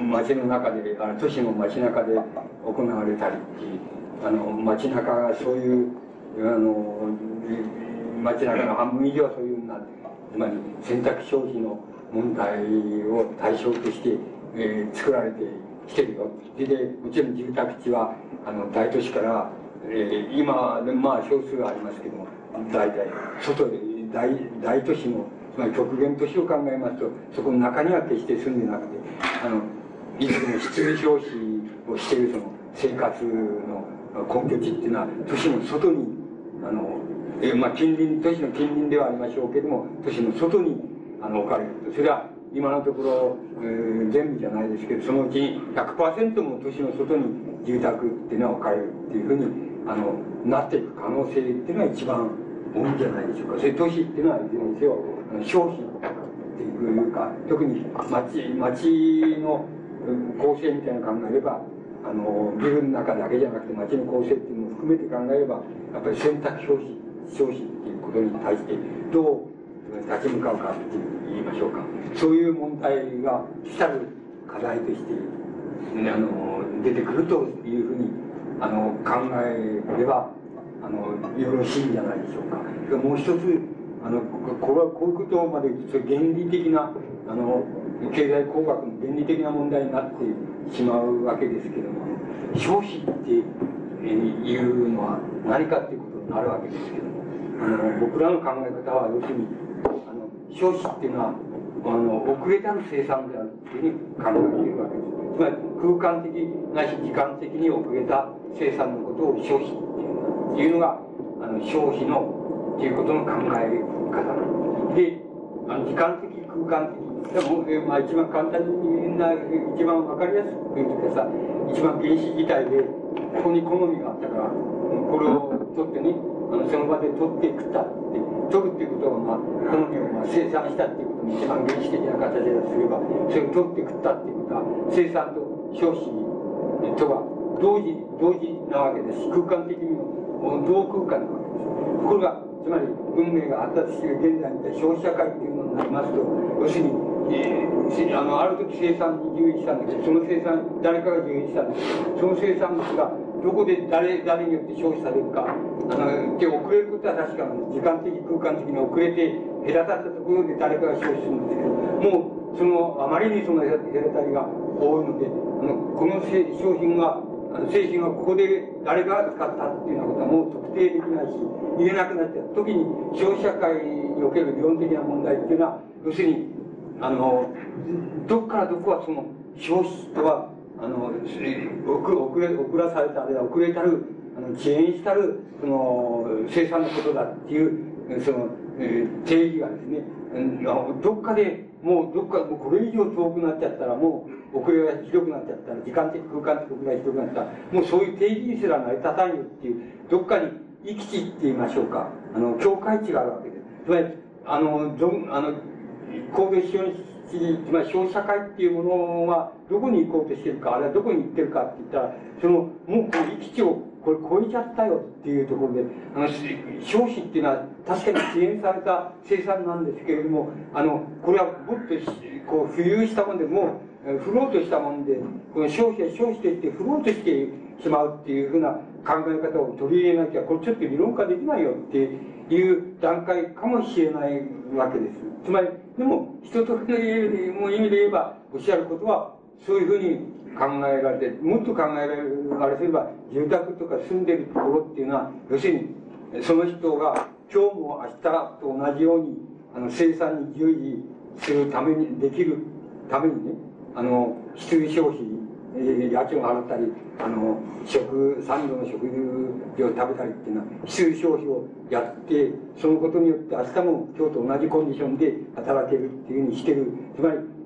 街の中であの都市の街中で行われたりっていうあの街中がそういうあの街中の半分以上はそういうようになってつまり選択消費の問題を対象として、えー、作られてきてるよ。ででもちろん住宅地はあの大都市から、えー、今まあ少数はありますけども大体外で 大, 大都市のつまり極限都市を考えますとそこの中には決して住んでなくてあのいつでも必需消費をしているその生活の根拠地っていうのは都市の外にあの、えまあ、近隣都市の近隣ではありましょうけども都市の外にあの置かれるとそれは今のところ、えー、全部じゃないですけどそのうちに ひゃくパーセント も都市の外に住宅っていうのは置かれるっていうふうにあのなっていく可能性っていうのは一番多いんじゃないでしょうか。それ都市っていうのはいずれにせよ消費っていうか特に町町の構成みたいなのを考えればあのビルの中だけじゃなくて町の構成っていうのも含めて考えればやっぱり選択消費消費っていうことに対してどう立ち向かうかって言いましょうか。そういう問題が来たる課題として、ね、あの出てくるというふうにあの考えればあのよろしいんじゃないでしょうか。もう一つあのこれはこういうことまで原理的なあの経済工学の原理的な問題になってしまうわけですけども消費っていうのは何かっていうことになるわけですけどもあの僕らの考え方は要するにあの消費っていうのはあの遅れたる生産であるっていうふうに考えているわけです。つまり空間的ないし時間的に遅れた生産のことを消費っていうのがあの消費のっていうことの考え方であの時間的空間的でも、えまあ、一番簡単な一番分かりやすく言うとさ一番原始自体でここに好みがあったからこれを取ってねあのその場で取って食ったって取るっていうことを、まあ、好みをまあ生産したっていうことに一番原始的な形だとすればそれを取って食ったっていうことは生産と消費とは同時同時なわけですし空間的にも同空間なわけです。ところがつまり文明が発達している現在みたいな消費社会っていうものになりますと要するに、えー、あのある時生産に従事したんだけどその生産誰かが従事したんだけどその生産物がどこで誰誰によって消費されるかあので遅れることは確かに時間的空間的に遅れて隔たったところで誰かが消費するんですけどもうそのあまりにその隔たりが多いのであのこの商品が製品はここで誰が使ったっていうようなことはもう特定できないし言えなくなっちゃう。時に消費社会における理論的な問題っていうのは要するにあのどこからどこはその消費とはあの遅れ遅らされたあるいは遅れたるあの遅延したるその生産のことだっていうその、えー、定義がですねどっかでもうどっかもうこれ以上遠くなっちゃったらもう遅れがひどくなっちゃったら時間的空間的遅れがひどくなっちゃったらもうそういう定義にすら成り立たんよっていうどっかに行き地って言いましょうかあの境界値があるわけです。つまりあのあの工業資本主義つまり消費社会っていうものはどこに行こうとしてるかあるいはどこに行ってるかって言ったらそのもうこう行き地をこれ超えちゃったよっていうところであの消費っていうのは確かに支援された生産なんですけれどもあのこれはもっとこう浮遊したもんでもうフロートしたもんでこの消費は消費といってフロートしてしまうっていうふうな考え方を取り入れなきゃこれちょっと理論化できないよっていう段階かもしれないわけです。つまりでも一通りの意味で言えばおっしゃることはそういうふうに考えられてもっと考えられれば住宅とか住んでるところっていうのは要するにその人が今日も明日と同じようにあの生産に従事するためにできるためにねあの必需消費家賃を払ったりあの食三度の食事を食べたりっていうのは必需消費をやってそのことによって明日も今日と同じコンディションで働けるっていうふうにしてるつまり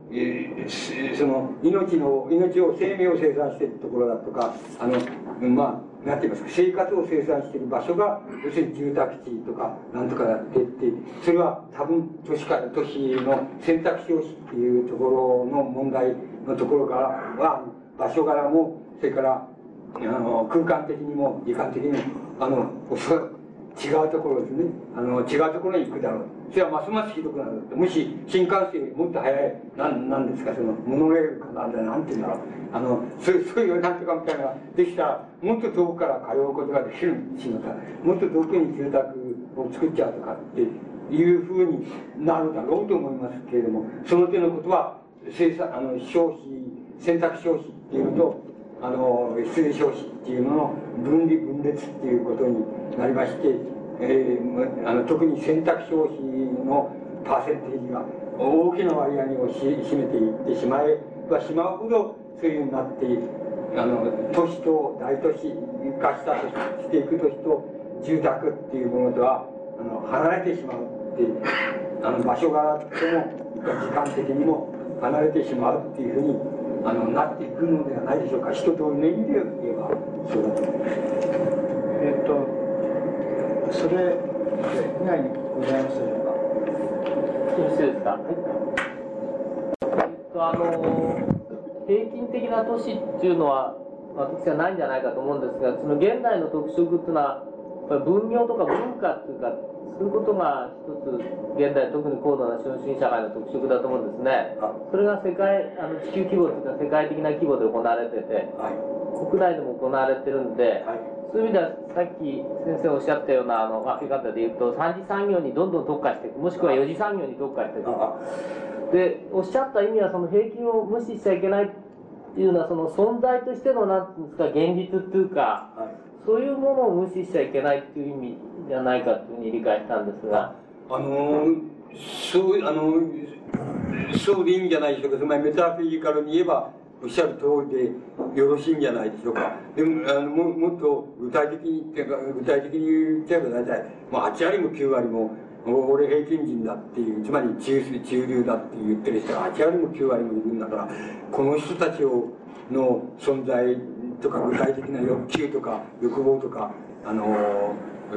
えー、その命の命を生命を生産しているところだとか、あのまあなんて言いますか、生活を生産している場所が要するに住宅地とかなんとかやっていって、それは多分都市か都市の選択肢をっていうところの問題のところからは場所柄も、それからあの空間的にも時間的にもあの違うところですね、あの違うところに行くだろう。それはますますひどくなる。もし新幹線よりもっと速い、なんなんですか、そのモノレールかなんだ、なんていうんだろう、あのそういうそういうなんとかみたいなのができたら、もっと遠くから通うことができるしまた、もっと遠くに住宅を作っちゃうとかっていうふうになるだろうと思いますけれども、その手のことは生産あの消費選択消費っていうと、あの失礼消費っていうのの分離分裂っていうことになりまして、えー、あの特に選択消費のパーセンテージが大きな割合を占めていってしまえばしまうほど、そういうふうになってあの都市と大都市化したとしていく都市と住宅っていうものとはあの離れてしまうっていう、あの場所柄とも時間的にも離れてしまうっていうふうにあのなっていくのではないでしょうか。一通りの意味で言えばそうだと思います。 えっとそれ以外にございますでしょうか。 よろしいですか。はい、えっとあの平均的な都市っていうのは私はないんじゃないかと思うんですが、その現代の特色っていうのはやっぱり文明とか文化っていうか、そういうことが一つ現代特に高度な資本主義社会の特色だと思うんですね。それが世界あの地球規模というか世界的な規模で行われてて、はい、国内でも行われてるんで、はい、そういう意味ではさっき先生おっしゃったようなあの分け方で言うと、さん次産業にどんどん特化していく、もしくはよ次産業に特化していく。でおっしゃった意味は、その平均を無視しちゃいけないっていうのは、その存在としてのなんていうんですか、現実っていうか、はい、そういうものを無視しちゃいけないっていう意味じゃないかというふうに理解したんですが、 あのそうあのそうでいいんじゃないでしょうか。つまりメタフィジカルに言えばおっしゃる通りでよろしいんじゃないでしょうか。でもあの も, もっと具体的にっていうか具体的に言っちゃえば大体、まあ、はち割もきゅう割も俺平均人だっていう、つまり 中, 中流だって言ってる人がはち割もきゅう割もいるんだから、この人たちをの存在とか具体的な欲求とか欲望とか、あの、うん、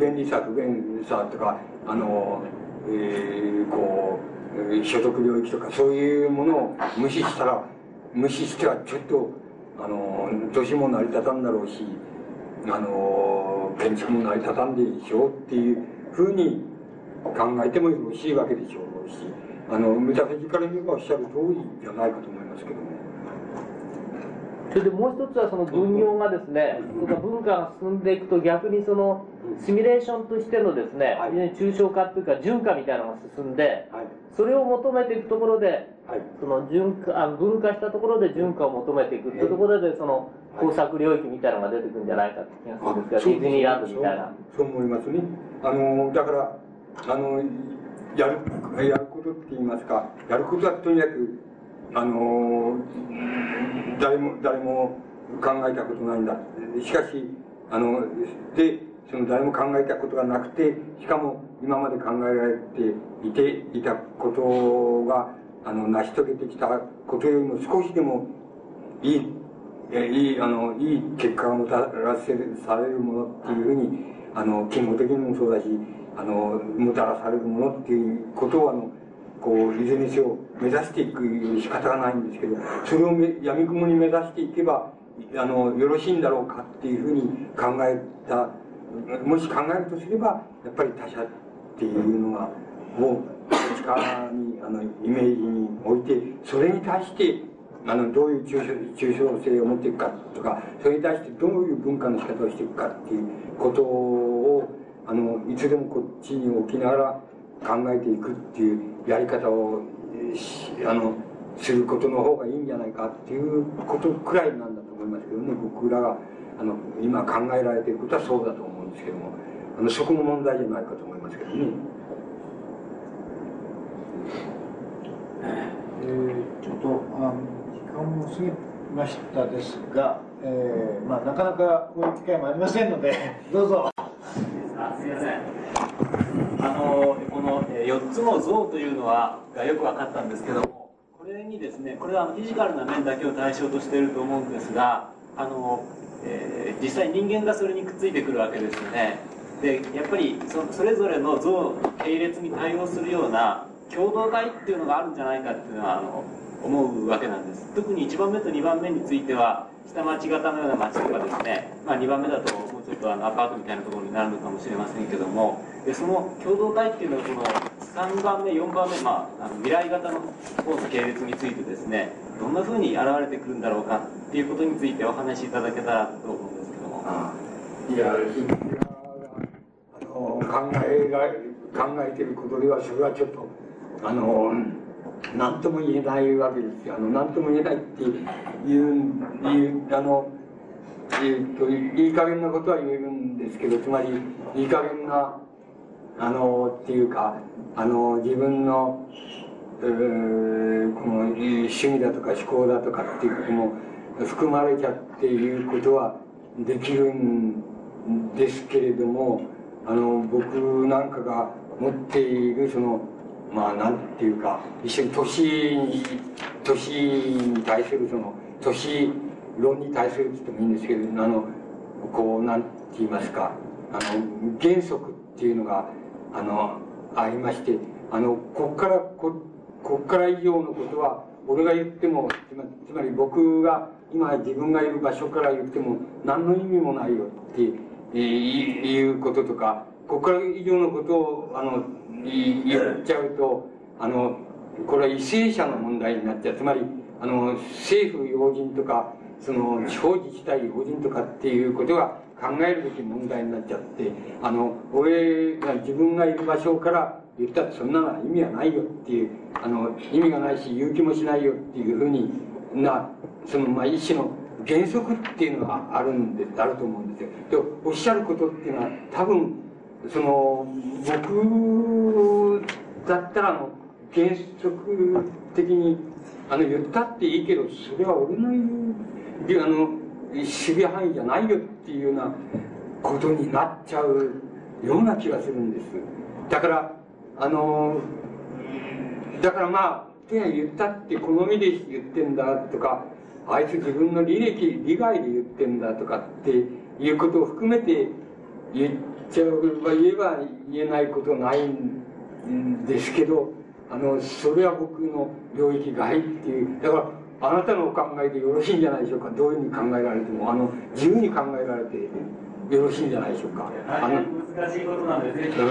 便利さ不便さとか、あの、えー、こう所得領域とかそういうものを無視したら、無視してはちょっとあの年も成り立たんだろうし、あの建築も成り立たんでしょうっていうふうに考えてもよろしいわけでしょうし、あのメタフィジカルにおっしゃる通りじゃないかと思いますけども。 それでもう一つは、その分業がですね、とか文化が進んでいくと、逆にそのシミュレーションとしてのですね、はい、抽象化というか純化みたいなのが進んで、はい、それを求めていくところで、はい、その純化あ分化したところで純化を求めていくというところで、その工作領域みたいなのが出てくるんじゃないかって気がするんですが、ディズニーランドみたいな。 そう思いますね。あのだからあのやるやることって言いますか、やることはとにかくあの誰も誰も考えたことないんだ。しかしあのでその誰も考えたことがなくて、しかも今まで考えられていていたことがあの成し遂げてきたことよりも少しでもいいいいあのいい結果がもたらせされるものっていうふうに、あの金語的にもそうだし、あのもたらされるものっていうことをあのこういずれにせよ目指していくより仕方がないんですけど、それをやみくもに目指していけばあのよろしいんだろうかっていうふうに考えた、もし考えるとすればやっぱり他者っていうのがを力にあのイメージに置いて、それに対してあのどういう抽象、抽象性を持っていくかとか、それに対してどういう文化の仕方をしていくかっていうことをあのいつでもこっちに置きながら考えていくっていうやり方をあのすることの方がいいんじゃないかっていうことくらいなんだと思いますけどね。僕らがあの今考えられていることはそうだと思うんですけども、あのそこの問題じゃないかと思いますけどね。 えー、ちょっとあの時間も過ぎましたですが、えーまあ、なかなかこういう機会もありませんのでどうぞ。 あ、すみません。あのこのよっつの像というのはがよく分かったんですけども、 れにですね、これはフィジカルな面だけを対象としていると思うんですが、あの、えー、実際人間がそれにくっついてくるわけですよね。でやっぱり そ, それぞれの像系列に対応するような共同体っていうのがあるんじゃないかっていうのはあの思うわけなんです。特にいちばんめとにばんめについては下町型のような町とかですね、まあ、にばんめだともうちょっとあのアパートみたいなところになるのかもしれませんけども、でその共同体っていうのはこのさんばんめよんばんめ、まあ、あの未来型のフォース系列についてですね、どんなふうに現れてくるんだろうかっていうことについてお話しいただけたらと思うんですけども。 ああ、いや考えら考えていることではそれはちょっとあの何とも言えないわけですよ。あの何とも言えないっていういうあの、えー、っといい加減なことは言えるんですけど、つまりいい加減なあのっていうかあの自分の、えー、この趣味だとか思考だとかっていうことも含まれちゃっていうことはできるんですけれども、あの僕なんかが持っているそのまあなんていうか一緒に年に年に対するその年論に対するって言ってもいいんですけど、あのこうなんて言いますか、あの原則っていうのがあのありまして、あのこっからここっから以上のことは俺が言ってもつまつまり僕が今自分がいる場所から言っても何の意味もないよっていうこととか、ここから以上のことをあの言っちゃうとあのこれは為政者の問題になっちゃう。つまりあの政府要人とかその地方自治体要人とかっていうことが考えるべき問題になっちゃって、あの俺が自分がいる場所から言ったってそんなのは意味はないよっていう、あの意味がないし勇気もしないよっていうふうになそのまあ一種の原則っていうのがあるんであると思うんですよ。でおっしゃることっていうのは多分その僕だったらあの原則的にあの言ったっていいけど、それは俺の言うあの守備範囲じゃないよっていうようなことになっちゃうような気がするんです。だからあのだからまあ言ったって好みで言ってんだとか、あいつ自分の履歴利害で言ってんだとかっていうことを含めて言っちゃえば言えば言えないことないんですけど、あのそれは僕の領域外っていう、だからあなたのお考えでよろしいんじゃないでしょうか。どういうふうに考えられてもあの自由に考えられてよろしいんじゃないでしょうか。 大変難しいことなんですね。うん、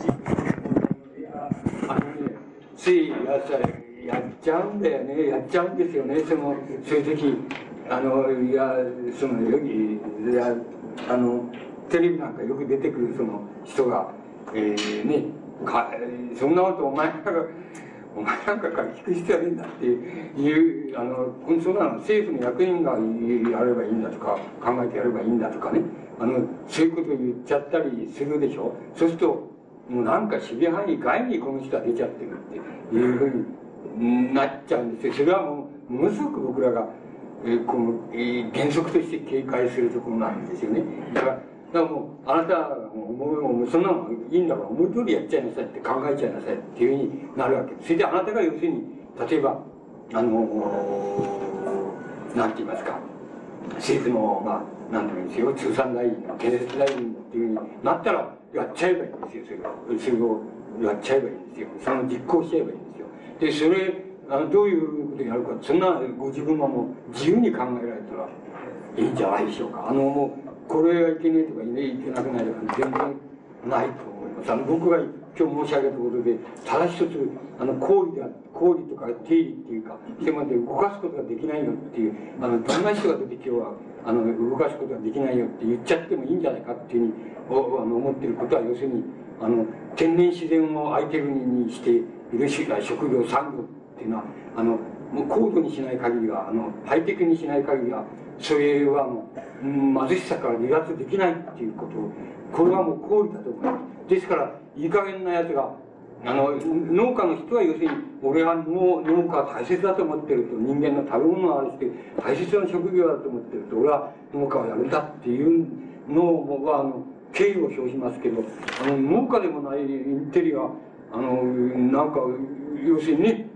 あのね、ついややっちゃうんだよね、やっちゃうんですよね。そのそういう時あのいやそのよきいやあのテレビなんかよく出てくるその人が、えー、ねかそんなことお前なんかお前なんかから聞く必要はねえんだっていうあのそんなの政府の役員がやればいいんだとか考えてやればいいんだとかね、あのそういうことを言っちゃったりするでしょ。そうするともうなんか守備範囲外にこの人は出ちゃってるっていうふうになっちゃうんですよ。それはもうものすごく僕らが、えー、この、えー、原則として警戒するところなんですよね。だからだからもうあなたはもうそんなのいいんだから思い通りやっちゃいなさいって考えちゃいなさいっていうふうになるわけです。それであなたが要するに例えばあのなんて言いますか、政府のまあなんて言うんですよ、通産大臣建設大臣っていうふうになったらやっちゃえばいいんですよ。それをそれをやっちゃえばいいんですよ。その実行しちゃえばいいんですよ。でそれあのどういうことをやるか、そんなご自分はもう自由に考えられたらいいんじゃないでしょうか。あのもうこれはいけねえとかいけなくないとか全然ないと思います。あの僕が今日申し上げたことでただ一つあの行為で行為とか定理っていうかそれまで動かすことができないよっていう、あのどんな人が出て今日はあの動かすことができないよって言っちゃってもいいんじゃないかっていうふうにあの思っていることは、要するにあの天然自然を相手にしている職業産業っていうのはあのもう高度にしない限りはあのハイテクにしない限りはそれはもう、うん、貧しさから離脱できないっていうことを、これはもう公理だと思います。ですからいい加減なやつがあの農家の人は要するに俺は農農家は大切だと思ってると、人間の食べ物をあれして大切な職業だと思ってると、俺は農家をやるんだっていうのはあの敬意を表しますけど、あの農家でもないインテリはあのなんか要するにね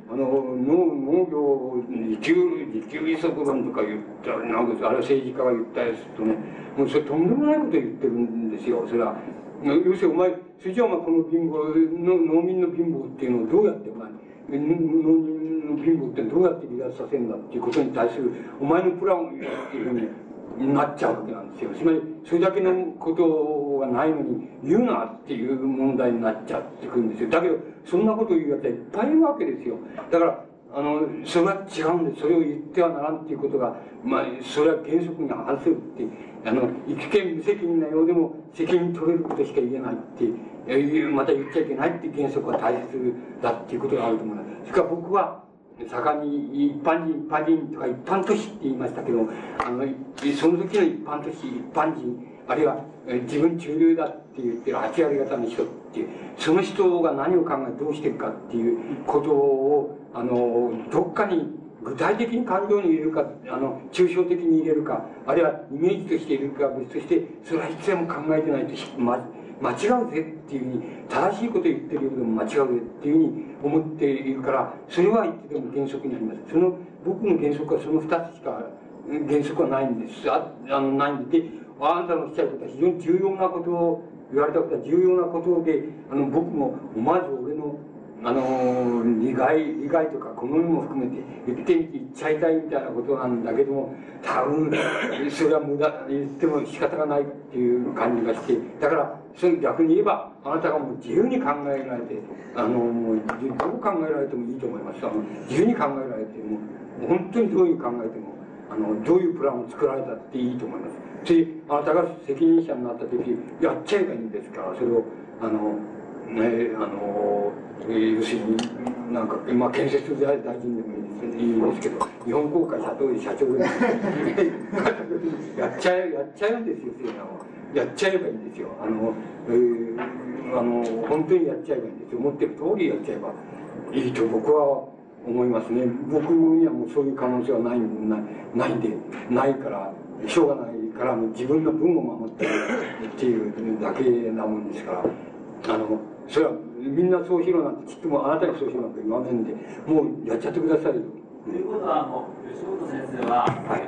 あの農農業自給自給自足論とか言ったなんかあれ政治家が言ったやつとね、もうそれとんでもないこと言ってるんですよ。それは要するにお前それじゃあお前この貧乏の農民の貧乏っていうのをどうやってお前農民の貧乏ってどうやって離脱させるんだっていうことに対するお前のプランを言うっていうふうになっちゃうわけなんですよ。つまりそれだけのことがないのに言うなっていう問題になっちゃってくるんですよ。だけどそんなことを言うやつはいっぱいいるわけですよ。だからあのそれは違うんです。それを言ってはならんっていうことが、まあ、それは原則に反するってあの一見無責任なようでも責任取れることしか言えないってまた言っちゃいけないっていう原則は大切だっていうことがあると思います。それから僕は盛んに一般人、一般人とか一般都市って言いましたけど、あの、その時の一般都市、一般人、あるいは自分中流だって言ってるはち割方の人っていう、その人が何を考えてどうしてるかっていうことを、あの、どっかに具体的に感情に入れるか、あの、抽象的に入れるか、あるいはイメージとして入れるか別として、それはいつでも考えてないと、まず、間違うぜっていうふうに、正しいことを言ってるようでも間違うぜっていうふうに思っているから、それはいつでも原則になります。その、僕の原則はその二つしか原則はないんです。あ、あの、ないんで、あなたのおっしゃることは非常に重要なことを、言われたことは重要なことで、あの、僕も思わず俺の、あの、利害、利害とか好みも含めて言ってみて言っちゃいたいみたいなことなんだけども、多分、それは無駄、言っても仕方がないっていう感じがして、だから、その逆に言えば、あなたがもう自由に考えられて、あの、もう、どう考えられてもいいと思います。あの、自由に考えられても、本当にどういう考えても、あの、どういうプランを作られたっていいと思います。で、あなたが責任者になった時、やっちゃえばいいんですから、それを、あの、ね、あの、えー、要するに、なんか、まあ、建設大臣でもいいですいいんですけど、日本航海社長、社長でもやっちゃえ、やっちゃえるんですよ、そういうのを。やっちゃえばいいんですよ。あの、えー、あの、本当にやっちゃえばいいんですよ。思ってる通りやっちゃえばいいと僕は思いますね。僕にはもうそういう可能性はないんないないんで、ないから、しょうがないから、もう自分の分を守ってるっていうだけなもんですから、あの、それはみんなそうしろなんて、ちっともあなたにそうしろなんて言わないんで、もうやっちゃってくださいよ。 ということは、あの吉本先生は、はい、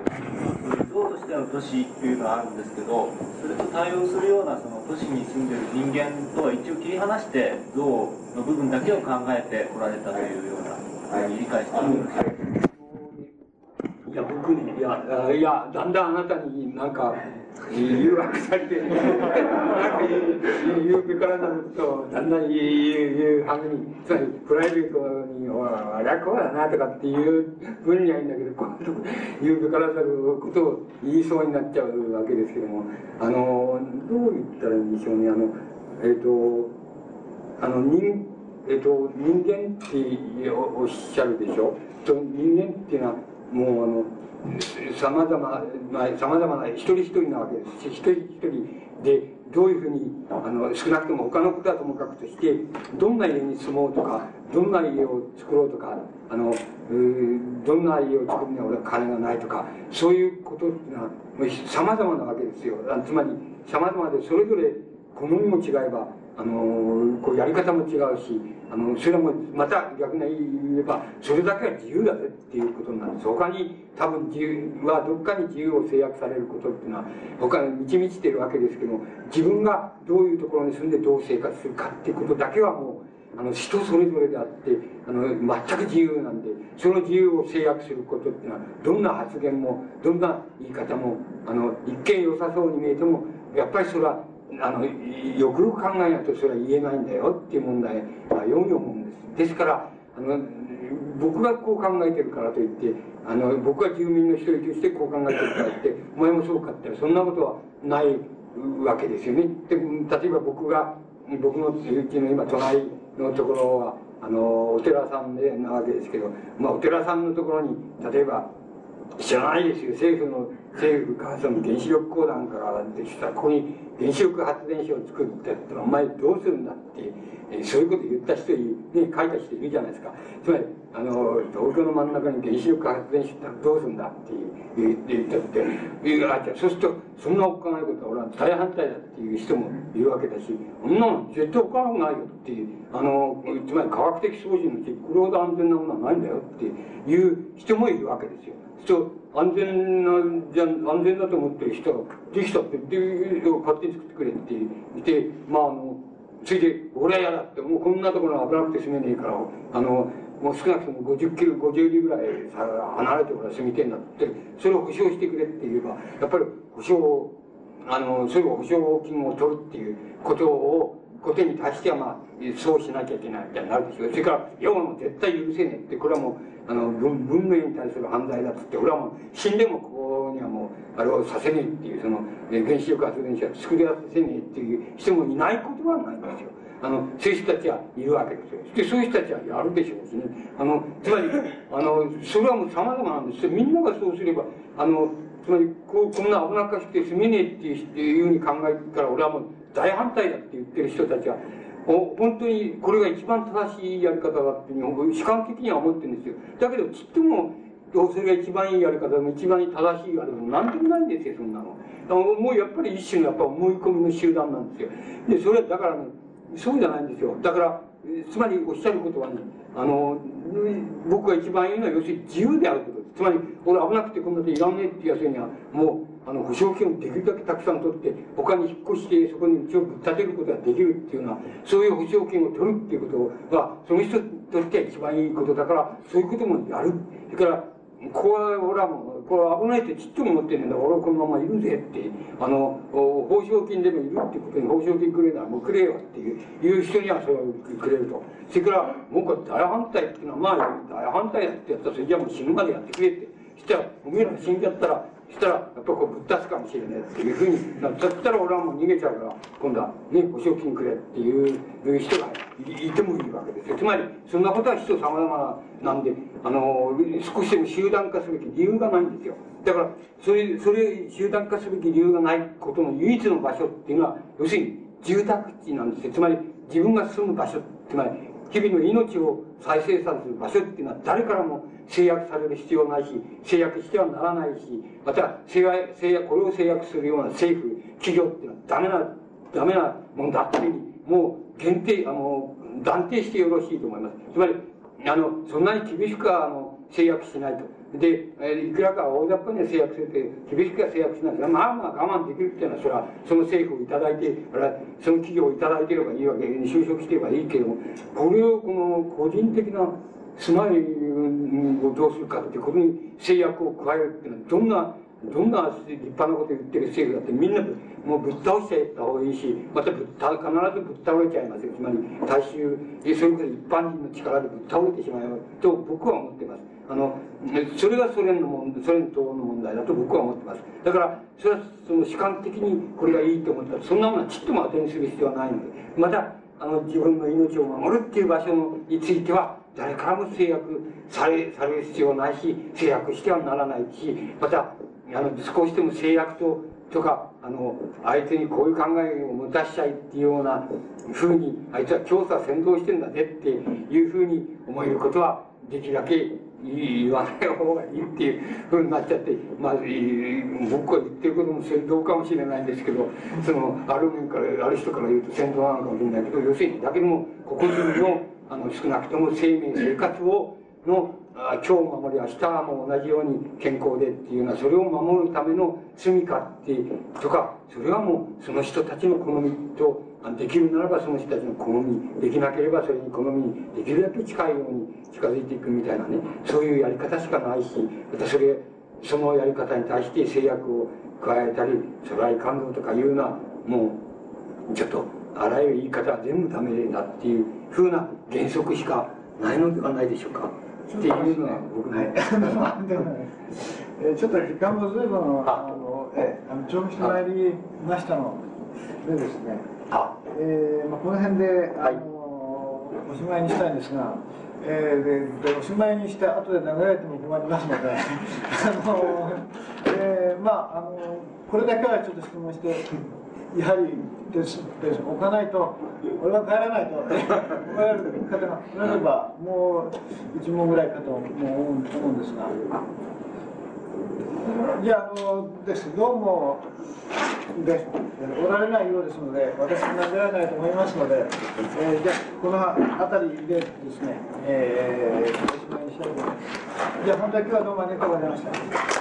像としての都市っていうのはあるんですけど、それと対応するようなその都市に住んでる人間とは一応切り離して、像の部分だけを考えてこられたというような、はい、理解しております。 いや、僕に、いや、いや、だんだんあなたになんか、誘惑されて、なんか言うからなると、だんだん言う、言うはずに、つまり、プライベートに、ほら、あれはこうだなとかっていう分にはいいんだけど、今度、言うからなることを言いそうになっちゃうわけですけども、あの、どう言ったらいいんでしょうね、あの、えっと、あの、人、えっと、人間っておっしゃるでしょ。と人間っていうのは、もうあの、様々な、まあ、様々な一人一人なわけです。一人一人で、どういうふうに、あの、少なくとも他のことはともかくとして、どんな家に住もうとか、どんな家を作ろうとか、あの、どんな家を作るには俺は金がないとか、そういうことっていうのは、様々なわけですよ。つまり、様々でそれぞれ好みも違えば、あの、こうやり方も違うし、あの、それもまた逆に言えば、それだけは自由だぜっていうことなんです。他に多分自由はどっかに自由を制約されることっていうのは、他に満ち満ちてるわけですけども、自分がどういうところに住んでどう生活するかっていうことだけはもう、あの、人それぞれであって、あの、全く自由なんで、その自由を制約することっていうのは、どんな発言も、どんな言い方も、あの、一見良さそうに見えても、やっぱりそれは、あの、よくよく考えないとそれは言えないんだよっていう問題はように思うんです。ですから、あの、僕がこう考えてるからといって、あの、僕が住民の一人としてこう考えてるからって、お前もそうかってそんなことはないわけですよね。で、例えば僕が、僕のうちの今隣のところは、あの、お寺さんでなわけですけど、まあ、お寺さんのところに、例えば、 知らないですよ。政府の、政府からその原子力公団からできた、ここに原子力発電所を作ってったら、お前どうするんだって、えー、そういうこと言った人い、ね、書いた人いるじゃないですか。つまり、あの、東京の真ん中に原子力発電所ってどうするんだって言って言ったって、言うあじゃそうすると、そんなおっかないことは俺は大反対だっていう人もいるわけだし、そんなの絶対おっかなくないよっていう、あの、つまり科学的掃除の実行ほど安全なものはないんだよっていう人もいるわけですよ。そう安全なじゃ安全だと思ってる人ができたってで勝手に作ってくれって言ってまああのついで俺は嫌だってもうこんなところ危なくて住めねえからあのもう少なくともごじゅっキロごじゅう里ぐらい離れてから住みてえんだってそれを保証してくれって言えばやっぱり保証あのそういう保証金を取るっていうことをことに対してはまあそうしなきゃいけないみたいになるでしょう。それから要はもう絶対許せねえってこれはもうあの 文, 文明に対する犯罪だっつって俺はもう死んでもここにはもうあれをさせねえっていうその原子力発電所は作り出せねえっていう人もいないことはないんですよ。あのそういう人たちはいるわけですよ。でそういう人たちはやるでしょうしね。あのつまりあのそれはもう様々なんですよ。みんながそうすればあのつまりこうこんな危なっかしくて住めねえっていうふうに考えたら俺はもう大反対だって言ってる人たちは本当にこれが一番正しいやり方だっていうのを主観的には思ってるんですよ。だけどちっともそれが一番いいやり方でも一番正しいやり方でも何でもないんですよそんなの。もうやっぱり一種のやっぱ思い込みの集団なんですよ。でそれはだからねそうじゃないんですよ。だからつまりおっしゃることはねあの僕が一番いいのは要するに自由であることです。つまり俺危なくてこんなでいらんねえっていうやつにはもうあの保証金をできるだけたくさん取って他に引っ越してそこに家をぶっ建てることができるっていうのはそういう保証金を取るっていうことがその人としては一番いいことだからそういうこともやる。それからここは俺はもうこれは危ないってちっとも思ってんねんだ俺はこのままいるぜってあの報奨金でもいるっていうことに報奨金くれならもうくれよっていういう人にはそれをくれると。それから僕は大反対っていうのはまあ大反対だってやったらそれじゃあもう死ぬまでやってくれってそしたらおめえら死んじゃったらそしたらやっぱこうぶっ出すかもしれないっていうふうになっちゃったら俺はもう逃げちゃうから今度はね保証金くれっていう人が い, いてもいいわけですよ。つまりそんなことは人様々なんであの少しでも集団化すべき理由がないんですよ。だからそれそれ集団化すべき理由がないことの唯一の場所っていうのは要するに住宅地なんですよ。つまり自分が住む場所つまり日々の命を再生産する場所っていうのは誰からも制約される必要ないし制約してはならないしまた制約制約これを制約するような政府企業っていうのはダメなダメなものだっていうふうにもう限定あの断定してよろしいと思います。つまりあのそんなに厳しくはあの制約しないと。で、いくらか大雑把には制約するって厳しくは制約しないですがまあまあ我慢できるっていうのはそれはその政府をいただいてその企業をいただいてればいいわけで就職してればいいけどもこれをこの個人的な住まいをどうするかってことに制約を加えるっていうのはどんなどんな立派なこと言ってる政府だってみんなもうぶっ倒していった方がいいしまたぶっ必ずぶっ倒れちゃいますよ。つまり大衆そういうことで一般人の力でぶっ倒れてしまうと僕は思っています。あのそれがソ連の問題ソ連党の問題だと僕は思ってます。だからそれはその主観的にこれがいいと思ったらそんなものはちっとも当てにする必要はないのでまたあの自分の命を守るっていう場所については誰からも制約されされる必要はないし制約してはならないしまたあの少しでも制約ととかあの相手にこういう考えを持たしちゃいっていうようなふうにあいつは教唆先導してんだぜっていうふうに思えることはできるだけ言わない方がいいっていうふうになっちゃってまあ僕が言ってることも先導かもしれないんですけどそのある面からある人から言うと先導なのかもしれないけど要するにだけども個々人のあの少なくとも生命生活をの今日守り明日も同じように健康でっていうのはそれを守るための住みかってとかそれはもうその人たちの好みとできるならばその人たちの好みできなければそれに好みにできるだけ近いように近づいていくみたいなねそういうやり方しかないしまたそれそのやり方に対して制約を加えたり疎外感動とかいうのはもうちょっとあらゆる言い方は全部ダメだっていうふうな原則しかないのではないでしょうか。っていうのは僕の、はい、 えちょっと時間も随分あのえあの長期してまいりましたのでですね、えーまあ、この辺であの、はい、 おしまいにしたいんですが、えー、ででおしまいにして後で流れても困りますのであの、えー、まああのこれだけはちょっと質問してやはりですです置かないと俺は帰らないと思われる方がおられればもういち問ぐらいかとも思うんですが。じゃあ、あのですどうもでおられないようですので、私も投げられないと思いますので、えー、じゃあ、この辺りでですね、えー、おしまいにしたいと思います。じゃあ、本当に今日はどうもありがとうございました。